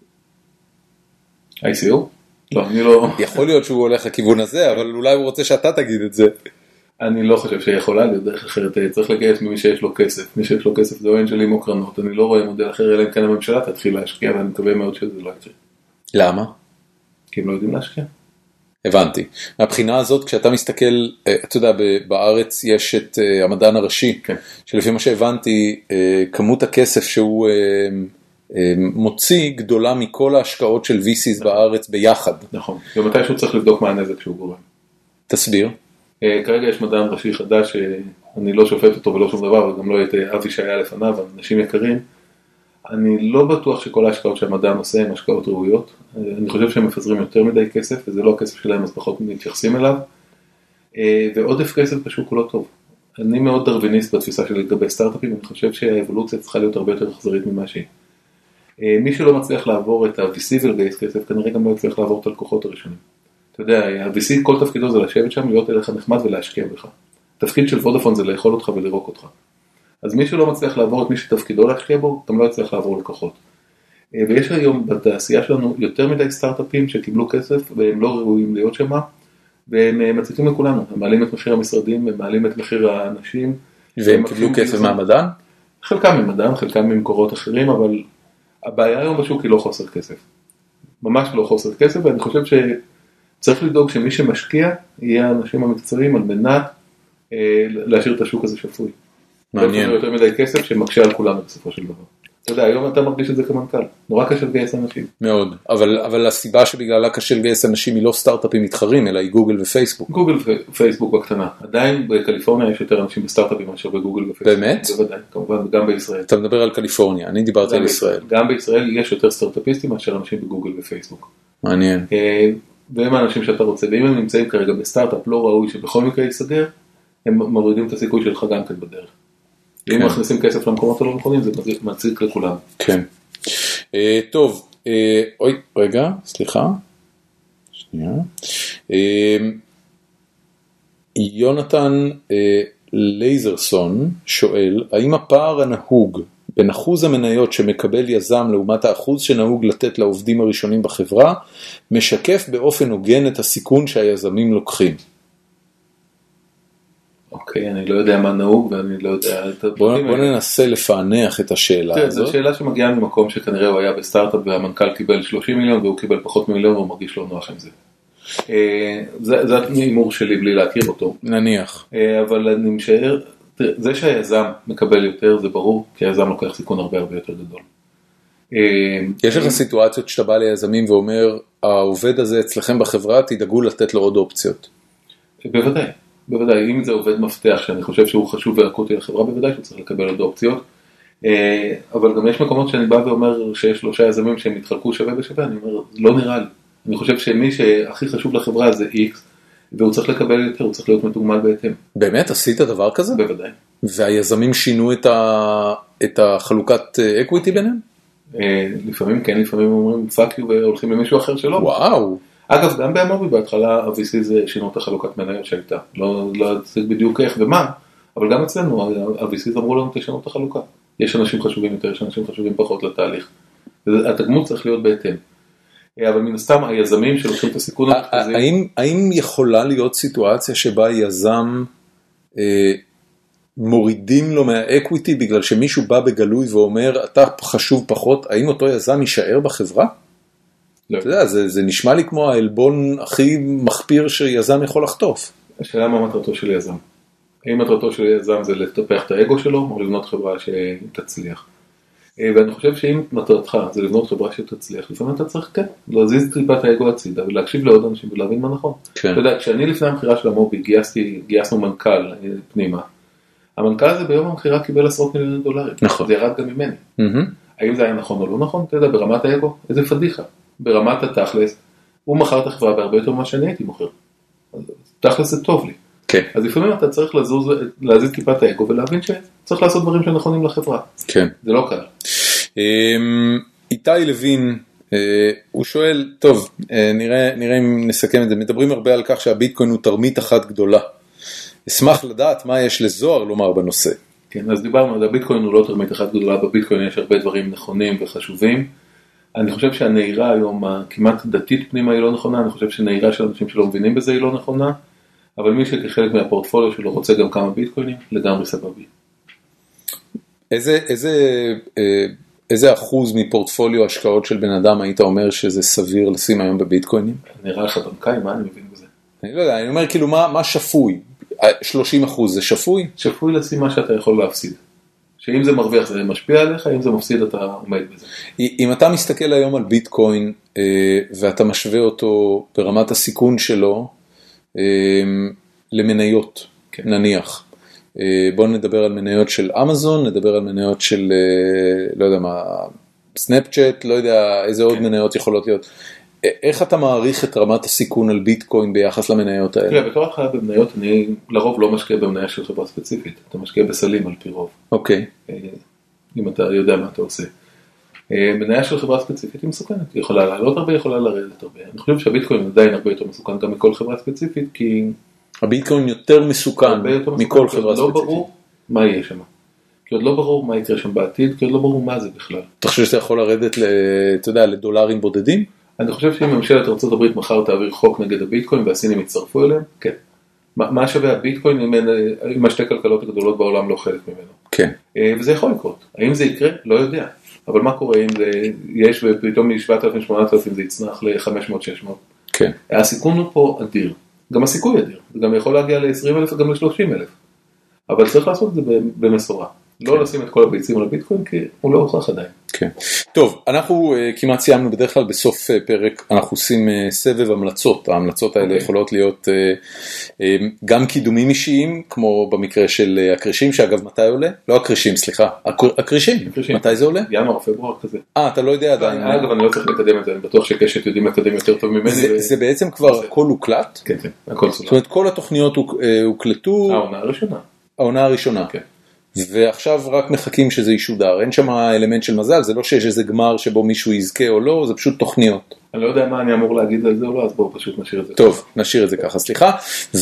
איי סי או? לא, אני לא... יכול להיות שהוא הולך לכיוון הזה, אבל אולי הוא רוצה שאתה תגיד את זה. אני לא חושב שיכולה להיות דרך אחרת, צריך לגייס ממי שיש לו כסף, מי שיש לו כסף זה או אנג'לים או קרנות, אני לא רואה מודל אחר, אלא אם כן הממשלה תתחיל להשקיע, ואני מקווה מאוד שזה לא יקרה. למה? כי הם לא יודעים להשקיע. הבנתי. מהבחינה הזאת, כשאתה מסתכל, אתה יודע, בארץ יש את המדען הראשי, כן. שלפי מה שהבנתי, כמות הכסף שהוא מוציא גדולה מכל ההשקעות של וי סי'ס בארץ ביחד. נכון, ומתי שהוא צריך לבדוק מה הנזק שהוא גורם. תסביר. כרגע יש מדען ראשי חדש, שאני לא שופט אותו ולא שום דבר, וגם לא את אבי שהיה לפניו, אנשים יקרים. אני לא בטוח שכל ההשקעות שהמדען עושה הן השקעות ראויות. אני חושב שהם מפזרים יותר מדי כסף, וזה לא הכסף שלהם, אז פחות מתייחסים אליו. ועודף כסף בשוק הוא לא טוב. אני מאוד דרוויניסט בתפיסה שלי לגבי סטארט-אפים, אני חושב שהאבולוציה צריכה להיות הרבה יותר אכזרית ממה שהיא. מי שלא מצליח לעבור את ה-וי סי ולגייס כסף, כנראה גם לא יצליח לעבור את הלקוחות הראשונים. אתה יודע, ה-וי סי כל תפקידו זה לשבת שם, להיות אליך נחמד ולהשקיע בך. התפקיד של וודאפון זה לאכול אותך ולרוק אותך. אז מי שלא מצליח לעבור את מי שתפקידו להשקיע בו, גם לא יצליח לעבור לקוחות. ויש היום בתעשייה שלנו יותר מדי סטארט-אפים שקיבלו כסף, והם לא ראויים להיות שמה, והם מציקים לכולנו. הם מעלים את מחיר המשרדים, הם מעלים את מחיר האנשים. והם קיבלו כסף מהמדען? חלקם ממדען, חלקם ממקורות אחרים, אבל הבעיה היום בשוק היא לא חוסר כסף. ממש לא חוסר כסף, ואני חושב שצריך לדאוג שמי שמשקיע, יהיה האנשים המקצועיים על מנת להשאיר את השוק הזה שפוי. מעניין. יותר מדי כסף שמקשה על כולנו בסופו של דבר. אתה יודע, היום אתה מרגיש את זה כמנכ"ל. נורא קשה לגייס אנשים. מאוד. אבל, אבל הסיבה שבגללה קשה לגייס אנשים היא לא סטארט-אפים מתחרים, אלא היא גוגל ופייסבוק. גוגל ופייסבוק בקטנה. עדיין בקליפורניה יש יותר אנשים בסטארט-אפים מאשר בגוגל ופייסבוק. באמת? בוודאי, כמובן, גם בישראל. אתה מדבר על קליפורניה, אני דיברתי על ישראל. גם בישראל יש יותר סטארט-אפיסטים מאשר אנשים בגוגל ופייסבוק. מעניין. והם האנשים שאתה רוצה, ואם הם נמצאים כרגע בסטארט-אפ לא ראוי שבכל מקרה ייסגר, הם מורידים את הסיכוי שלך גם כן בדרך. אם מכניסים כסף למקומות הלא נכונים, זה מציק לכולם. כן. טוב, אוי, רגע, סליחה. שנייה. יונתן לייזרסון שואל, האם הפער הנהוג בין אחוז המניות שמקבל יזם לעומת האחוז שנהוג לתת לעובדים הראשונים בחברה, משקף באופן הוגן את הסיכון שהיזמים לוקחים? אוקיי, אני לא יודע מה נהוג, ואני לא יודע... בוא ננסה לפענח את השאלה הזאת. זו שאלה שמגיעה ממקום שכנראה הוא היה בסטארט-אפ, והמנכ"ל קיבל שלושים מיליון, והוא קיבל פחות מיליון, והוא מרגיש לא נוח עם זה. זה הימור שלי בלי להכיר אותו. נניח. אבל אני משער, זה שהיזם מקבל יותר, זה ברור, כי היזם לוקח סיכון הרבה הרבה יותר גדול. יש לך סיטואציות שאתה בא ליזמים ואומר, העובד הזה אצלכם בחברה, תדאגו לתת לו עוד אופציות. בוודאי. בוודאי, אם זה עובד מפתח שאני חושב שהוא חשוב ואקוטי לחברה, בוודאי שהוא צריך לקבל עוד אופציות. אבל גם יש מקומות שאני בא ואומר שיש שלושה יזמים שהם התחלקו שווה בשווה, אני אומר, לא נראה לי. אני חושב שמי שהכי חשוב לחברה זה X, והוא צריך לקבל יותר, הוא צריך להיות מתוגמל בהתאם. באמת? עשית דבר כזה? בוודאי. והיזמים שינו את, ה... את החלוקת אקוויטי ביניהם? לפעמים כן, לפעמים אומרים פאק יו והולכים למישהו אחר שלא. וואו. אגב, גם באמובי בהתחלה ה-וי סי זה שינו את החלוקת מניות שהייתה. לא, לא צריך בדיוק איך ומה, אבל גם אצלנו ה-וי סי אמרו לנו תשנו את החלוקה. יש אנשים חשובים יותר, יש אנשים חשובים פחות לתהליך. התגמול צריך להיות בהתאם. אבל מן הסתם היזמים שלוקחים את הסיכון המרכזי... האם, האם יכולה להיות סיטואציה שבה יזם אה, מורידים לו מהאקוויטי בגלל שמישהו בא בגלוי ואומר אתה חשוב פחות, האם אותו יזם יישאר בחברה? לא. אתה יודע, זה, זה נשמע לי כמו האלבון הכי מחפיר שיזם יכול לחטוף. השאלה מה מטרתו של יזם. האם מטרתו של יזם זה לטפח את האגו שלו או לבנות חברה שתצליח? ואני חושב שאם מטרתך זה לבנות חברה שתצליח, לפעמים אתה צריך כן, להזיז את טיפת האגו הצידה ולהקשיב לעוד אנשים ולהבין מה נכון. כן. אתה יודע, כשאני לפני המחירה של המובי גייסתי, גייסנו מנכ"ל פנימה, המנכ"ל הזה ביום המחירה קיבל עשרות מיליוני דולרים. נכון. זה ירד גם ממני. Mm-hmm. האם זה היה נכון או לא נכון? אתה יודע, ברמת האגו, איזה פדיחה. ברמת התכלס, הוא מכר את החברה בהרבה יותר ממה שאני הייתי מוכר. תכלס זה טוב לי. כן. אז לפעמים אתה צריך לזוז, להזיז טיפת האגו ולהבין שצריך לעשות דברים שנכונים לחברה. כן. זה לא קל. איתי לוין הוא שואל, טוב, נראה, נראה אם נסכם את זה, מדברים הרבה על כך שהביטקוין הוא תרמית אחת גדולה. אשמח לדעת מה יש לזוהר לומר בנושא. כן, אז דיברנו על הביטקוין, הוא לא תרמית אחת גדולה, בביטקוין יש הרבה דברים נכונים וחשובים. אני חושב שהנהירה היום, כמעט דתית פנימה היא לא נכונה, אני חושב שנהירה של אנשים שלא מבינים בזה היא לא נכונה, אבל מי שכחלק מהפורטפוליו שלו רוצה גם כמה ביטקוינים, לגמרי סבבי. איזה, איזה, איזה אחוז מפורטפוליו השקעות של בן אדם היית אומר שזה סביר לשים היום בביטקוינים? נראה לך בנקאי, מה אני מבין בזה? אני לא יודע, אני אומר כאילו מה, מה שפוי? שלושים אחוז זה שפוי? שפוי לשים מה שאתה יכול להפסיד. שאם זה מרוויח זה משפיע עליך, אם זה מפסיד אתה עומד בזה. אם אתה מסתכל היום על ביטקוין ואתה משווה אותו ברמת הסיכון שלו למניות, כן. נניח. בואו נדבר על מניות של אמזון, נדבר על מניות של, לא יודע מה, סנאפצ'אט, לא יודע איזה עוד מניות יכולות להיות. איך אתה מעריך את רמת הסיכון על ביטקוין ביחס למניות האלה? תראה, בתור התחלה במניות, אני לרוב לא משקיע במניה של חברה ספציפית, אתה משקיע בסלים על פי רוב. אוקיי. אם אתה יודע מה אתה עושה. מניה של חברה ספציפית היא מסוכנת, היא יכולה לעלות הרבה, היא יכולה לרדת הרבה. אני חושב שהביטקוין עדיין הרבה יותר מסוכן גם מכל חברה ספציפית, כי... הביטקוין יותר מסוכן מכל חברה ספציפית. לא ברור מה יהיה שם. כי עוד לא ברור מה יקרה שם בעתיד, כי עוד לא ברור מה זה בכלל. אתה חושב שאתה יכול לרדת, אתה יודע, לדולרים בודדים? אני חושב שאם ממשלת ארצות הברית מחר תעביר חוק נגד הביטקוין והסינים יצטרפו אליהם, כן. מה שווה הביטקוין אם השתי כלכלות הגדולות בעולם לא חלק ממנו? כן. וזה יכול לקרות. האם זה יקרה? לא יודע. אבל מה קורה אם זה יש ופתאום מ-שבעת אלפים שמונת אלפים זה יצנח ל-חמש מאות שש מאות? כן. הסיכון הוא פה אדיר. גם הסיכוי אדיר. זה גם יכול להגיע ל-עשרים אלף וגם ל-שלושים אלף. אבל צריך לעשות את זה במסורה. לא לשים את כל הביצים על הביטקוין, כי הוא לא הוכח עדיין. כן. טוב, אנחנו כמעט סיימנו בדרך כלל בסוף פרק, אנחנו עושים סבב המלצות. ההמלצות האלה יכולות להיות גם קידומים אישיים, כמו במקרה של הקרישים, שאגב, מתי עולה? לא הקרישים, סליחה. הקרישים. מתי זה עולה? ינואר, פברואר כזה. אה, אתה לא יודע עדיין. אגב, אני לא צריך לקדם את זה, אני בטוח שקשת יודעים לקדם יותר טוב ממני. זה בעצם כבר הכל הוקלט? כן, כן, הכל סולט. זאת אומרת, כל התוכניות הוקלטו. העונה הראשונה. העונה הראשונה. כן. ועכשיו רק מחכים שזה ישודר, אין שם אלמנט של מזל, זה לא שיש איזה גמר שבו מישהו יזכה או לא, זה פשוט תוכניות. אני לא יודע מה אני אמור להגיד על זה או לא, אז בואו פשוט נשאיר את זה. טוב, נשאיר את זה ככה, סליחה.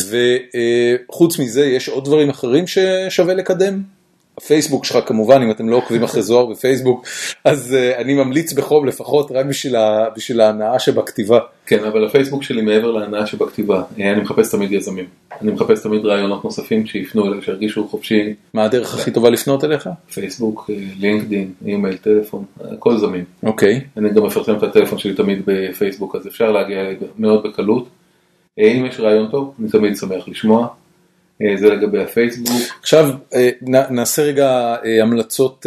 וחוץ מזה, יש עוד דברים אחרים ששווה לקדם? הפייסבוק שלך כמובן, אם אתם לא עוקבים אחרי זוהר בפייסבוק, אז אני ממליץ בחום לפחות רק בשביל ההנאה שבכתיבה. כן, אבל הפייסבוק שלי מעבר להנאה שבכתיבה, אני מחפש תמיד יזמים. אני מחפש תמיד רעיונות נוספים שיפנו אליי, שירגישו חופשי. מה הדרך הכי טובה לפנות אליך? פייסבוק, לינקדין, אימייל, טלפון, הכל זמין. אוקיי. אני גם מפרסם את הטלפון שלי תמיד בפייסבוק, אז אפשר להגיע אליי מאוד בקלות. אם יש רעיון טוב, אני תמיד שמח לשמוע. זה לגבי הפייסבוק. עכשיו נעשה רגע המלצות,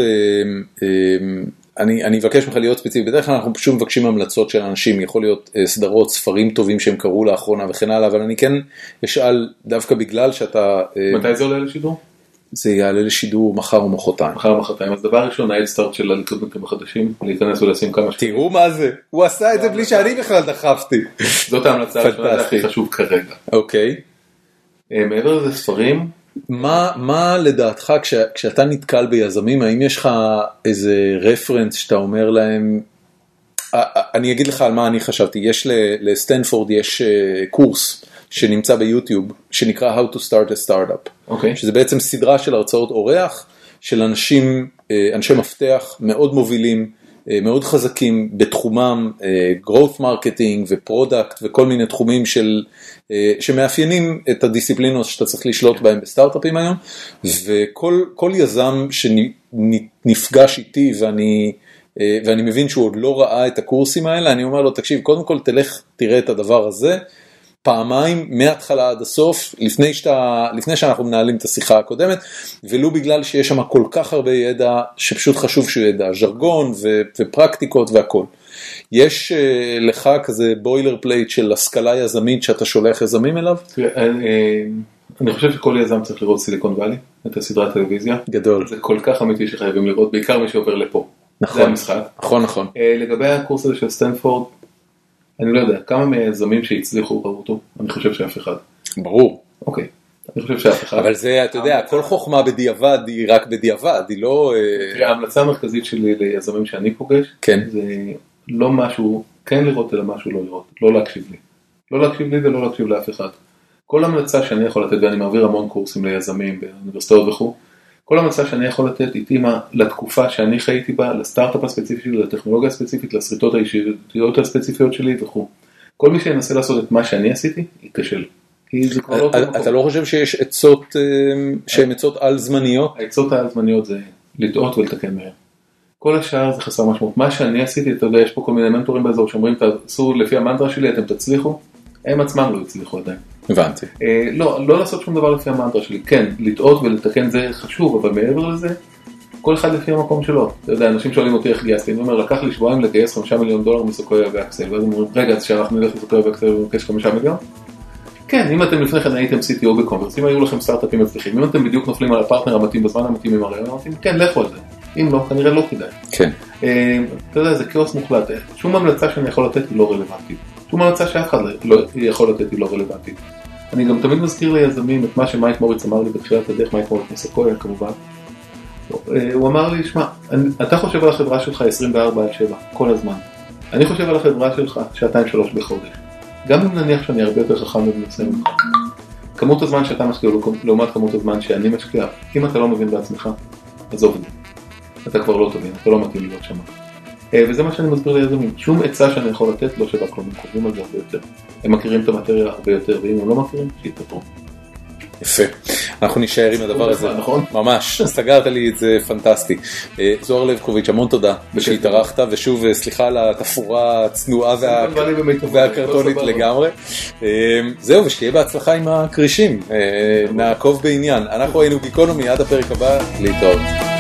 אני, אני אבקש ממך להיות ספציפי, בדרך כלל אנחנו פשוט מבקשים המלצות של אנשים, יכול להיות סדרות, ספרים טובים שהם קראו לאחרונה וכן הלאה, אבל אני כן אשאל דווקא בגלל שאתה... מתי זה עולה לשידור? זה יעלה לשידור מחר או מחרתיים. מחר או מחרתיים, אז דבר ראשון, ההדסטארט של הליכודניקים החדשים, להיכנס ולשים כמה שקלים. תראו מה זה, הוא עשה את זה בלי שאני בכלל דחפתי. זאת ההמלצה הראשונה, זה הכי חשוב כרגע. אוקיי. מעבר לזה ספרים. מה, מה לדעתך כש, כשאתה נתקל ביזמים, האם יש לך איזה רפרנס שאתה אומר להם, אני אגיד לך על מה אני חשבתי, יש לסטנפורד, יש קורס שנמצא ביוטיוב, שנקרא How to Start a Startup, okay. שזה בעצם סדרה של הרצאות אורח, של אנשים, אנשי מפתח מאוד מובילים, מאוד חזקים בתחומם, growth marketing ופרודקט וכל מיני תחומים של, שמאפיינים את הדיסציפלינות שאתה צריך לשלוט בהם בסטארט-אפים היום, וכל כל יזם שנפגש איתי ואני, ואני מבין שהוא עוד לא ראה את הקורסים האלה, אני אומר לו, תקשיב, קודם כל תלך תראה את הדבר הזה, פעמיים, מההתחלה עד הסוף, לפני, שאתה, לפני שאנחנו מנהלים את השיחה הקודמת, ולא בגלל שיש שם כל כך הרבה ידע, שפשוט חשוב שהוא ידע, ז'רגון ו, ופרקטיקות והכל. יש uh, לך כזה בוילר פלייט של השכלה יזמית, שאתה שולח יזמים אליו? אני חושב שכל יזם צריך לראות סיליקון ואלי, את הסדרת טלוויזיה. גדול. זה כל כך אמיתי שחייבים לראות, בעיקר מי שעובר לפה. נכון. זה המשחק. נכון, נכון. לגבי הקורס הזה של סטנפורד, אני לא יודע, כמה מהיזמים שהצליחו ראו אותו? אני חושב שאף אחד. ברור. אוקיי, אני חושב שאף אחד. אבל זה, אתה יודע, כל חוכמה בדיעבד היא רק בדיעבד, היא לא... ההמלצה המרכזית שלי ליזמים שאני פוגש, כן. זה לא משהו, כן לראות אלא משהו לא לראות, לא להקשיב לי. לא להקשיב לי ולא להקשיב לאף אחד. כל המלצה שאני יכול לתת, ואני מעביר המון קורסים ליזמים באוניברסיטאות וכו', כל המלצה שאני יכול לתת התאימה לתקופה שאני חייתי בה, לסטארט-אפ הספציפי שלי, לטכנולוגיה הספציפית, לסריטות האישיות הספציפיות שלי וכו'. כל מי שינסה לעשות את מה שאני עשיתי, ייכשל. אתה לא חושב שיש עצות שהן עצות על זמניות? העצות העל זמניות זה לטעות ולתקן מהר. כל השאר זה חסר משמעות. מה שאני עשיתי, אתה יודע, יש פה כל מיני מנטורים באזור שאומרים, תעשו לפי המנטרה שלי, אתם תצליחו, הם עצמם לא הצליחו עדיין. הבנתי. לא, לא לעשות שום דבר לפי המנטרה שלי. כן, לטעות ולתקן זה חשוב, אבל מעבר לזה, כל אחד לפי המקום שלו. אתה יודע, אנשים שואלים אותי איך גייסתי, אני אומר, לקח לי שבועיים לגייס חמישה מיליון דולר מסוקויה ואקסל, ואז אומרים, רגע, אז שאנחנו נלך לסוקויה ואקסל ונבקש חמישה מיליון? כן, אם אתם לפני כן הייתם סי טי או בקונברס, אם היו לכם סטארט-אפים מצליחים, אם אתם בדיוק נופלים על הפרטנר המתאים בזמן המתאים עם הרעיון המתאים, כן, לכו על זה. אם לא, כנראה לא כדאי. כן. אתה יודע, זה כאוס מוחלט. שום המלצה שאני יכול לתת היא לא רלוונטית. שום המלצה שאף אחד לא יכול לתת היא לא רלוונטית. אני גם תמיד מזכיר ליזמים את מה שמייק מוריץ אמר לי בתחילת הדרך, מייק מוריץ מסקויה כמובן. הוא אמר לי, שמע, אתה חושב על החברה שלך עשרים וארבע על שבע, כל הזמן. אני חושב על החברה שלך שעתיים שלוש בחודש. גם אם נניח שאני הרבה יותר חכם ומנסה ממך. כמות הזמן שאתה משקיע לעומת כמות הזמן שאני משקיע, אם אתה לא מבין בעצמך, עזוב את זה. אתה כבר לא תבין, אתה לא מתאים להיות שם. וזה מה שאני מסביר ליזמים. שום עצה שאני יכול לתת לא שווה כלום, הם חושבים על זה הרבה יותר. הם מכירים את המטריה הרבה יותר, ואם הם לא מכירים, שיתפתרו. יפה. אנחנו נשאר עם הדבר הזה. נכון? ממש, סגרת לי את זה פנטסטי. זוהר לבקוביץ', המון תודה שהתארחת, ושוב סליחה על התפאורה הצנועה והקרטונית לגמרי. זהו, ושתהיה בהצלחה עם הקרישים. נעקוב בעניין. אנחנו היינו גיקונומי, עד הפרק הבא, להתראות.